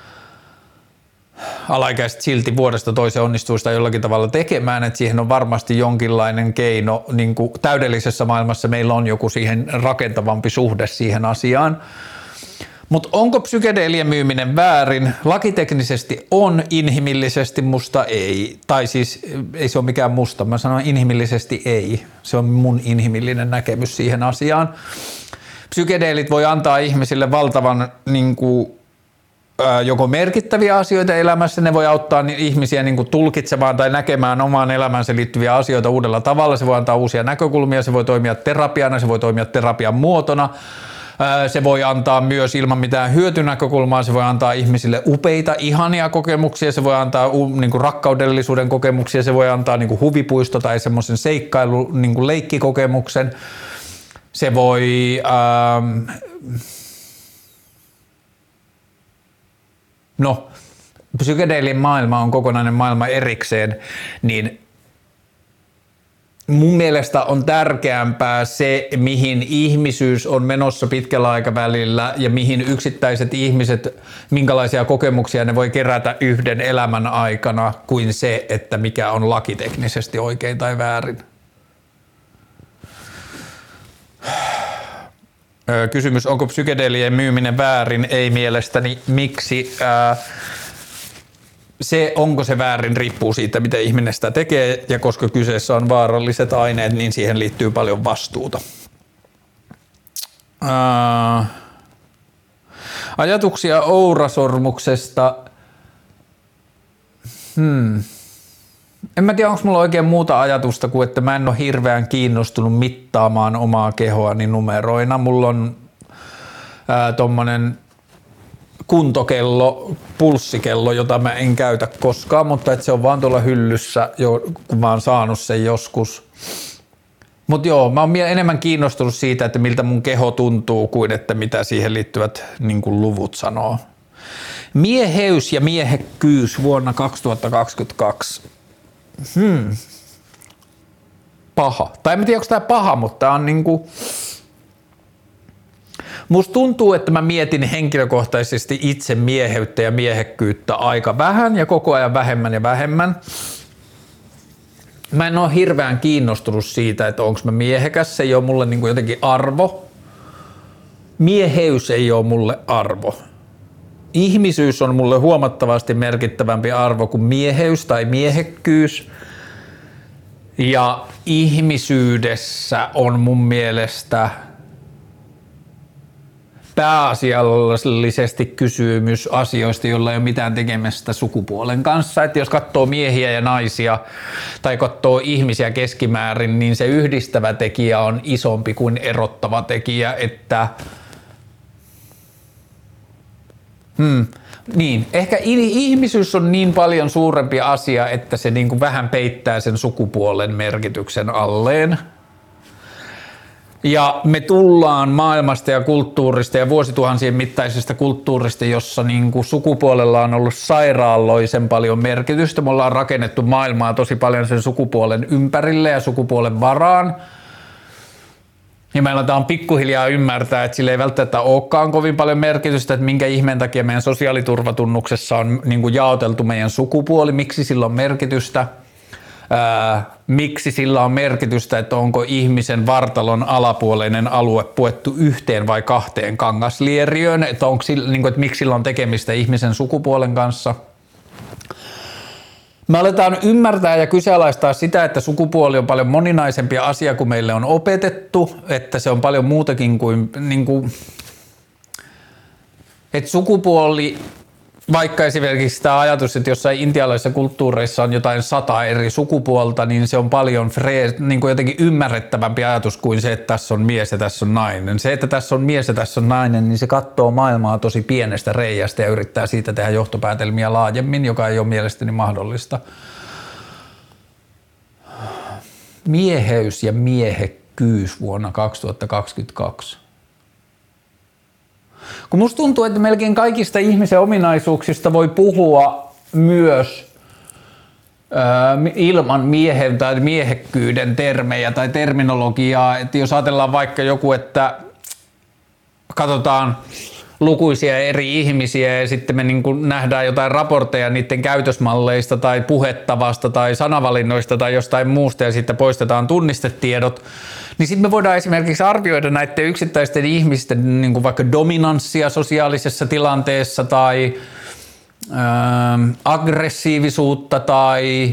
Alaikäiset silti vuodesta toiseen onnistuu sitä jollakin tavalla tekemään, että siihen on varmasti jonkinlainen keino, niin kuin täydellisessä maailmassa meillä on joku siihen rakentavampi suhde siihen asiaan. Mutta onko psykedeelien myyminen väärin? Lakiteknisesti on, inhimillisesti musta ei. Tai siis ei se ole mikään musta, mä sanon inhimillisesti ei. Se on mun inhimillinen näkemys siihen asiaan. Psykedeelit voi antaa ihmisille valtavan niin kuin, joko merkittäviä asioita elämässä, ne voi auttaa ihmisiä niin kuin tulkitsemaan tai näkemään omaan elämänsä liittyviä asioita uudella tavalla. Se voi antaa uusia näkökulmia, se voi toimia terapiana, se voi toimia terapian muotona. Se voi antaa myös ilman mitään hyötynäkökulmaa, se voi antaa ihmisille upeita, ihania kokemuksia, se voi antaa niin kuin rakkaudellisuuden kokemuksia, se voi antaa niin kuin huvipuisto tai semmoisen seikkailu, niin kuin leikkikokemuksen. Se voi psykedeelien maailma on kokonainen maailma erikseen, niin mun mielestä on tärkeämpää se, mihin ihmisyys on menossa pitkällä aikavälillä ja mihin yksittäiset ihmiset, minkälaisia kokemuksia ne voi kerätä yhden elämän aikana, kuin se, että mikä on lakiteknisesti oikein tai väärin. Kysymys, onko psykedeelien myyminen väärin? Ei mielestäni. Miksi? Se, onko se väärin, riippuu siitä, miten ihminen sitä tekee, ja koska kyseessä on vaaralliset aineet, niin siihen liittyy paljon vastuuta. Ajatuksia ourasormuksesta. En mä tiedä, onko mulla oikein muuta ajatusta kuin, että mä en ole hirveän kiinnostunut mittaamaan omaa kehoani numeroina. Mulla on tommonen kuntokello, pulssikello, jota mä en käytä koskaan, mutta että se on vaan tuolla hyllyssä, kun mä oon saanut sen joskus. Mutta joo, mä oon enemmän kiinnostunut siitä, että miltä mun keho tuntuu, kuin että mitä siihen liittyvät niin kuin luvut sanoo. Mieheys ja miehekkyys vuonna 2022. Paha. Tai en tiedä, onko tää paha, mutta tää on niinku... Musta tuntuu, että mä mietin henkilökohtaisesti itse mieheyttä ja miehekkyyttä aika vähän ja koko ajan vähemmän ja vähemmän. Mä en ole hirveän kiinnostunut siitä, että onko mä miehekäs, se ei ole mulle niinku jotenkin arvo. Mieheys ei ole mulle arvo. Ihmisyys on mulle huomattavasti merkittävämpi arvo kuin mieheys tai miehekkyys. Ja ihmisyydessä on mun mielestä pääasiallisesti kysymys asioista, joilla ei ole mitään tekemistä sukupuolen kanssa. Että jos katsoo miehiä ja naisia tai katsoo ihmisiä keskimäärin, niin se yhdistävä tekijä on isompi kuin erottava tekijä, että niin, ehkä ihmisyys on niin paljon suurempi asia, että se niin kuin vähän peittää sen sukupuolen merkityksen alleen. Ja me tullaan maailmasta ja kulttuurista ja vuosituhansien mittaisesta kulttuurista, jossa niin kuin sukupuolella on ollut sairaalloisen paljon merkitystä. Me ollaan rakennettu maailmaa tosi paljon sen sukupuolen ympärille ja sukupuolen varaan. Ja meillä aletaan pikkuhiljaa ymmärtää, että sillä ei välttämättä olekaan kovin paljon merkitystä, että minkä ihmeen takia meidän sosiaaliturvatunnuksessa on niin kuin jaoteltu meidän sukupuoli, miksi sillä on merkitystä. Miksi sillä on merkitystä, että onko ihmisen vartalon alapuoleinen alue puettu yhteen vai kahteen kangaslieriöön, että, onko, niin kuin, että miksi sillä on tekemistä ihmisen sukupuolen kanssa. Me aletaan ymmärtää ja kyseenalaistaa sitä, että sukupuoli on paljon moninaisempi asia kuin meille on opetettu, että se on paljon muutakin kuin, että sukupuoli, vaikka esimerkiksi tämä ajatus, että jossain intialaisissa kulttuureissa on jotain 100 eri sukupuolta, niin se on paljon jotenkin ymmärrettävämpi ajatus kuin se, että tässä on mies ja tässä on nainen. Se, että tässä on mies ja tässä on nainen, niin se katsoo maailmaa tosi pienestä reiästä ja yrittää siitä tehdä johtopäätelmiä laajemmin, joka ei ole mielestäni mahdollista. Mieheys ja miehekkyys vuonna 2022. Kun musta tuntuu, että melkein kaikista ihmisen ominaisuuksista voi puhua myös ilman miehen tai miehekkyyden termejä tai terminologiaa, että jos ajatellaan vaikka joku, että katsotaan lukuisia eri ihmisiä ja sitten me niin kuin nähdään jotain raportteja niiden käytösmalleista tai puhettavasta tai sanavalinnoista tai jostain muusta ja sitten poistetaan tunnistetiedot, niin sitten me voidaan esimerkiksi arvioida näiden yksittäisten ihmisten niin kuin vaikka dominanssia sosiaalisessa tilanteessa tai aggressiivisuutta tai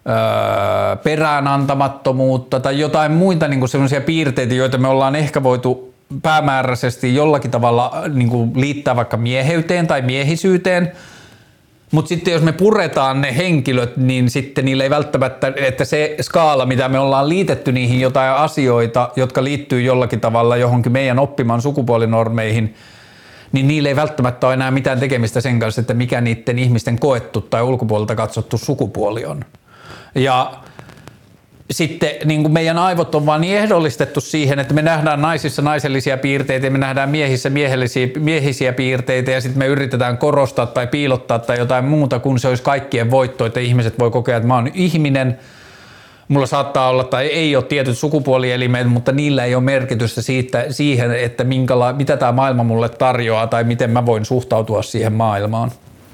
peräänantamattomuutta tai jotain muita niin kuin sellaisia piirteitä, joita me ollaan ehkä voitu päämääräisesti jollakin tavalla niin kuin liittää vaikka mieheyteen tai miehisyyteen, mutta sitten jos me puretaan ne henkilöt, niin sitten niillä ei välttämättä, että se skaala, mitä me ollaan liitetty niihin jotain asioita, jotka liittyy jollakin tavalla johonkin meidän oppimaan sukupuolinormeihin, niin niillä ei välttämättä ole enää mitään tekemistä sen kanssa, että mikä niiden ihmisten koettu tai ulkopuolelta katsottu sukupuoli on. Ja sitten niin kuin meidän aivot on vaan niin ehdollistettu siihen, että me nähdään naisissa naisellisia piirteitä ja me nähdään miehissä miehisiä piirteitä ja sitten me yritetään korostaa tai piilottaa tai jotain muuta, kun se olisi kaikkien voitto, että ihmiset voi kokea, että mä oon ihminen, mulla saattaa olla tai ei ole tietyt sukupuolielimet, mutta niillä ei ole merkitystä siihen, että mitä tämä maailma mulle tarjoaa tai miten mä voin suhtautua siihen maailmaan.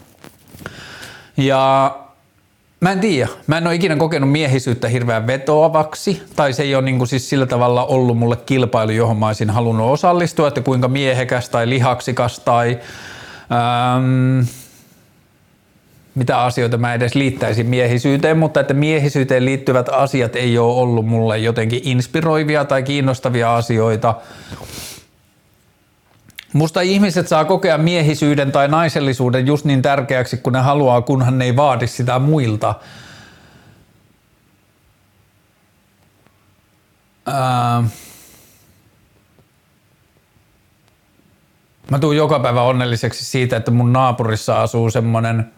Ja mä en tiedä. Mä en ole ikinä kokenut miehisyyttä hirveän vetoavaksi, tai se ei ole niin kuin siis sillä tavalla ollut mulle kilpailu, johon mä olisin halunnut osallistua, että kuinka miehekäs tai lihaksikas tai mitä asioita mä edes liittäisin miehisyyteen, mutta että miehisyyteen liittyvät asiat ei ole ollut mulle jotenkin inspiroivia tai kiinnostavia asioita. Musta ihmiset saa kokea miehisyyden tai naisellisuuden just niin tärkeäksi kuin ne haluaa, kunhan ne ei vaadi sitä muilta. Mä tuun joka päivä onnelliseksi siitä, että mun naapurissa asuu semmonen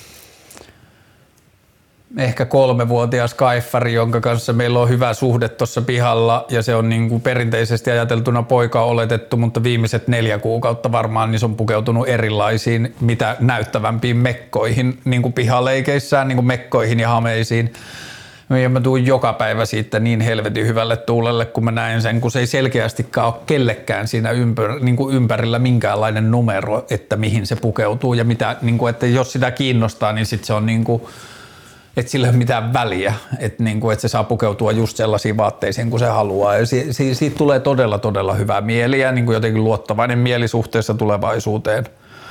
ehkä 3-vuotias kaiffari, jonka kanssa meillä on hyvä suhde tuossa pihalla ja se on niin kuin perinteisesti ajateltuna poika oletettu, mutta viimeiset 4 kuukautta varmaan niin se on pukeutunut erilaisiin mitä näyttävämpiin mekkoihin niin kuin pihaleikeissään, niin kuin mekkoihin ja hameisiin. Ja mä tuun joka päivä siitä niin helvetin hyvälle tuulelle, kun mä näen sen, kun se ei selkeästikään ole kellekään siinä niin kuin ympärillä minkäänlainen numero, että mihin se pukeutuu ja mitä, niin kuin, että jos sitä kiinnostaa, niin sit se on niin kuin, että sillä ei ole mitään väliä, että se saa pukeutua just sellaisiin vaatteisiin kuin se haluaa. Ja siitä tulee todella, todella hyvää mieli ja niin kuin jotenkin luottavainen mieli suhteessa tulevaisuuteen.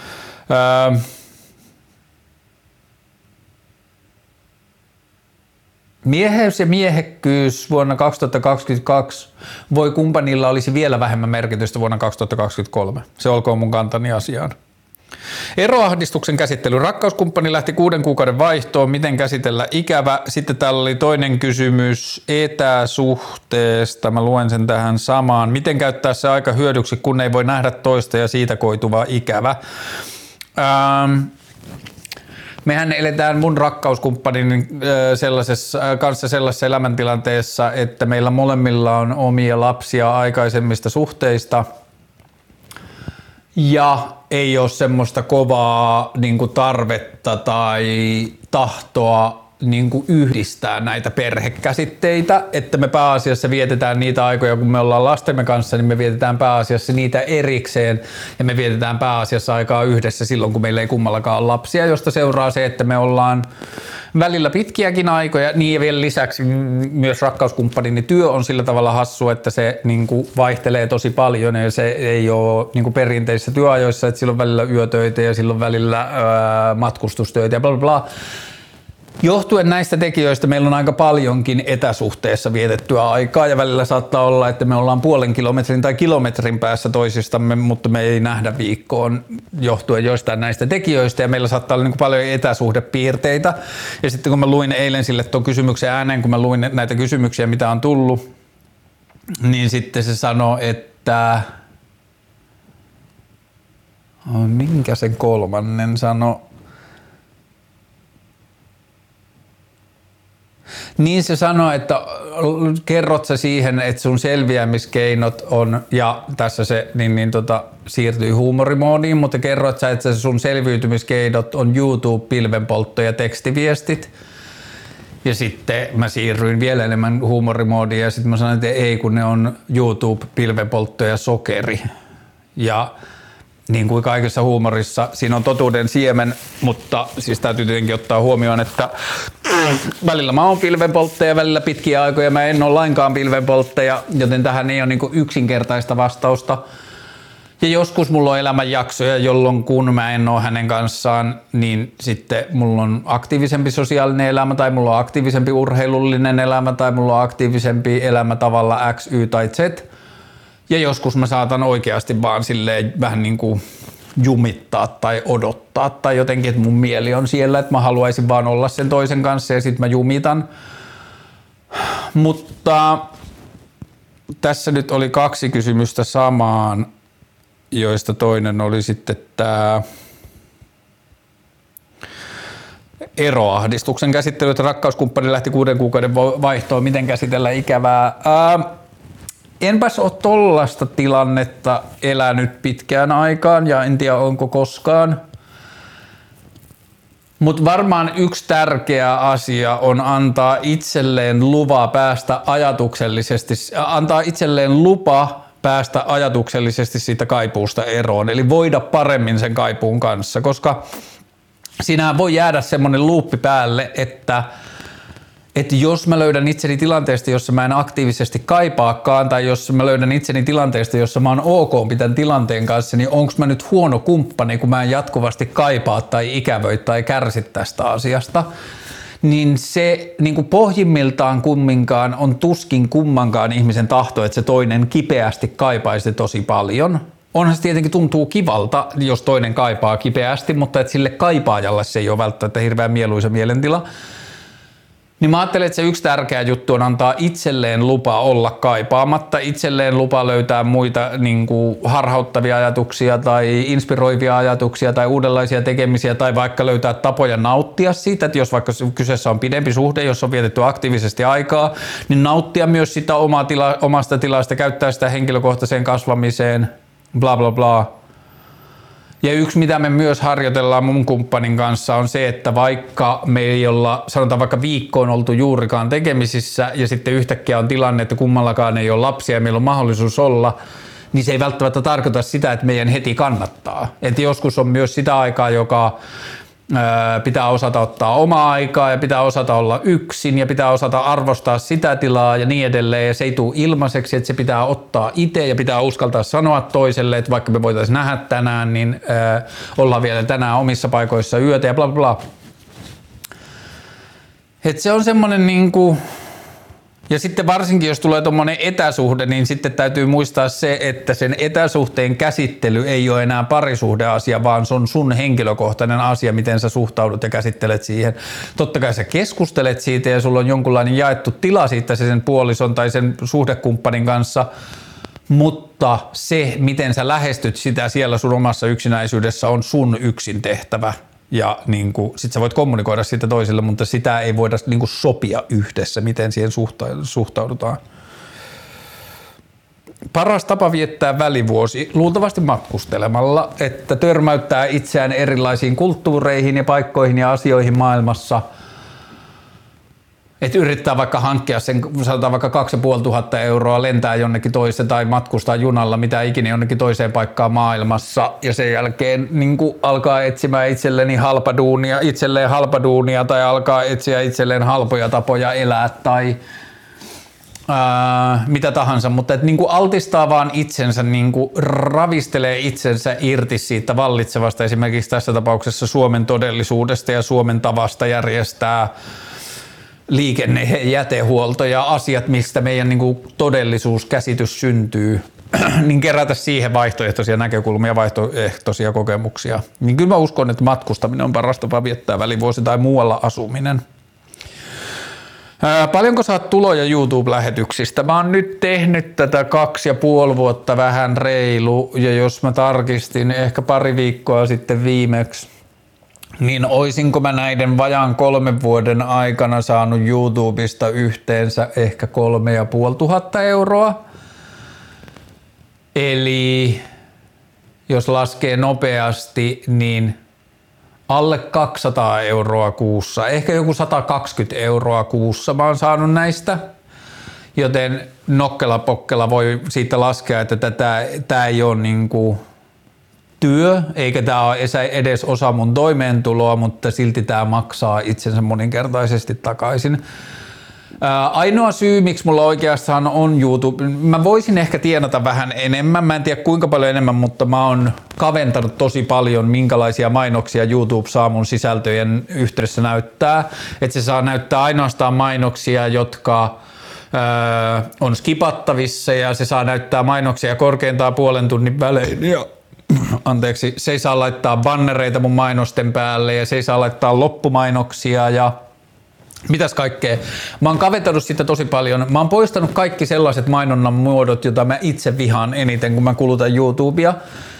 Mieheys ja miehekkyys vuonna 2022 voi kumppanilla olisi vielä vähemmän merkitystä vuonna 2023. Se olkoon mun kantani asiaan. Eroahdistuksen käsittely. Rakkauskumppani lähti 6 kuukauden vaihtoon. Miten käsitellä ikävä? Sitten täällä oli toinen kysymys etäsuhteesta. Mä luen sen tähän samaan. Miten käyttää se aika hyödyksi, kun ei voi nähdä toista ja siitä koituva ikävä? Mehän eletään mun rakkauskumppanin sellaisessa elämäntilanteessa, että meillä molemmilla on omia lapsia aikaisemmista suhteista ja ei ole semmoista kovaa niin kuin tarvetta tai tahtoa niin kuin yhdistää näitä perhekäsitteitä, että me pääasiassa vietetään niitä aikoja, kun me ollaan lastemme kanssa, niin me vietetään pääasiassa niitä erikseen ja me vietetään pääasiassa aikaa yhdessä silloin, kun meillä ei kummallakaan ole lapsia, josta seuraa se, että me ollaan välillä pitkiäkin aikoja, niin ja vielä lisäksi myös rakkauskumppanini työ on sillä tavalla hassu, että se niin kuin vaihtelee tosi paljon ja se ei ole niin kuin perinteisissä työajoissa, että silloin välillä yötöitä ja silloin välillä matkustustöitä ja bla bla bla. Johtuen näistä tekijöistä meillä on aika paljonkin etäsuhteessa vietettyä aikaa ja välillä saattaa olla, että me ollaan puolen kilometrin tai kilometrin päässä toisistamme, mutta me ei nähdä viikkoon johtuen joistain näistä tekijöistä ja meillä saattaa olla niin kuin paljon etäsuhdepiirteitä. Ja sitten kun mä luin eilen sille tuon kysymyksen ääneen, kun mä luin näitä kysymyksiä, mitä on tullut, niin sitten se sanoi, että minkä sen kolmannen sanoi? Niin se sanoi, että kerrot sä siihen, että sun selviämiskeinot on, ja tässä se siirtyy huumorimoodiin, mutta kerrot sä, että sun selviytymiskeinot on YouTube, pilvenpoltto ja tekstiviestit. Ja sitten mä siirryin vielä enemmän huumorimoodiin ja sitten mä sanoin, että ei, kun ne on YouTube, pilvenpoltto ja sokeri. Ja niin kuin kaikessa huumorissa, siinä on totuuden siemen, mutta siis täytyy tietenkin ottaa huomioon, että välillä mä oon pilvenpolttaja, välillä pitkiä aikoja mä en ole lainkaan pilvenpolttaja, joten tähän ei ole niin kuin yksinkertaista vastausta. Ja joskus mulla on elämänjaksoja, jolloin kun mä en ole hänen kanssaan, niin sitten mulla on aktiivisempi sosiaalinen elämä tai mulla on aktiivisempi urheilullinen elämä tai mulla on aktiivisempi elämä tavalla X, Y tai Z. Ja joskus mä saatan oikeasti vaan silleen vähän niin kuin jumittaa tai odottaa tai jotenkin, että mun mieli on siellä, että mä haluaisin vaan olla sen toisen kanssa ja sit mä jumitan. Mutta tässä nyt oli 2 kysymystä samaan, joista toinen oli sitten tää eroahdistuksen käsittely, että rakkauskumppani lähti 6 kuukauden vaihtoon, miten käsitellä ikävää. Enpäs ole tollaista tilannetta elänyt pitkään aikaan ja en tiedä onko koskaan. Mutta varmaan yksi tärkeä asia on antaa itselleen lupa päästä ajatuksellisesti siitä kaipuusta eroon. Eli voida paremmin sen kaipuun kanssa, koska siinä voi jäädä semmoinen luuppi päälle, että jos mä löydän itseni tilanteesta, jossa mä en aktiivisesti kaipaakaan, tai jos mä löydän itseni tilanteesta, jossa mä oon ok tämän tilanteen kanssa, niin onko mä nyt huono kumppani, kun mä en jatkuvasti kaipaa tai ikävöi tai kärsi tästä asiasta. Niin se niin kuin pohjimmiltaan kumminkaan on tuskin kummankaan ihmisen tahto, että se toinen kipeästi kaipaisi tosi paljon. Onhan se tietenkin tuntuu kivalta, jos toinen kaipaa kipeästi, mutta että sille kaipaajalle se ei ole välttämättä hirveän mieluisa mielentila. Niin mä ajattelen, että se yksi tärkeä juttu on antaa itselleen lupa olla kaipaamatta, itselleen lupa löytää muita niin kuin harhauttavia ajatuksia tai inspiroivia ajatuksia tai uudenlaisia tekemisiä tai vaikka löytää tapoja nauttia siitä, että jos vaikka kyseessä on pidempi suhde, jos on vietetty aktiivisesti aikaa, niin nauttia myös sitä omasta tilasta, käyttää sitä henkilökohtaiseen kasvamiseen, bla bla bla. Ja yksi, mitä me myös harjoitellaan mun kumppanin kanssa, on se, että vaikka me ei olla, sanotaan vaikka viikkoon oltu juurikaan tekemisissä ja sitten yhtäkkiä on tilanne, että kummallakaan ei ole lapsia ja meillä on mahdollisuus olla, niin se ei välttämättä tarkoita sitä, että meidän heti kannattaa. Että joskus on myös sitä aikaa, joka pitää osata ottaa omaa aikaa ja pitää osata olla yksin ja pitää osata arvostaa sitä tilaa ja niin edelleen. Ja se ei tule ilmaiseksi, että se pitää ottaa itse ja pitää uskaltaa sanoa toiselle, että vaikka me voitaisiin nähdä tänään, niin ollaan vielä tänään omissa paikoissa yötä ja bla bla bla. Et se on semmoinen niinku. Ja sitten varsinkin, jos tulee tuommoinen etäsuhde, niin sitten täytyy muistaa se, että sen etäsuhteen käsittely ei ole enää parisuhdeasia, vaan se on sun henkilökohtainen asia, miten sä suhtaudut ja käsittelet siihen. Totta kai sä keskustelet siitä ja sulla on jonkunlainen jaettu tila siitä sen puolison tai sen suhdekumppanin kanssa, mutta se, miten sä lähestyt sitä siellä sun omassa yksinäisyydessä, on sun yksin tehtävä. Ja niin kuin, sit sä voit kommunikoida siitä toiselle, mutta sitä ei voida niin kuin sopia yhdessä, miten siihen suhtaudutaan. Paras tapa viettää välivuosi luultavasti matkustelemalla, että törmäyttää itseään erilaisiin kulttuureihin ja paikkoihin ja asioihin maailmassa. Että yrittää vaikka hankkia sen, sanotaan vaikka 2500 euroa, lentää jonnekin toiseen tai matkustaa junalla, mitä ikinä jonnekin toiseen paikkaan maailmassa ja sen jälkeen niin alkaa etsimään itselleen halpa duunia tai alkaa etsiä itselleen halpoja tapoja elää tai mitä tahansa, mutta että niinku altistaa vaan itsensä, niinku ravistelee itsensä irti siitä vallitsevasta, esimerkiksi tässä tapauksessa Suomen todellisuudesta ja Suomen tavasta järjestää liikenne- ja jätehuolto ja asiat, mistä meidän niinku todellisuuskäsitys syntyy, niin kerätä siihen vaihtoehtoisia näkökulmia, vaihtoehtoisia kokemuksia. Niin kyllä mä uskon, että matkustaminen on paras tapa viettää välivuosi tai muualla asuminen. Paljonko saat tuloja YouTube-lähetyksistä? Mä oon nyt tehnyt tätä 2,5 vuotta vähän reilu, ja jos mä tarkistin ehkä pari viikkoa sitten viimeksi, niin oisinko mä näiden vajaan 3 vuoden aikana saanut YouTubesta yhteensä ehkä 3,500 euroa. Eli jos laskee nopeasti, niin alle 200 euroa kuussa, ehkä joku 120 euroa kuussa mä oon saanut näistä, joten nokkela pokkela voi siitä laskea, että tää ei ole niinku työ, eikä tää ole edes osa mun toimeentuloa, mutta silti tää maksaa itsensä moninkertaisesti takaisin. Ainoa syy, miksi mulla oikeastaan on YouTube, mä voisin ehkä tienata vähän enemmän, mä en tiedä kuinka paljon enemmän, mutta mä oon kaventanut tosi paljon, minkälaisia mainoksia YouTube saa mun sisältöjen yhteydessä näyttää. Että se saa näyttää ainoastaan mainoksia, jotka on skipattavissa, ja se saa näyttää mainoksia korkeintaan puolen tunnin välein. Ja anteeksi, se ei saa laittaa bannereita mun mainosten päälle, ja se ei saa laittaa loppumainoksia ja mitäs kaikkea. Mä oon kaventanut sitä tosi paljon. Mä oon poistanut kaikki sellaiset mainonnan muodot, joita mä itse vihaan eniten, kun mä kulutan YouTubea.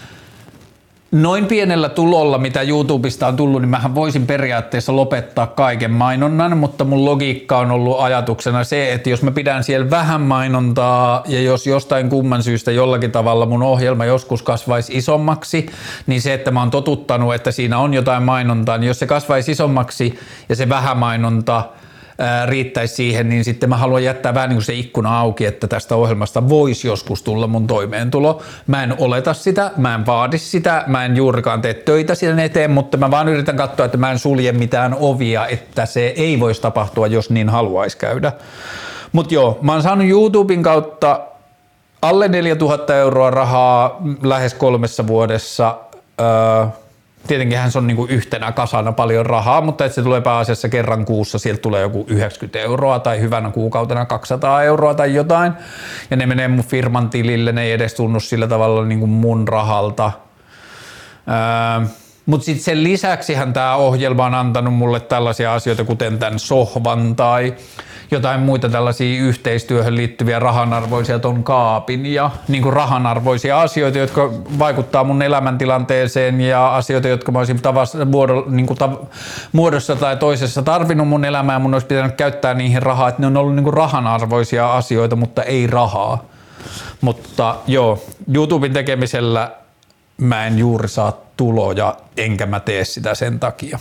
Noin pienellä tulolla, mitä YouTubesta on tullut, niin mähän voisin periaatteessa lopettaa kaiken mainonnan, mutta mun logiikka on ollut ajatuksena se, että jos mä pidän siellä vähän mainontaa ja jos jostain kumman syystä jollakin tavalla mun ohjelma joskus kasvaisi isommaksi, niin se, että mä oon totuttanut, että siinä on jotain mainontaa, niin jos se kasvaisi isommaksi ja se vähän mainonta riittäisi siihen, niin sitten mä haluan jättää vähän niin kuin se ikkuna auki, että tästä ohjelmasta voisi joskus tulla mun toimeentulo. Mä en oleta sitä, mä en vaadi sitä, mä en juurikaan tee töitä sen eteen, mutta mä vaan yritän katsoa, että mä en sulje mitään ovia, että se ei voisi tapahtua, jos niin haluaisi käydä. Mut joo, mä oon saanut YouTuben kautta alle 4 000 euroa rahaa lähes 3 vuodessa. Tietenkinhän se on niinku yhtenä kasana paljon rahaa, mutta että se tulee pääasiassa kerran kuussa, sieltä tulee joku 90 euroa tai hyvänä kuukautena 200 euroa tai jotain. Ja ne menee mun firman tilille, ne ei edes tunnu sillä tavalla niinku mun rahalta. Mutta sitten sen lisäksihän tämä ohjelma on antanut mulle tällaisia asioita, kuten tämän sohvan tai jotain muita tällaisia yhteistyöhön liittyviä rahanarvoisia ton kaapin ja niinku rahanarvoisia asioita, jotka vaikuttaa mun elämäntilanteeseen ja asioita, jotka mä olisin muodossa tai toisessa tarvinnut mun elämään, mun olisi pitänyt käyttää niihin rahaa, että ne on ollut niinku rahanarvoisia asioita, mutta ei rahaa. Mutta joo, YouTuben tekemisellä mä en juuri saa tuloja, enkä mä tee sitä sen takia.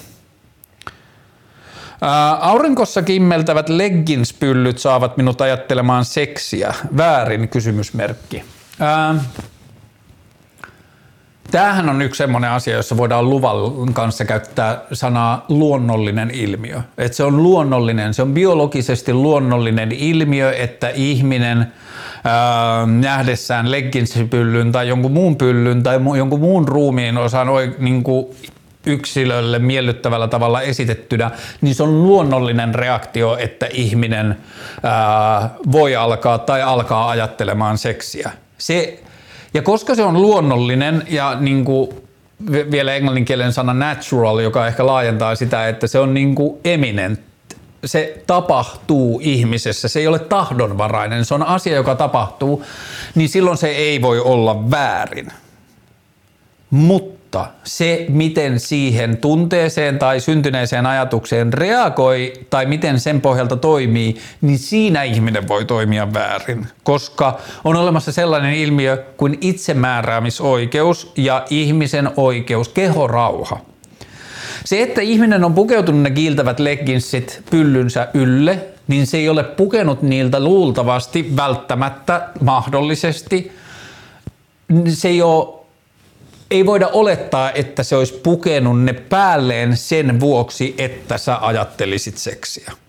Aurinkossa kimmeltävät leggingspyllyt saavat minut ajattelemaan seksiä. Väärin kysymysmerkki. Tämähän on yksi semmoinen asia, jossa voidaan luvan kanssa käyttää sanaa luonnollinen ilmiö. Että se on luonnollinen, se on biologisesti luonnollinen ilmiö, että ihminen nähdessään leggingspyllyn tai jonkun muun pyllyn tai jonkun muun ruumiin osan niinku yksilölle miellyttävällä tavalla esitettynä, niin se on luonnollinen reaktio, että ihminen voi alkaa tai alkaa ajattelemaan seksiä. Ja koska se on luonnollinen ja niinku vielä englanninkielen sana natural, joka ehkä laajentaa sitä, että se on niinku eminent, se tapahtuu ihmisessä, se ei ole tahdonvarainen, se on asia, joka tapahtuu, niin silloin se ei voi olla väärin. Mutta se, miten siihen tunteeseen tai syntyneeseen ajatukseen reagoi tai miten sen pohjalta toimii, niin siinä ihminen voi toimia väärin, koska on olemassa sellainen ilmiö kuin itsemääräämisoikeus ja ihmisen oikeus, kehorauha. Se, että ihminen on pukeutunut ne kiiltävät leggingsit pyllynsä ylle, niin se ei ole pukenut niiltä luultavasti, välttämättä, mahdollisesti. Se ei voida olettaa, että se olisi pukenut ne päälleen sen vuoksi, että sä ajattelisit seksiä.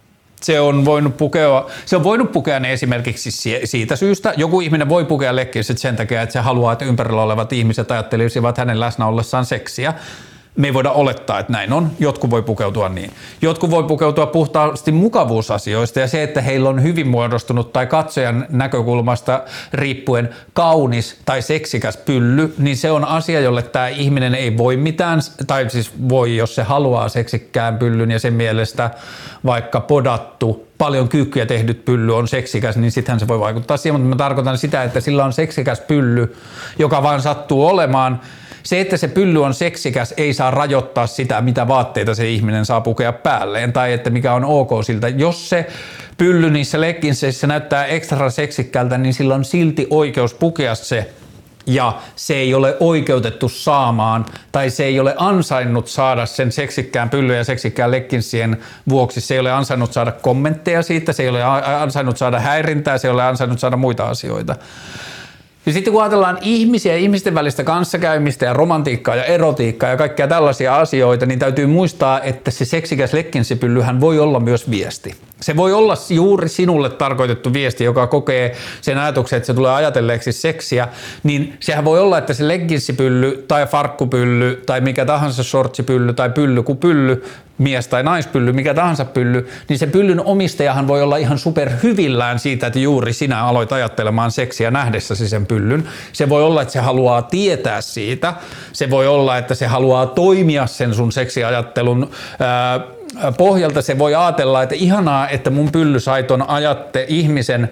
Se on voinut pukea ne esimerkiksi siitä syystä. Joku ihminen voi pukea leggingsit sen takia, että se haluaa, että ympärillä olevat ihmiset ajattelisivat hänen läsnä ollessaan seksiä. Me ei voida olettaa, että näin on. Jotkut voi pukeutua niin. Jotkut voi pukeutua puhtaasti mukavuusasioista ja se, että heillä on hyvin muodostunut tai katsojan näkökulmasta riippuen kaunis tai seksikäs pylly, niin se on asia, jolle tämä ihminen ei voi mitään, tai siis voi, jos se haluaa seksikkään pyllyn ja sen mielestä vaikka podattu, paljon kyykkyjä tehdyt pylly on seksikäs, niin sittenhän se voi vaikuttaa siihen, mutta mä tarkoitan sitä, että sillä on seksikäs pylly, joka vaan sattuu olemaan. Se, että se pylly on seksikäs, ei saa rajoittaa sitä, mitä vaatteita se ihminen saa pukea päälleen tai että mikä on ok siltä. Jos se pylly niissä legginseissä näyttää ekstra seksikkältä, niin sillä on silti oikeus pukea se ja se ei ole oikeutettu saamaan tai se ei ole ansainnut saada sen seksikkään pyllyn ja seksikkään legginsien vuoksi. Se ei ole ansainnut saada kommentteja siitä, se ei ole ansainnut saada häirintää, se ei ole ansainnut saada muita asioita. Ja sitten kun ajatellaan ihmisiä, ihmisten välistä kanssakäymistä ja romantiikkaa ja erotiikkaa ja kaikkia tällaisia asioita, niin täytyy muistaa, että se seksikäs legginsipyllyhän voi olla myös viesti. Se voi olla juuri sinulle tarkoitettu viesti, joka kokee sen ajatuksen, että se tulee ajatelleeksi seksiä, niin sehän voi olla, että se legginsipylly tai farkkupylly tai mikä tahansa shortsipylly tai pylly, mies- tai naispylly, mikä tahansa pylly, niin se pyllyn omistajahan voi olla ihan superhyvillään siitä, että juuri sinä aloit ajattelemaan seksiä nähdessäsi sen pyllyn. Se voi olla, että se haluaa tietää siitä. Se voi olla, että se haluaa toimia sen sun seksiajattelun pohjalta. Se voi ajatella, että ihanaa, että mun pylly sai ton ihmisen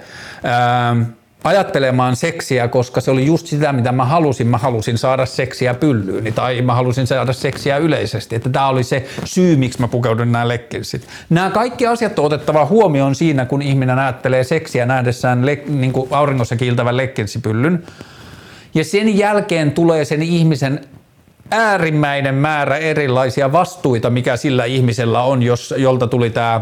ajattelemaan seksiä, koska se oli just sitä, mitä mä halusin. Mä halusin saada seksiä pyllyyni tai mä halusin saada seksiä yleisesti. Että tää oli se syy, miksi mä pukeudun nämä leggingsit. Nämä kaikki asiat on otettava huomioon siinä, kun ihminen ajattelee seksiä nähdessään niin kuin auringossa kiiltävän leggingsipyllyn. Ja sen jälkeen tulee sen ihmisen äärimmäinen määrä erilaisia vastuita, mikä sillä ihmisellä on, jolta tuli tämä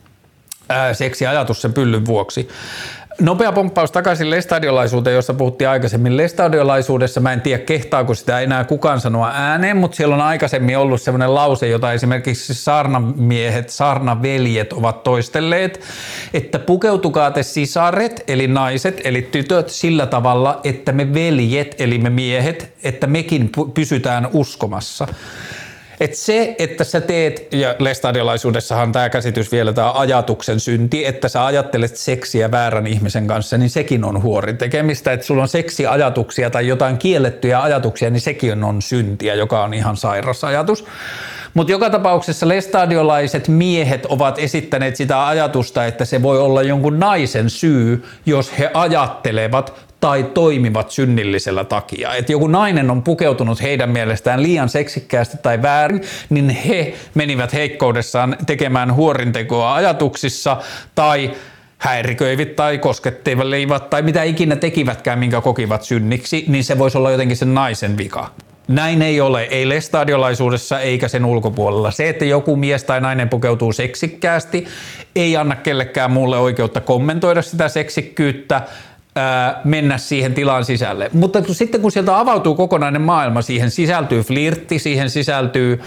seksiajatus sen pyllyn vuoksi. Nopea pomppaus takaisin lestadiolaisuuteen, josta puhuttiin aikaisemmin. Lestadiolaisuudessa mä en tiedä, kehtaako sitä enää kukaan sanoa ääneen, mutta siellä on aikaisemmin ollut sellainen lause, jota esimerkiksi saarnamiehet, saarnaveljet ovat toistelleet, että pukeutukaa te sisaret, eli naiset, eli tytöt sillä tavalla, että me veljet, eli me miehet, että mekin pysytään uskomassa. Että se, että sä teet, ja lestadiolaisuudessahan tämä käsitys vielä, tämä ajatuksen synti, että sä ajattelet seksiä väärän ihmisen kanssa, niin sekin on huorin tekemistä. Että sulla on seksiajatuksia tai jotain kiellettyjä ajatuksia, niin sekin on syntiä, joka on ihan sairas ajatus. Mutta joka tapauksessa lestadiolaiset miehet ovat esittäneet sitä ajatusta, että se voi olla jonkun naisen syy, jos he ajattelevat tai toimivat synnillisellä takia. Että joku nainen on pukeutunut heidän mielestään liian seksikkäästi tai väärin, niin he menivät heikkoudessaan tekemään huorintekoa ajatuksissa tai häiriköivät tai koskettivat tai mitä ikinä tekivätkään, minkä kokivat synniksi, niin se voisi olla jotenkin sen naisen vika. Näin ei ole, ei lestadiolaisuudessa eikä sen ulkopuolella. Se, että joku mies tai nainen pukeutuu seksikkäästi, ei anna kellekään muulle oikeutta kommentoida sitä seksikkyyttä, mennä siihen tilaan sisälle. Mutta sitten kun sieltä avautuu kokonainen maailma, siihen sisältyy flirtti, siihen sisältyy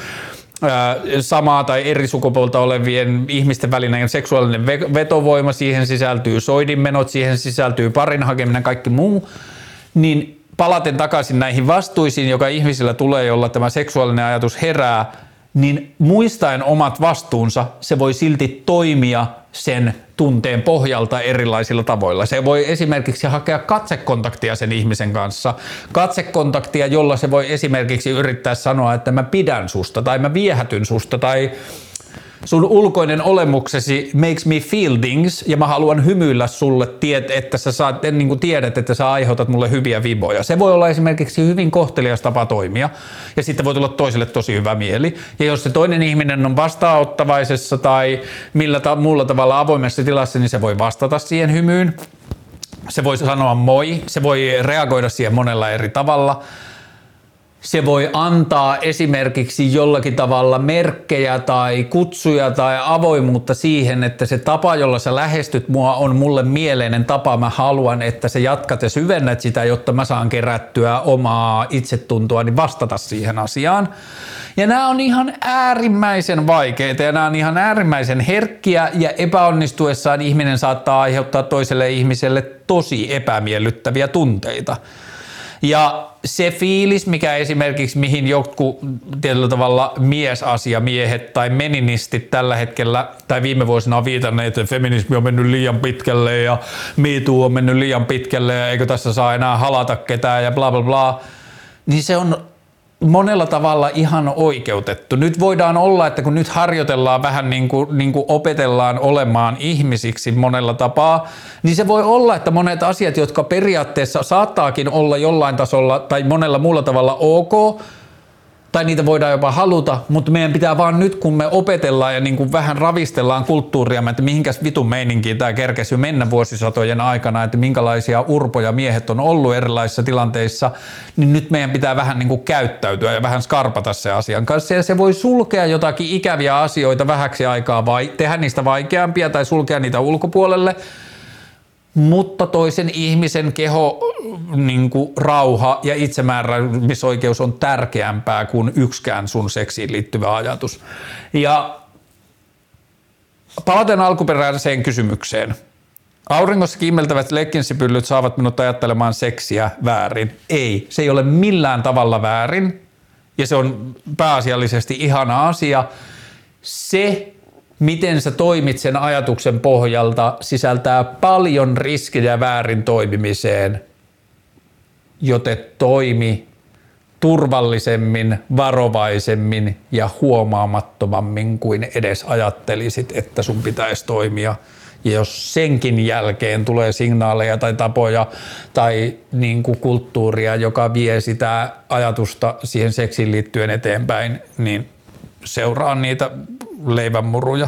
samaa tai eri sukupuolta olevien ihmisten välinen seksuaalinen vetovoima, siihen sisältyy soidinmenot, siihen sisältyy parin hakeminen, kaikki muu, niin palaten takaisin näihin vastuisiin, joka ihmisillä tulee, jolla tämä seksuaalinen ajatus herää, niin muistaen omat vastuunsa se voi silti toimia sen tunteen pohjalta erilaisilla tavoilla. Se voi esimerkiksi hakea katsekontaktia sen ihmisen kanssa. Katsekontaktia, jolla se voi esimerkiksi yrittää sanoa, että mä pidän susta tai mä viehätyn susta tai sun ulkoinen olemuksesi makes me feel things ja mä haluan hymyillä sulle, että sä saat, niin kuin tiedät, että sä aiheutat mulle hyviä viboja. Se voi olla esimerkiksi hyvin kohtelias tapa toimia ja sitten voi tulla toiselle tosi hyvä mieli. Ja jos se toinen ihminen on vastaanottavaisessa tai muulla tavalla avoimessa tilassa, niin se voi vastata siihen hymyyn. Se voi sanoa moi, se voi reagoida siihen monella eri tavalla. se voi antaa esimerkiksi jollakin tavalla merkkejä tai kutsuja tai avoimuutta siihen, että se tapa, jolla sä lähestyt mua, on mulle mieleinen tapa. Mä haluan, että sä jatkat ja syvennät sitä, jotta mä saan kerättyä omaa itsetuntoani vastata siihen asiaan. Ja nämä on ihan äärimmäisen vaikeita ja nämä on ihan äärimmäisen herkkiä ja epäonnistuessaan ihminen saattaa aiheuttaa toiselle ihmiselle tosi epämiellyttäviä tunteita. Ja se fiilis, mikä esimerkiksi mihin jotkut tietyllä tavalla miesasiamiehet tai meninistit tällä hetkellä tai viime vuosina on viitanneet, että feminismi on mennyt liian pitkälle ja Me Too on mennyt liian pitkälle ja eikö tässä saa enää halata ketään ja bla bla bla, niin se on monella tavalla ihan oikeutettu. Nyt voidaan olla, että kun nyt harjoitellaan vähän niin kuin opetellaan olemaan ihmisiksi monella tapaa, niin se voi olla, että monet asiat, jotka periaatteessa saattaakin olla jollain tasolla tai monella muulla tavalla ok, tai niitä voidaan jopa haluta, mutta meidän pitää vaan nyt, kun me opetellaan ja niin kuin vähän ravistellaan kulttuuriamme, että mihinkäs vitun meininkiin tämä kerkesi mennä vuosisatojen aikana, että minkälaisia urpoja miehet on ollut erilaisissa tilanteissa, niin nyt meidän pitää vähän niin kuin käyttäytyä ja vähän skarpata se asian kanssa. Ja se voi sulkea jotakin ikäviä asioita vähäksi aikaa vai tehdä niistä vaikeampia tai sulkea niitä ulkopuolelle, mutta toisen ihmisen keho, niin kuin rauha ja itsemääräämisoikeus on tärkeämpää kuin yksikään sun seksiin liittyvä ajatus. Ja palaten alkuperäiseen kysymykseen. Auringossa kimmeltävät legginsipyllyt saavat minut ajattelemaan seksiä väärin. Ei, se ei ole millään tavalla väärin ja se on pääasiallisesti ihana asia. Se, miten sä toimit sen ajatuksen pohjalta, sisältää paljon riskejä väärin toimimiseen, joten toimi turvallisemmin, varovaisemmin ja huomaamattomammin kuin edes ajattelisit, että sun pitäisi toimia. Ja jos senkin jälkeen tulee signaaleja tai tapoja tai niin kuin kulttuuria, joka vie sitä ajatusta siihen seksiin liittyen eteenpäin, niin seuraa niitä leivänmuruja.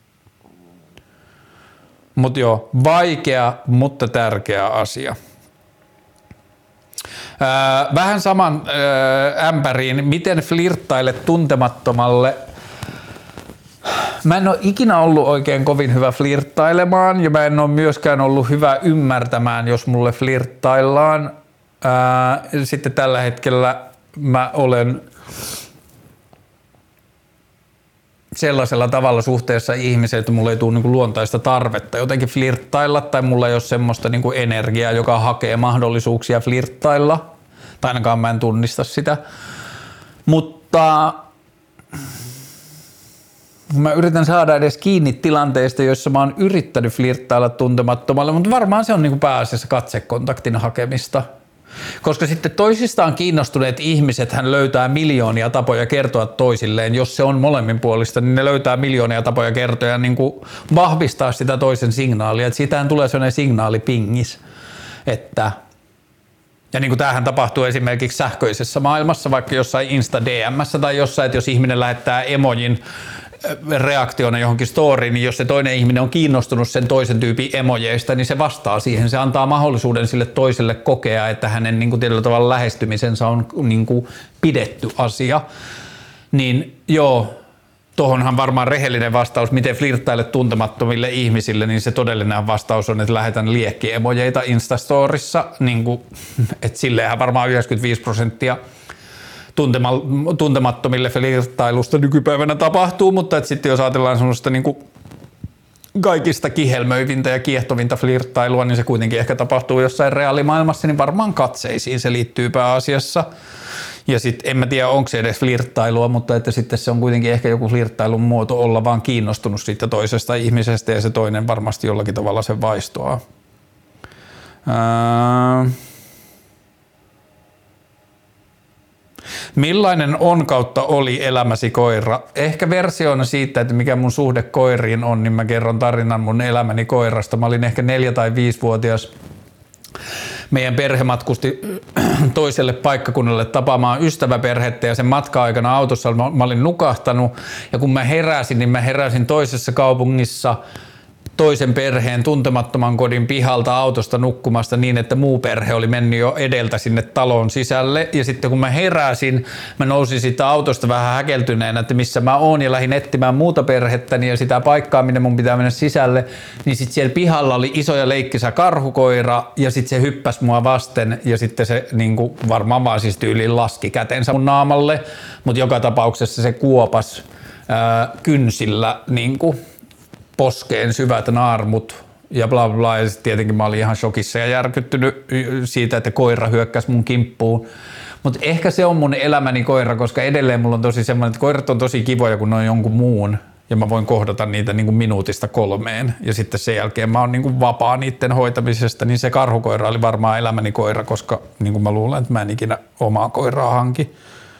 Mutta joo, vaikea, mutta tärkeä asia. Vähän saman ämpäriin, miten flirttailet tuntemattomalle? Mä en ole ikinä ollut oikein kovin hyvä flirttailemaan ja mä en ole myöskään ollut hyvä ymmärtämään, jos mulle flirttaillaan. Sitten tällä hetkellä mä olen sellaisella tavalla suhteessa ihmiseen, että mulla ei tule niinku luontaista tarvetta jotenkin flirttailla tai mulla ei ole semmoista niinku energiaa, joka hakee mahdollisuuksia flirttailla. Tai ainakaan mä en tunnista sitä. Mutta mä yritän saada edes kiinni tilanteista, joissa mä oon yrittänyt flirttailla tuntemattomalle, mutta varmaan se on niinku pääasiassa katsekontaktin hakemista. Koska sitten toisistaan kiinnostuneet ihmiset hän löytää miljoonia tapoja kertoa toisilleen. Jos se on molemminpuolista, niin ne löytää miljoonia tapoja kertoa ja niin kuin vahvistaa sitä toisen signaalia. Että siitähän tulee sellainen signaalipingis. Ja niin kuin tämähän tapahtuu esimerkiksi sähköisessä maailmassa, vaikka jossain Insta-DM:ssä tai jossain, että jos ihminen lähettää emojin reaktiona johonkin storyin, niin jos se toinen ihminen on kiinnostunut sen toisen tyypin emojeista, niin se vastaa siihen. Se antaa mahdollisuuden sille toiselle kokea, että hänen niin kuin tietyllä tavalla lähestymisensä on niin kuin pidetty asia. Niin joo, tohonhan varmaan rehellinen vastaus, miten flirttailet tuntemattomille ihmisille, niin se todellinen vastaus on, että lähetän liekkiemojeita Instastorissa, niin kuin, että silleenhän varmaan 95% tuntemattomille flirttailusta nykypäivänä tapahtuu, mutta että sitten jos ajatellaan semmoista niin kuin kaikista kihelmöivintä ja kiehtovinta flirttailua, niin se kuitenkin ehkä tapahtuu jossain reaalimaailmassa, niin varmaan katseisiin se liittyy pääasiassa. Ja sitten en mä tiedä, onko se edes flirttailua, mutta että sitten se on kuitenkin ehkä joku flirttailun muoto olla vaan kiinnostunut siitä toisesta ihmisestä ja se toinen varmasti jollakin tavalla sen vaistoaa. Millainen on kautta oli elämäsi koira? Ehkä versiona siitä, että mikä mun suhde koiriin on, niin mä kerron tarinan mun elämäni koirasta. Mä olin ehkä 4- tai 5-vuotias. Meidän perhe matkusti toiselle paikkakunnalle tapaamaan ystäväperhettä ja sen matka-aikana autossa mä olin nukahtanut ja kun mä heräsin, niin mä heräsin toisessa kaupungissa toisen perheen tuntemattoman kodin pihalta autosta nukkumasta niin, että muu perhe oli mennyt jo edeltä sinne talon sisälle. Ja sitten kun mä heräsin, mä nousin siitä autosta vähän häkeltyneenä, että missä mä oon ja lähdin etsimään muuta perhettäni ja sitä paikkaa, minne mun pitää mennä sisälle. Niin sitten siellä pihalla oli iso ja leikkisä karhukoira ja sitten se hyppäsi mua vasten ja sitten se niinku, varmaan vaan siis tyyliin laski kätensä mun naamalle. Mutta joka tapauksessa se kuopas kynsillä niinku poskeen syvät naarmut ja bla bla. Ja tietenkin mä olin ihan shokissa ja järkyttynyt siitä, että koira hyökkäsi mun kimppuun. Mutta ehkä se on mun elämäni koira, koska edelleen mulla on tosi semmoinen, että koirat on tosi kivoja, kun ne on jonkun muun. Ja mä voin kohdata niitä niin kuin minuutista 3. Ja sitten sen jälkeen mä oon niin kuin vapaa niiden hoitamisesta. Niin se karhukoira oli varmaan elämäni koira, koska niin kuin mä luulen, että mä en ikinä omaa koiraa hanki.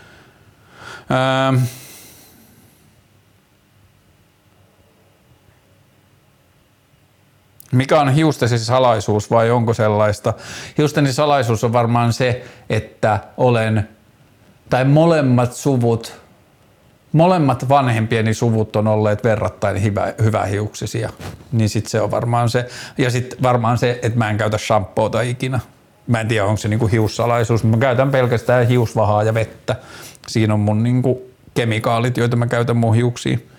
Mikä on hiustesi salaisuus vai onko sellaista? Hiusteni salaisuus on varmaan se, että molemmat vanhempieni suvut on olleet verrattain hyvähiuksisia. Niin sit se on varmaan se. Ja sit varmaan se, että mä en käytä shampoota ikinä. Mä en tiedä, onko se niinku hiussalaisuus, mutta mä käytän pelkästään hiusvahaa ja vettä. Siinä on mun niinku kemikaalit, joita mä käytän mun hiuksiin.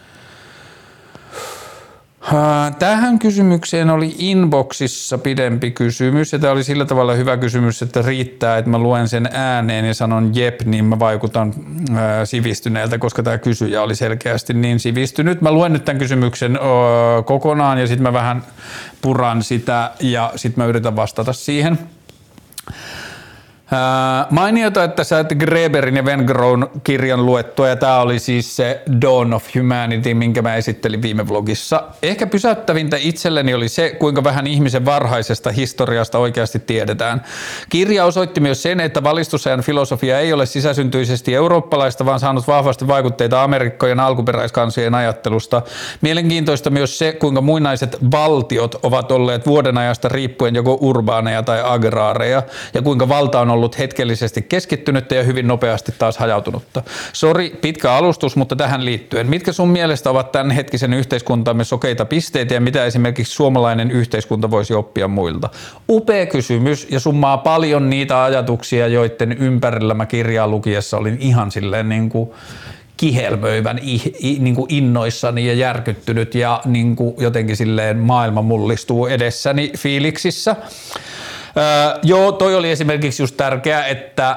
Tähän kysymykseen oli inboxissa pidempi kysymys ja tämä oli sillä tavalla hyvä kysymys, että riittää, että mä luen sen ääneen ja sanon jep, niin mä vaikutan sivistyneeltä, koska tämä kysyjä oli selkeästi niin sivistynyt. Mä luen nyt tämän kysymyksen kokonaan ja sitten mä vähän puran sitä ja sitten mä yritän vastata siihen. Mainiota, että sä et Greberin ja Vengrown kirjan luettua ja tää oli siis se Dawn of Humanity, minkä mä esittelin viime vlogissa. Ehkä pysäyttävintä itselleni oli se, kuinka vähän ihmisen varhaisesta historiasta oikeasti tiedetään. Kirja osoitti myös sen, että valistusajan filosofia ei ole sisäsyntyisesti eurooppalaista, vaan saanut vahvasti vaikutteita Amerikkojen alkuperäiskansojen ajattelusta. Mielenkiintoista myös se, kuinka muinaiset valtiot ovat olleet vuodenajasta riippuen joko urbaaneja tai agraareja ja kuinka valta on ollut hetkellisesti keskittynyttä ja hyvin nopeasti taas hajautunutta. Sori, pitkä alustus, mutta tähän liittyen. Mitkä sun mielestä ovat tämän hetkisen yhteiskuntamme sokeita pisteitä ja mitä esimerkiksi suomalainen yhteiskunta voisi oppia muilta? Upea kysymys ja summaa paljon niitä ajatuksia, joiden ympärillä mä kirjaa lukiessa olin ihan silleen niin kuin kihelmöivän niin kuin innoissani ja järkyttynyt ja niin kuin jotenkin silleen maailma mullistuu edessäni fiiliksissä. Joo, toi oli esimerkiksi just tärkeää, että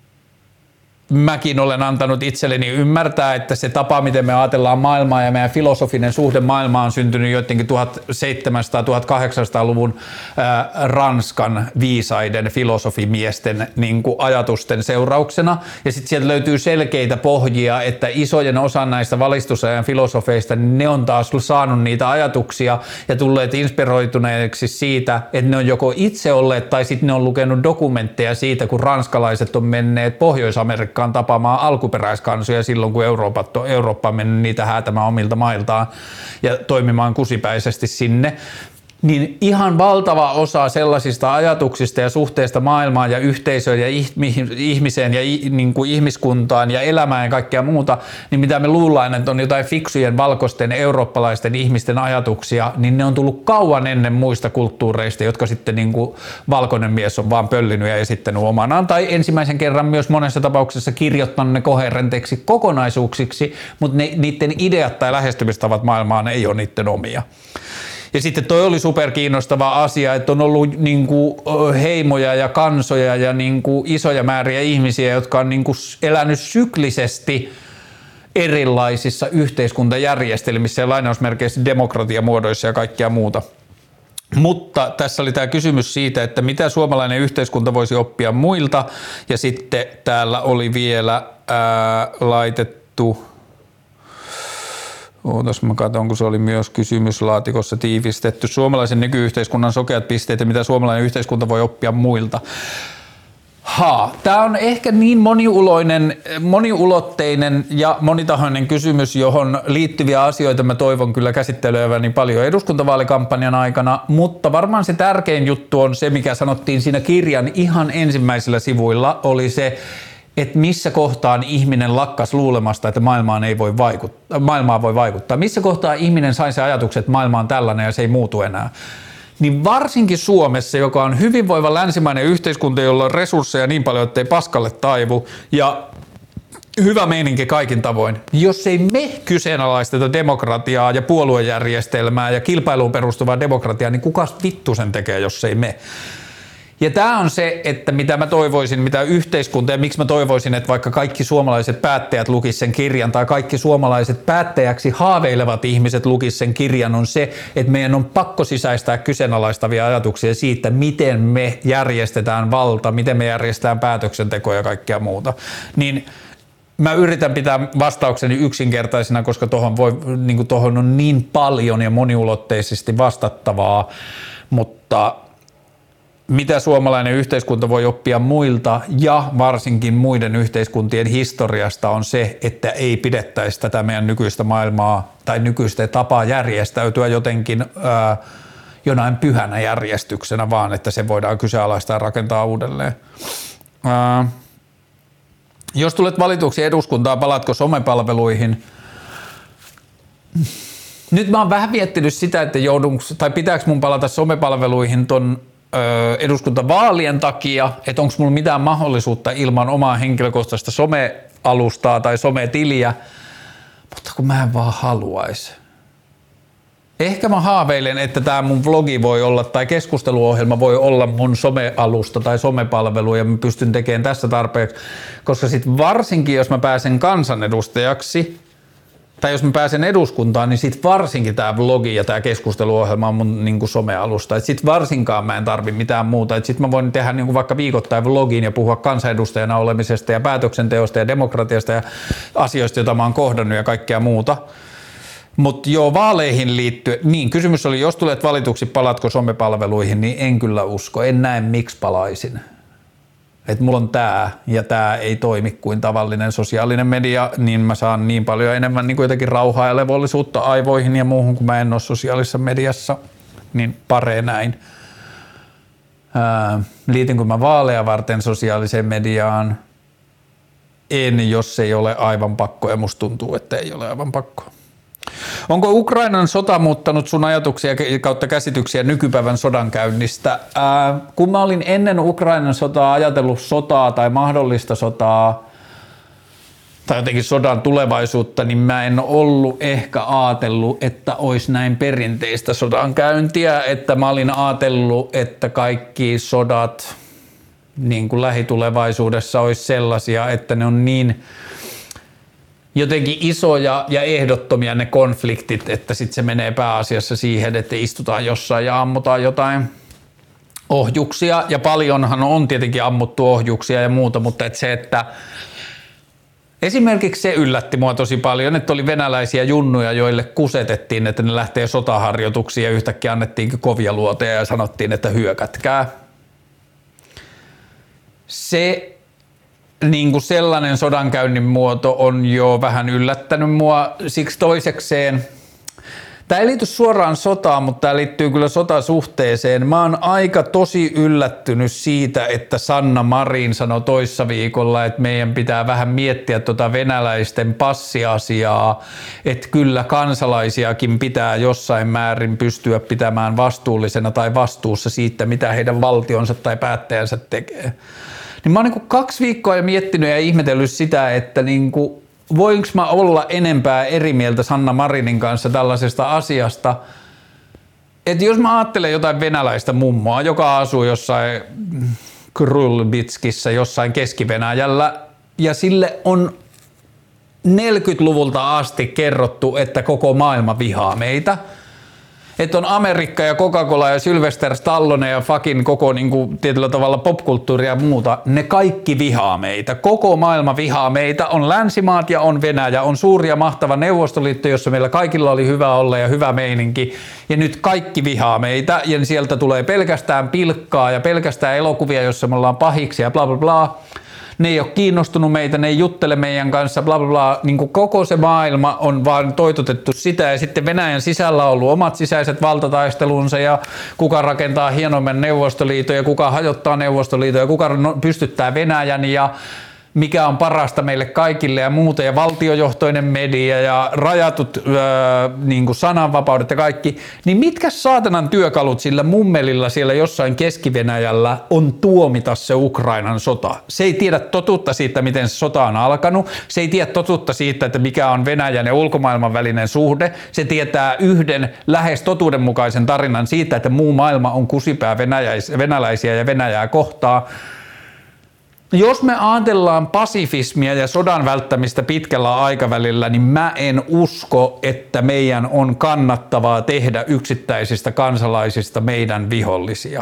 mäkin olen antanut itselleni ymmärtää, että se tapa, miten me ajatellaan maailmaa ja meidän filosofinen suhde maailmaan on syntynyt jotenkin 1700-1800-luvun Ranskan viisaiden filosofimiesten niin kuin ajatusten seurauksena. Ja sitten sieltä löytyy selkeitä pohjia, että isojen osan näistä valistusajan filosofeista, niin ne on taas saanut niitä ajatuksia ja tulleet inspiroituneeksi siitä, että ne on joko itse olleet tai sitten ne on lukenut dokumentteja siitä, kun ranskalaiset on menneet Pohjois-Amerikkaan tapaamaan alkuperäiskansoja silloin, kun Eurooppa on mennyt niitä häätämään omilta mailtaan ja toimimaan kusipäisesti sinne. Niin ihan valtava osa sellaisista ajatuksista ja suhteesta maailmaan ja yhteisöön ja ihmiseen ja niin kuin ihmiskuntaan ja elämään ja kaikkea muuta, niin mitä me luullaan, että on jotain fiksujen valkoisten eurooppalaisten ihmisten ajatuksia, niin ne on tullut kauan ennen muista kulttuureista, jotka sitten niin kuin valkoinen mies on vaan pöllinyt ja esittänyt omanaan, tai ensimmäisen kerran myös monessa tapauksessa kirjoittanut ne koherenteiksi kokonaisuuksiksi, mutta niiden ideat tai lähestymistavat maailmaan ei ole niiden omia. Ja sitten toi oli superkiinnostava asia, että on ollut niinku heimoja ja kansoja ja niinku isoja määriä ihmisiä, jotka on niinku elänyt syklisesti erilaisissa yhteiskuntajärjestelmissä ja lainausmerkeissä demokratiamuodoissa ja kaikkea muuta. Mutta tässä oli tämä kysymys siitä, että mitä suomalainen yhteiskunta voisi oppia muilta ja sitten täällä oli vielä laitettu... Ootas mä katson, kun se oli myös kysymyslaatikossa tiivistetty. Suomalaisen nykyyhteiskunnan sokeat pisteet ja mitä suomalainen yhteiskunta voi oppia muilta. Tämä on ehkä niin moniulotteinen ja monitahoinen kysymys, johon liittyviä asioita mä toivon kyllä käsitteleväni paljon eduskuntavaalikampanjan aikana, mutta varmaan se tärkein juttu on se, mikä sanottiin siinä kirjan ihan ensimmäisillä sivuilla, oli se, että missä kohtaan ihminen lakkas luulemasta, että maailmaan voi vaikuttaa. Missä kohtaa ihminen sai se ajatuksen, että maailma on tällainen ja se ei muutu enää. Niin varsinkin Suomessa, joka on hyvinvoiva länsimainen yhteiskunta, jolla on resursseja niin paljon, ettei paskalle taivu ja hyvä meininki kaikin tavoin. Jos ei me kyseenalaisteta demokratiaa ja puoluejärjestelmää ja kilpailuun perustuvaa demokratiaa, niin kukas vittu sen tekee, jos ei me? Ja tämä on se, että mitä mä toivoisin, mitä yhteiskunta ja miksi mä toivoisin, että vaikka kaikki suomalaiset päättäjät lukis sen kirjan tai kaikki suomalaiset päättäjäksi haaveilevat ihmiset lukis sen kirjan, on se, että meidän on pakko sisäistää kyseenalaistavia ajatuksia siitä, miten me järjestetään valta, miten me järjestetään päätöksenteko ja kaikkea muuta. Niin mä yritän pitää vastaukseni yksinkertaisena, koska tohon on niin paljon ja moniulotteisesti vastattavaa, mutta mitä suomalainen yhteiskunta voi oppia muilta ja varsinkin muiden yhteiskuntien historiasta on se, että ei pidettäisi tätä meidän nykyistä maailmaa tai nykyistä tapaa järjestäytyä jotenkin jonain pyhänä järjestyksenä, vaan että se voidaan kyseenalaistaa ja rakentaa uudelleen. Jos tulet valituksi eduskuntaan, palaatko somepalveluihin? Nyt mä oon vähän miettinyt sitä, että pitääkö mun palata somepalveluihin ton eduskuntavaalien takia, että onko mulla mitään mahdollisuutta ilman omaa henkilökohtaista somealustaa tai sometiliä, mutta kun mä en vaan haluaisi. Ehkä mä haaveilen, että tää mun vlogi voi olla tai keskusteluohjelma voi olla mun somealusta tai somepalvelu ja mä pystyn tekemään tässä tarpeeksi, koska sit varsinkin jos mä pääsen kansanedustajaksi tai jos mä pääsen eduskuntaan, niin sit varsinkin tää vlogi ja tää keskusteluohjelma on mun niinku somealusta. Et sit varsinkaan mä en tarvi mitään muuta. Et sit mä voin tehdä niinku vaikka viikoittain vlogin ja puhua kansanedustajana olemisesta ja päätöksenteosta ja demokratiasta ja asioista, joita mä oon kohdannut ja kaikkea muuta. Mutta joo, vaaleihin liittyen, niin kysymys oli, jos tulet valituksi, palatko somepalveluihin, niin en kyllä usko. En näe, miksi palaisin. Että mulla on tää ja tää ei toimi kuin tavallinen sosiaalinen media, niin mä saan niin paljon enemmän niin kuin jotenkin rauhaa ja levollisuutta aivoihin ja muuhun, kun mä en ole sosiaalisessa mediassa, niin paree näin. Liitinkö mä vaaleja varten sosiaaliseen mediaan? En, jos ei ole aivan pakko ja musta tuntuu, että ei ole aivan pakko. Onko Ukrainan sota muuttanut sun ajatuksia kautta käsityksiä nykypäivän sodankäynnistä? Kun mä olin ennen Ukrainan sotaa ajatellut sotaa tai mahdollista sotaa tai jotenkin sodan tulevaisuutta, niin mä en ollut ehkä ajatellut, että olisi näin perinteistä sodankäyntiä, että mä olin ajatellut, että kaikki sodat niin kuin lähitulevaisuudessa olisi sellaisia, että ne on niin jotenkin isoja ja ehdottomia ne konfliktit, että sitten se menee pääasiassa siihen, että istutaan jossain ja ammutaan jotain ohjuksia. Ja paljonhan on tietenkin ammuttu ohjuksia ja muuta, mutta että esimerkiksi se yllätti mua tosi paljon, että oli venäläisiä junnuja, joille kusetettiin, että ne lähtee sotaharjoituksiin ja yhtäkkiä annettiin kovia luoteja ja sanottiin, että hyökätkää. Se niin kuin sellainen sodankäynnin muoto on jo vähän yllättänyt mua. Siksi toisekseen, tämä ei liity suoraan sotaan, mutta tämä liittyy kyllä sotasuhteeseen. Mä oon aika tosi yllättynyt siitä, että Sanna Marin sanoi toissa viikolla, että meidän pitää vähän miettiä tuota venäläisten passiasiaa, että kyllä kansalaisiakin pitää jossain määrin pystyä pitämään vastuullisena tai vastuussa siitä, mitä heidän valtionsa tai päättäjänsä tekee. Niin mä oon niin 2 viikkoa jo miettinyt ja ihmetellyt sitä, että niin voinko mä olla enempää eri mieltä Sanna Marinin kanssa tällaisesta asiasta, että jos mä ajattelen jotain venäläistä mummoa, joka asuu jossain Krylbitskissä, jossain Keski-Venäjällä, ja sille on 40-luvulta asti kerrottu, että koko maailma vihaa meitä, että on Amerikka ja Coca-Cola ja Sylvester Stallone ja fucking koko niinku, tietyllä tavalla popkulttuuria ja muuta, ne kaikki vihaa meitä. Koko maailma vihaa meitä. On länsimaat ja on Venäjä. On suuri ja mahtava Neuvostoliitto, jossa meillä kaikilla oli hyvä olla ja hyvä meininki. Ja nyt kaikki vihaa meitä ja sieltä tulee pelkästään pilkkaa ja pelkästään elokuvia, jossa me ollaan pahiksi ja bla bla bla. Ne ei ole kiinnostunut meitä, ne ei juttele meidän kanssa, bla bla bla. Niin kuin koko se maailma on vaan toitotettu sitä ja sitten Venäjän sisällä on ollut omat sisäiset valtataistelunsa ja kuka rakentaa hienomman Neuvostoliiton ja kuka hajottaa Neuvostoliiton ja kuka pystyttää Venäjän ja mikä on parasta meille kaikille ja muuta, ja valtiojohtoinen media ja rajatut niin kuin sananvapaudet ja kaikki, niin mitkä saatanan työkalut sillä mummelilla siellä jossain Keski-Venäjällä on tuomita se Ukrainan sota? Se ei tiedä totuutta siitä, miten se sota on alkanut, se ei tiedä totuutta siitä, että mikä on Venäjän ja ulkomaailman välinen suhde, se tietää yhden lähes totuudenmukaisen tarinan siitä, että muu maailma on kusipää venäläisiä ja Venäjää kohtaa. Jos me ajatellaan pasifismia ja sodan välttämistä pitkällä aikavälillä, niin mä en usko, että meidän on kannattavaa tehdä yksittäisistä kansalaisista meidän vihollisia.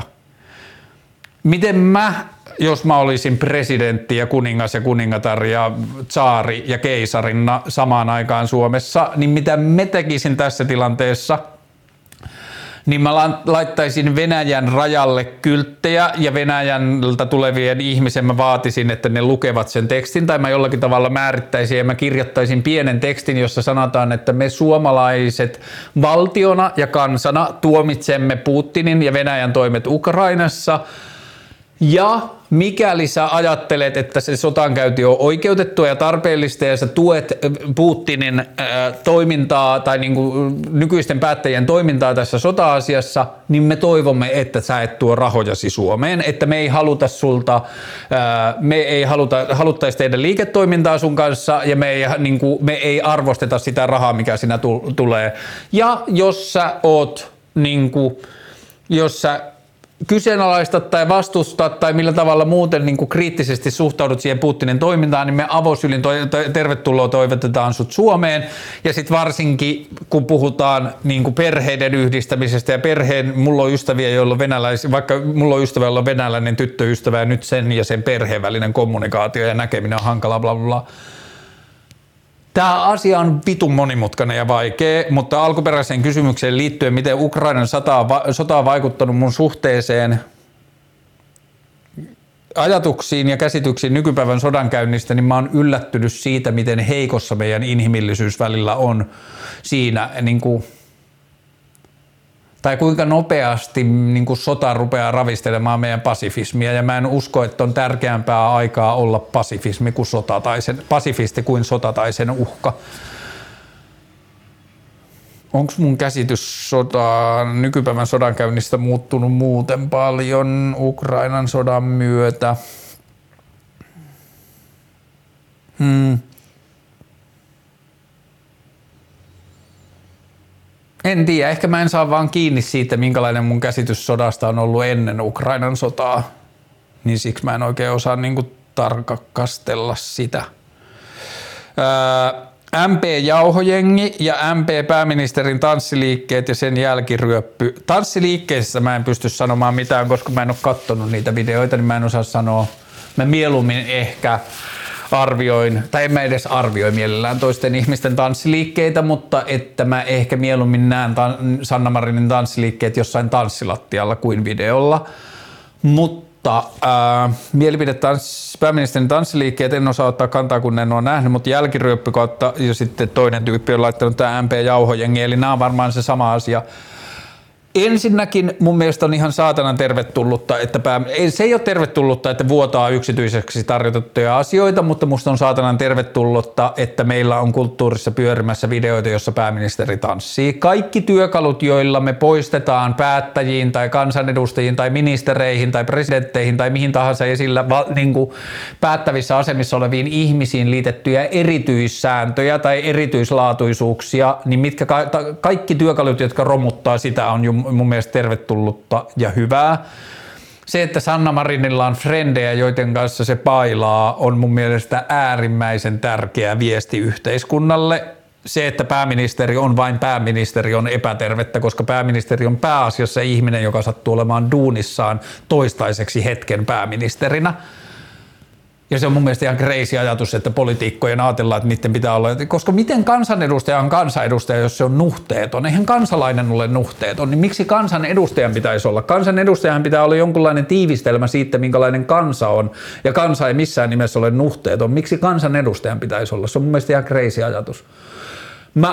Miten jos mä olisin presidentti ja kuningas ja kuningatar ja tsaari ja keisarinna samaan aikaan Suomessa, niin mitä me tekisin tässä tilanteessa? Niin mä laittaisin Venäjän rajalle kylttejä ja Venäjältä tulevien ihmisen mä vaatisin, että ne lukevat sen tekstin tai mä jollakin tavalla määrittäisin ja mä kirjoittaisin pienen tekstin, jossa sanotaan, että me suomalaiset valtiona ja kansana tuomitsemme Putinin ja Venäjän toimet Ukrainassa. Ja mikäli sä ajattelet, että se sotankäynti on oikeutettua ja tarpeellista ja sä tuet Putinin toimintaa tai niin kuin nykyisten päättäjien toimintaa tässä sota-asiassa, niin me toivomme, että sä et tuo rahojasi Suomeen, että me ei haluta sulta, haluttaisi tehdä liiketoimintaa sun kanssa ja me ei arvosteta sitä rahaa, mikä siinä tulee. Ja jos sä oot jos sä kyseenalaistat tai vastustat tai millä tavalla muuten niin kuin kriittisesti suhtaudut siihen Putinin toimintaan, niin me avosylin tervetuloa toivotetaan sut Suomeen. Ja sitten varsinkin, kun puhutaan niin kuin perheiden yhdistämisestä ja mulla on ystäviä, joilla on venäläisiä, vaikka mulla on ystävä, jolla on venäläinen tyttöystävä ja nyt sen ja sen perheen välinen kommunikaatio ja näkeminen on hankala, bla bla bla. Tämä asia on vitun monimutkainen ja vaikea, mutta alkuperäiseen kysymykseen liittyen, miten Ukrainan sota on vaikuttanut mun suhteeseen ajatuksiin ja käsityksiin nykypäivän sodankäynnistä, niin mä oon yllättynyt siitä, miten heikossa meidän inhimillisyys välillä on siinä, tai kuinka nopeasti sota rupeaa ravistelemaan meidän pasifismia, ja mä en usko, että on tärkeämpää aikaa olla pasifisti kuin sota tai sen uhka. Onko mun käsitys nykypäivän sodankäynnistä muuttunut muuten paljon Ukrainan sodan myötä? En tiedä, ehkä mä en saa vaan kiinni siitä, minkälainen mun käsitys sodasta on ollut ennen Ukrainan sotaa, niin siksi mä en oikein osaa tarkastella sitä. MP-jauhojengi ja MP-pääministerin tanssiliikkeet ja sen jälkiryöppy. Tanssiliikkeessä mä en pysty sanomaan mitään, koska mä en ole katsonut niitä videoita, niin mä en osaa sanoa. Mä mieluummin ehkä arvioin, tai en mä edes arvioi mielellään toisten ihmisten tanssiliikkeitä, mutta että mä ehkä mieluummin näen Sanna Marinin tanssiliikkeet jossain tanssilattialla kuin videolla. Mutta pääministerin tanssiliikkeet en osaa ottaa kantaa, kun en ole nähnyt, mutta jälkiryöppy kautta ja sitten toinen tyyppi on laittanut tämä MP-jauhojengi, eli nämä on varmaan se sama asia. Ensinnäkin mun mielestä on ihan saatanan tervetullutta, että se ei ole tervetullutta, että vuotaa yksityiseksi tarjotettuja asioita, mutta musta on saatanan tervetullutta, että meillä on kulttuurissa pyörimässä videoita, jossa pääministeri tanssii. Kaikki työkalut, joilla me poistetaan päättäjiin tai kansanedustajiin tai ministereihin tai presidentteihin tai mihin tahansa esillä päättävissä asemissa oleviin ihmisiin liitettyjä erityissääntöjä tai erityislaatuisuuksia, niin mitkä kaikki työkalut, jotka romuttaa sitä, on mun mielestä tervetullutta ja hyvää. Se, että Sanna Marinilla on frendejä, joiden kanssa se pailaa, on mun mielestä äärimmäisen tärkeä viesti yhteiskunnalle. Se, että pääministeri on vain pääministeri, on epätervettä, koska pääministeri on pääasiassa ihminen, joka sattuu olemaan duunissaan toistaiseksi hetken pääministerinä. Ja se on mun mielestä ihan crazy ajatus, että poliitikkojen ajatellaan, että niiden pitää olla, koska miten kansanedustaja on kansanedustaja, jos se on nuhteeton? Eihän kansalainen ole nuhteeton, niin miksi kansanedustajan pitäisi olla? Kansanedustajan pitää olla jonkunlainen tiivistelmä siitä, minkälainen kansa on, ja kansa ei missään nimessä ole nuhteeton. Miksi kansanedustajan pitäisi olla? Se on mun mielestä ihan crazy ajatus. Mä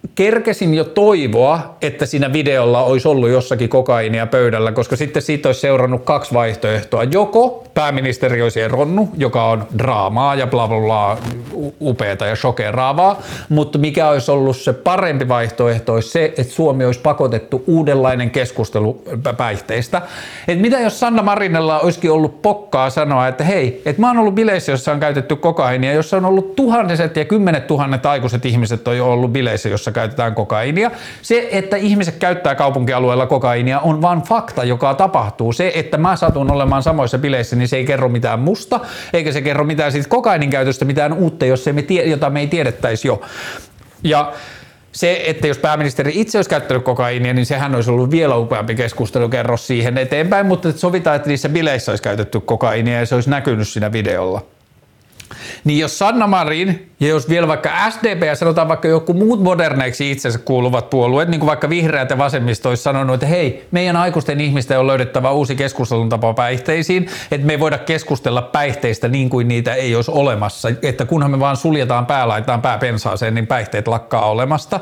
kerkesin jo toivoa, että siinä videolla olisi ollut jossakin kokaiinia pöydällä, koska sitten siitä olisi seurannut 2 vaihtoehtoa. Joko pääministeri olisi eronnut, joka on draamaa ja bla bla bla, upeata ja shokeraavaa, mutta mikä olisi ollut se parempi vaihtoehto olisi se, että Suomi olisi pakotettu uudenlainen keskustelu päihteistä. Et mitä jos Sanna Marinilla olisikin ollut pokkaa sanoa, että hei, että mä oon ollut bileissä, jossa on käytetty kokaiinia, jossa on ollut tuhannet ja 10 000 aikuiset ihmiset on jo ollut bileissä, jossa käytetään kokainia. Se, että ihmiset käyttää kaupunkialueella kokainia, on vaan fakta, joka tapahtuu. Se, että mä satun olemaan samoissa bileissä, niin se ei kerro mitään musta, eikä se kerro mitään siitä kokainin käytöstä, mitään uutta, jota me ei tiedettäisi jo. Ja se, että jos pääministeri itse olisi käyttänyt kokainia, niin sehän olisi ollut vielä upeampi keskustelukerros siihen eteenpäin, mutta sovitaan, että niissä bileissä olisi käytetty kokainia ja se olisi näkynyt siinä videolla. Niin jos Sanna Marin ja jos vielä vaikka SDP ja sanotaan vaikka joku muut moderneiksi itsensä kuuluvat puolueet, niin kuin vaikka vihreät ja vasemmisto olisi sanonut, että hei, meidän aikuisten ihmisten on löydettävä uusi keskustelun tapa päihteisiin, että me ei voida keskustella päihteistä niin kuin niitä ei olisi olemassa, että kunhan me vaan suljetaan pää, laitetaan pää pensaaseen, niin päihteet lakkaa olemasta.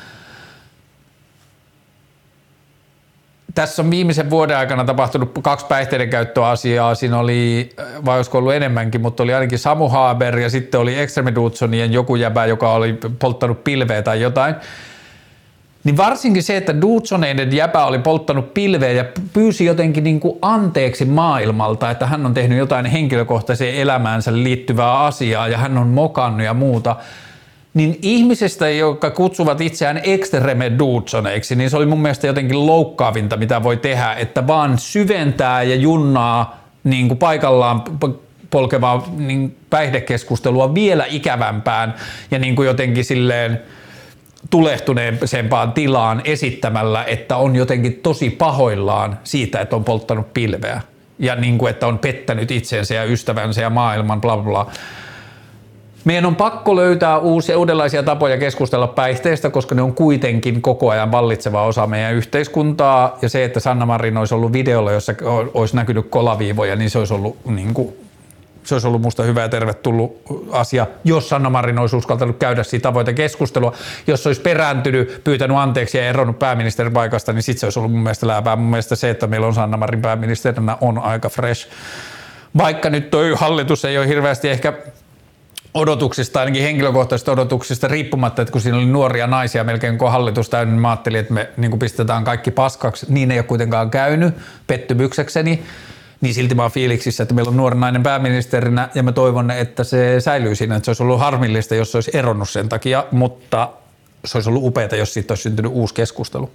Tässä on viimeisen vuoden aikana tapahtunut 2 päihteiden käyttöasiaa. Siinä oli, vai olisiko ollut enemmänkin, mutta oli ainakin Samu Haber ja sitten oli Extreme Dudsonien joku jäbä, joka oli polttanut pilveä tai jotain. Niin varsinkin se, että Dudsoneiden jäbä oli polttanut pilveä ja pyysi jotenkin niin kuin anteeksi maailmalta, että hän on tehnyt jotain henkilökohtaiseen elämäänsä liittyvää asiaa ja hän on mokannut ja muuta. Niin ihmisistä, jotka kutsuvat itseään extreme dudsoneiksi, niin se oli mun mielestä jotenkin loukkaavinta, mitä voi tehdä, että vaan syventää ja junnaa niin kuin paikallaan polkevaa niin päihdekeskustelua vielä ikävämpään ja niin kuin jotenkin silleen tulehtuneempaan tilaan esittämällä, että on jotenkin tosi pahoillaan siitä, että on polttanut pilveä ja niin kuin, että on pettänyt itsensä ja ystävänsä ja maailman bla bla bla. Meidän on pakko löytää uudenlaisia tapoja keskustella päihteistä, koska ne on kuitenkin koko ajan vallitseva osa meidän yhteiskuntaa. Ja se, että Sanna Marin olisi ollut videolla, jossa olisi näkynyt kolaviivoja, niin se olisi ollut musta hyvä ja tervetullut asia, jos Sanna Marin olisi uskaltanut käydä siitä avointa keskustelua. Jos olisi perääntynyt, pyytänyt anteeksi ja eronnut pääministerin paikasta, niin sitten se olisi ollut mun mielestä läävää. Mun mielestä se, että meillä on Sanna Marin pääministerinä, on aika fresh. Vaikka nyt toi hallitus ei ole hirveästi ehkä odotuksista, ainakin henkilökohtaisista odotuksista riippumatta, että kun siinä oli nuoria naisia melkein koko hallitus täynnä, niin mä ajattelin, että me niin pistetään kaikki paskaksi. Niin ei ole kuitenkaan käynyt pettymyksekseni, niin silti mä oon fiiliksissä, että meillä on nuori nainen pääministerinä ja mä toivon, että se säilyy siinä, että se olisi ollut harmillista, jos se olisi eronnut sen takia, mutta se olisi ollut upeata, jos siitä olisi syntynyt uusi keskustelu.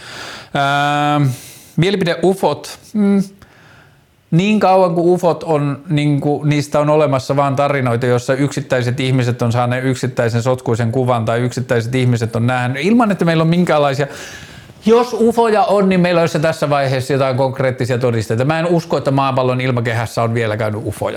Mielipide-ufot. Niin kauan kuin ufot on, niin kuin, niistä on olemassa vaan tarinoita, joissa yksittäiset ihmiset on saaneet yksittäisen sotkuisen kuvan tai yksittäiset ihmiset on nähnyt, ilman että meillä on minkäänlaisia. Jos ufoja on, niin meillä olisi tässä vaiheessa jotain konkreettisia todisteita. Mä en usko, että maapallon ilmakehässä on vielä käynyt ufoja.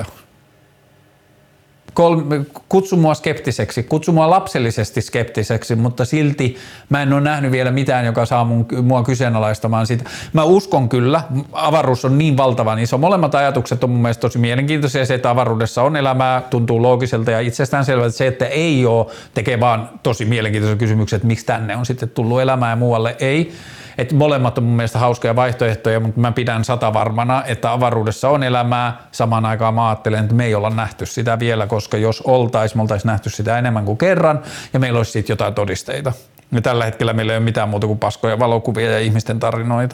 Kutsu mua skeptiseksi, kutsu mua lapsellisesti skeptiseksi, mutta silti mä en ole nähnyt vielä mitään, joka saa mua kyseenalaistamaan sitä. Mä uskon kyllä, avaruus on niin valtavan iso. Molemmat ajatukset on mun mielestä tosi mielenkiintoisia. Se, että avaruudessa on elämää, tuntuu loogiselta ja itsestäänselvältä. Se, että ei ole, tekee vaan tosi mielenkiintoisia kysymyksiä, että miksi tänne on sitten tullut elämää ja muualle ei. Että molemmat on mun mielestä hauskoja vaihtoehtoja, mutta mä pidän 100 varmana, että avaruudessa on elämää. Samaan aikaan mä ajattelen, että me ei olla nähty sitä vielä, koska jos oltaisiin, me oltaisiin nähty sitä enemmän kuin kerran ja meillä olisi siitä jotain todisteita. Ja tällä hetkellä meillä ei ole mitään muuta kuin paskoja valokuvia ja ihmisten tarinoita.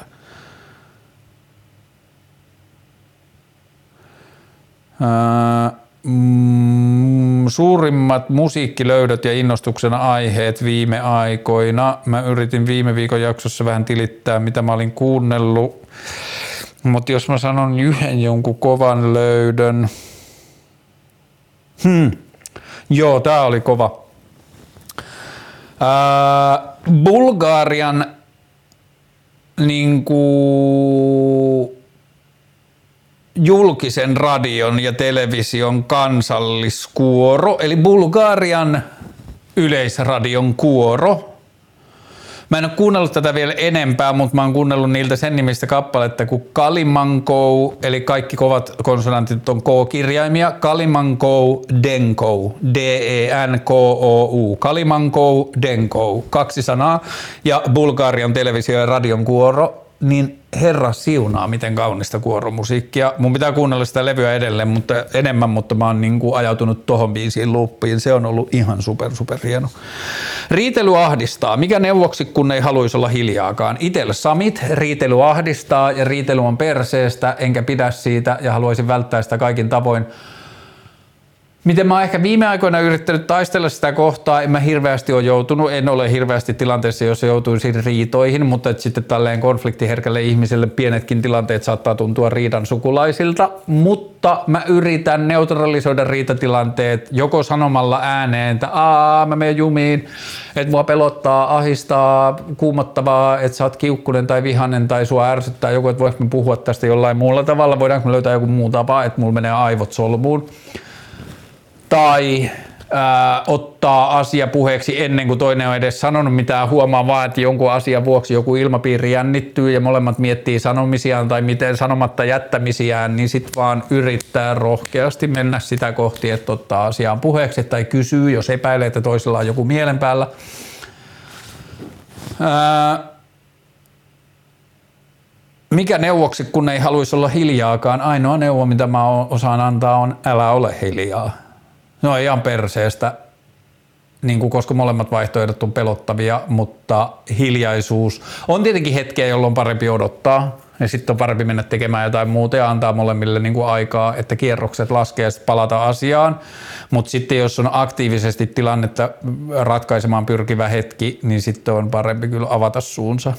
Suurimmat musiikkilöydöt ja innostuksen aiheet viime aikoina. Mä yritin viime viikon jaksossa vähän tilittää, mitä mä olin kuunnellut. Mutta jos mä sanon yhden jonkun kovan löydön. Joo, tää oli kova. Bulgarian julkisen radion ja television kansalliskuoro, eli Bulgarian yleisradion kuoro. Mä en ole kuunnellut tätä vielä enempää, mutta mä oon kuunnellut niiltä sen nimistä kappaletta kuin Kalimankou, eli kaikki kovat konsonantit on K-kirjaimia. Kalimankou Denkou, D-E-N-K-O-U. Kalimankou Denkou, 2 sanaa. Ja Bulgarian televisio- ja radion kuoro. Niin herra siunaa, miten kaunista kuoromusiikkia. Mun pitää kuunnella sitä levyä edelleen, enemmän, mutta mä oon niinku ajautunut tohon biisiin loopiin. Se on ollut ihan super hieno. Riitely ahdistaa. Mikä neuvoksi, kun ei haluaisi olla hiljaakaan? Itelle Samit, riitely ahdistaa ja riitely on perseestä, enkä pidä siitä ja haluaisin välttää sitä kaikin tavoin. Miten mä oon ehkä viime aikoina yrittänyt taistella sitä kohtaa, en mä hirveästi ole joutunut, en ole hirveästi tilanteessa, jossa joutuisin riitoihin, mutta sitten tälleen konfliktiherkälle ihmiselle pienetkin tilanteet saattaa tuntua riidan sukulaisilta, mutta mä yritän neutralisoida riitatilanteet joko sanomalla ääneen, että mä menen jumiin, että mua pelottaa, ahistaa, kuumottavaa, että sä oot kiukkunen tai vihanen tai sua ärsyttää joku, että voinko me puhua tästä jollain muulla tavalla, voidaanko me löytää joku muu tapa, että mulla menee aivot solmuun. Tai ottaa asia puheeksi ennen kuin toinen on edes sanonut mitään, huomaa vaan, että jonkun asian vuoksi joku ilmapiiri jännittyy ja molemmat miettii sanomisiaan tai miten sanomatta jättämisiään, niin sit vaan yrittää rohkeasti mennä sitä kohti, että ottaa asiaan puheeksi tai kysyy, jos epäilee, että toisella on joku mielen päällä. Mikä neuvoksi, kun ei haluaisi olla hiljaakaan? Ainoa neuvo, mitä mä osaan antaa, on älä ole hiljaa. No ihan perseestä, niin kuin koska molemmat vaihtoehdot on pelottavia, mutta hiljaisuus on tietenkin hetkeä, jolloin on parempi odottaa ja sitten on parempi mennä tekemään jotain muuta ja antaa molemmille niin kuin aikaa, että kierrokset laskee ja sitten palata asiaan. Mutta sitten jos on aktiivisesti tilannetta ratkaisemaan pyrkivä hetki, niin sitten on parempi kyllä avata suunsa.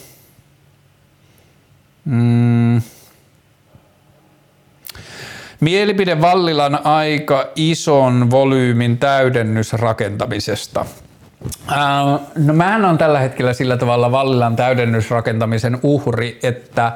Mielipide Vallilan aika ison volyymin täydennysrakentamisesta. No mähän on tällä hetkellä sillä tavalla Vallilan täydennysrakentamisen uhri, että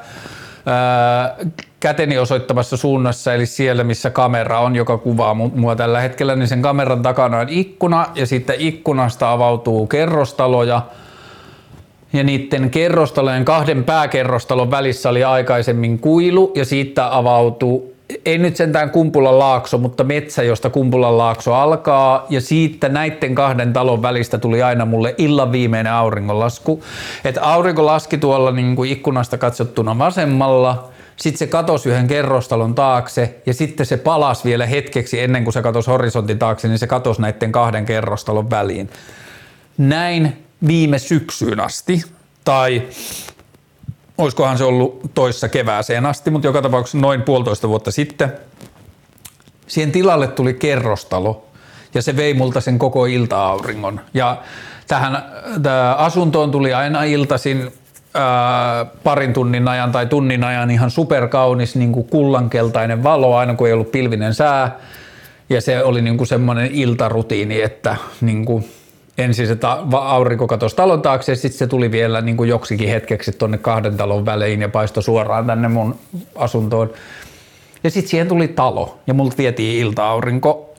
käteni osoittamassa suunnassa, eli siellä missä kamera on, joka kuvaa mua tällä hetkellä, niin sen kameran takana on ikkuna ja sitten ikkunasta avautuu kerrostaloja. Ja niiden kerrostalojen 2 pääkerrostalon välissä oli aikaisemmin kuilu ja siitä avautuu, ei nyt sentään Kumpulan laakso, mutta metsä, josta Kumpulan laakso alkaa ja siitä näiden 2 talon välistä tuli aina mulle illan viimeinen auringonlasku. Että aurinko laski tuolla niin kuin ikkunasta katsottuna vasemmalla, sitten se katosi yhden kerrostalon taakse ja sitten se palasi vielä hetkeksi ennen kuin se katosi horisontin taakse, niin se katosi näiden 2 kerrostalon väliin. Näin viime syksyyn asti, tai olisikohan se ollut toissa kevääseen asti, mutta joka tapauksessa noin 1,5 vuotta sitten. Siihen tilalle tuli kerrostalo ja se vei multa sen koko ilta-auringon. Ja tähän asuntoon tuli aina iltaisin parin tunnin ajan tai tunnin ajan ihan superkaunis niin kuin kullankeltainen valo, aina kun ei ollut pilvinen sää. Ja se oli niin kuin semmoinen iltarutiini, että niin kuin ensin se aurinko katosi talon taakse ja sitten se tuli vielä niin kuin joksikin hetkeksi tonne 2 talon väliin ja paistoi suoraan tänne mun asuntoon. Ja sitten siihen tuli talo ja multa vietiin ilta-aurinko.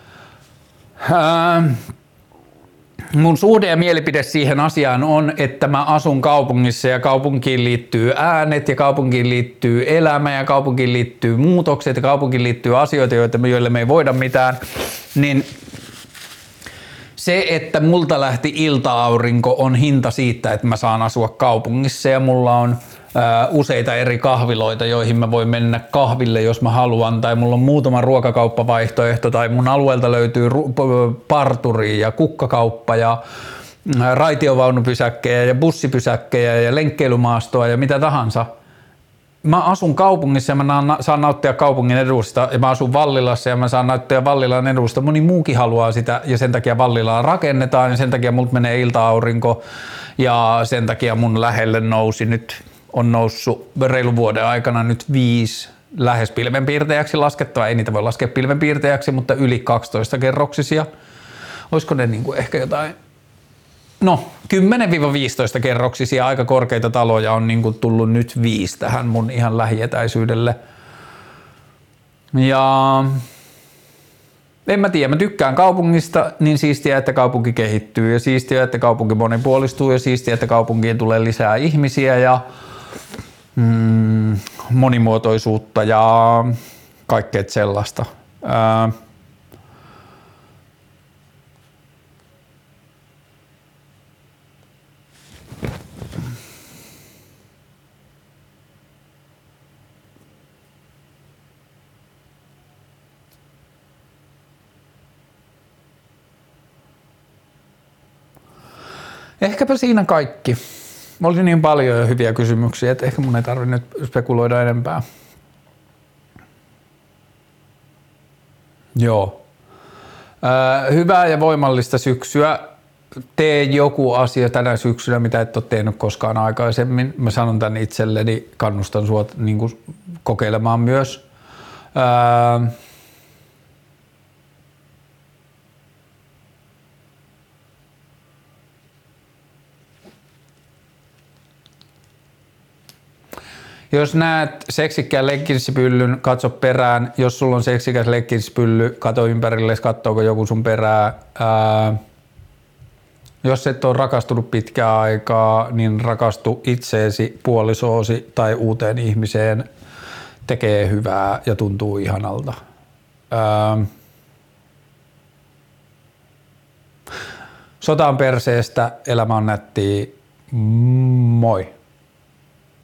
Mun suhde ja mielipide siihen asiaan on, että mä asun kaupungissa ja kaupunkiin liittyy äänet ja kaupunkiin liittyy elämä ja kaupunkiin liittyy muutokset ja kaupunkiin liittyy asioita, joille me ei voida mitään, niin se, että multa lähti ilta-aurinko on hinta siitä, että mä saan asua kaupungissa ja mulla on useita eri kahviloita, joihin mä voin mennä kahville, jos mä haluan, tai mulla on muutama ruokakauppavaihtoehto, tai mun alueelta löytyy parturi ja kukkakauppa ja raitiovaunupysäkkejä ja bussipysäkkejä ja lenkkeilymaastoa ja mitä tahansa. Mä asun kaupungissa ja mä saan nauttia kaupungin edusta ja mä asun Vallilassa ja mä saan nauttia Vallilan edusta. Moni muukin haluaa sitä ja sen takia Vallilaa rakennetaan ja sen takia multa menee ilta-aurinko ja sen takia mun lähelle on noussut reilun vuoden aikana nyt 5 lähes pilvenpiirtäjäksi laskettava. Ei niitä voi laskea pilvenpiirtäjäksi, mutta yli 12 kerroksisia. Olisiko ne niinku ehkä jotain? No, 10-15 kerroksisia aika korkeita taloja on niin kuin tullut nyt 5 tähän mun ihan lähietäisyydelle. Ja En mä tiedä, mä tykkään kaupungista, niin siistiä, että kaupunki kehittyy ja siistiä, että kaupunki monipuolistuu ja siistiä, että kaupunkiin tulee lisää ihmisiä ja monimuotoisuutta ja kaikkea sellaista. Ehkäpä siinä kaikki. Oli niin paljon hyviä kysymyksiä, että ehkä mun ei tarvitse nyt spekuloida enempää. Joo. Hyvää ja voimallista syksyä. Tee joku asia tänä syksynä, mitä et ole tehnyt koskaan aikaisemmin. Mä sanon tän itselleni, kannustan sua niin kuin kokeilemaan myös. Jos näet seksikkään leggingspyllyn, katso perään. Jos sulla on seksikäs leggingspylly, katso ympärille, katsoako joku sun perää. Jos et ole rakastunut pitkään aikaa, niin rakastu itseesi, puolisoosi tai uuteen ihmiseen. Tekee hyvää ja tuntuu ihanalta. Sota on perseestä, elämä on nättiä. Moi!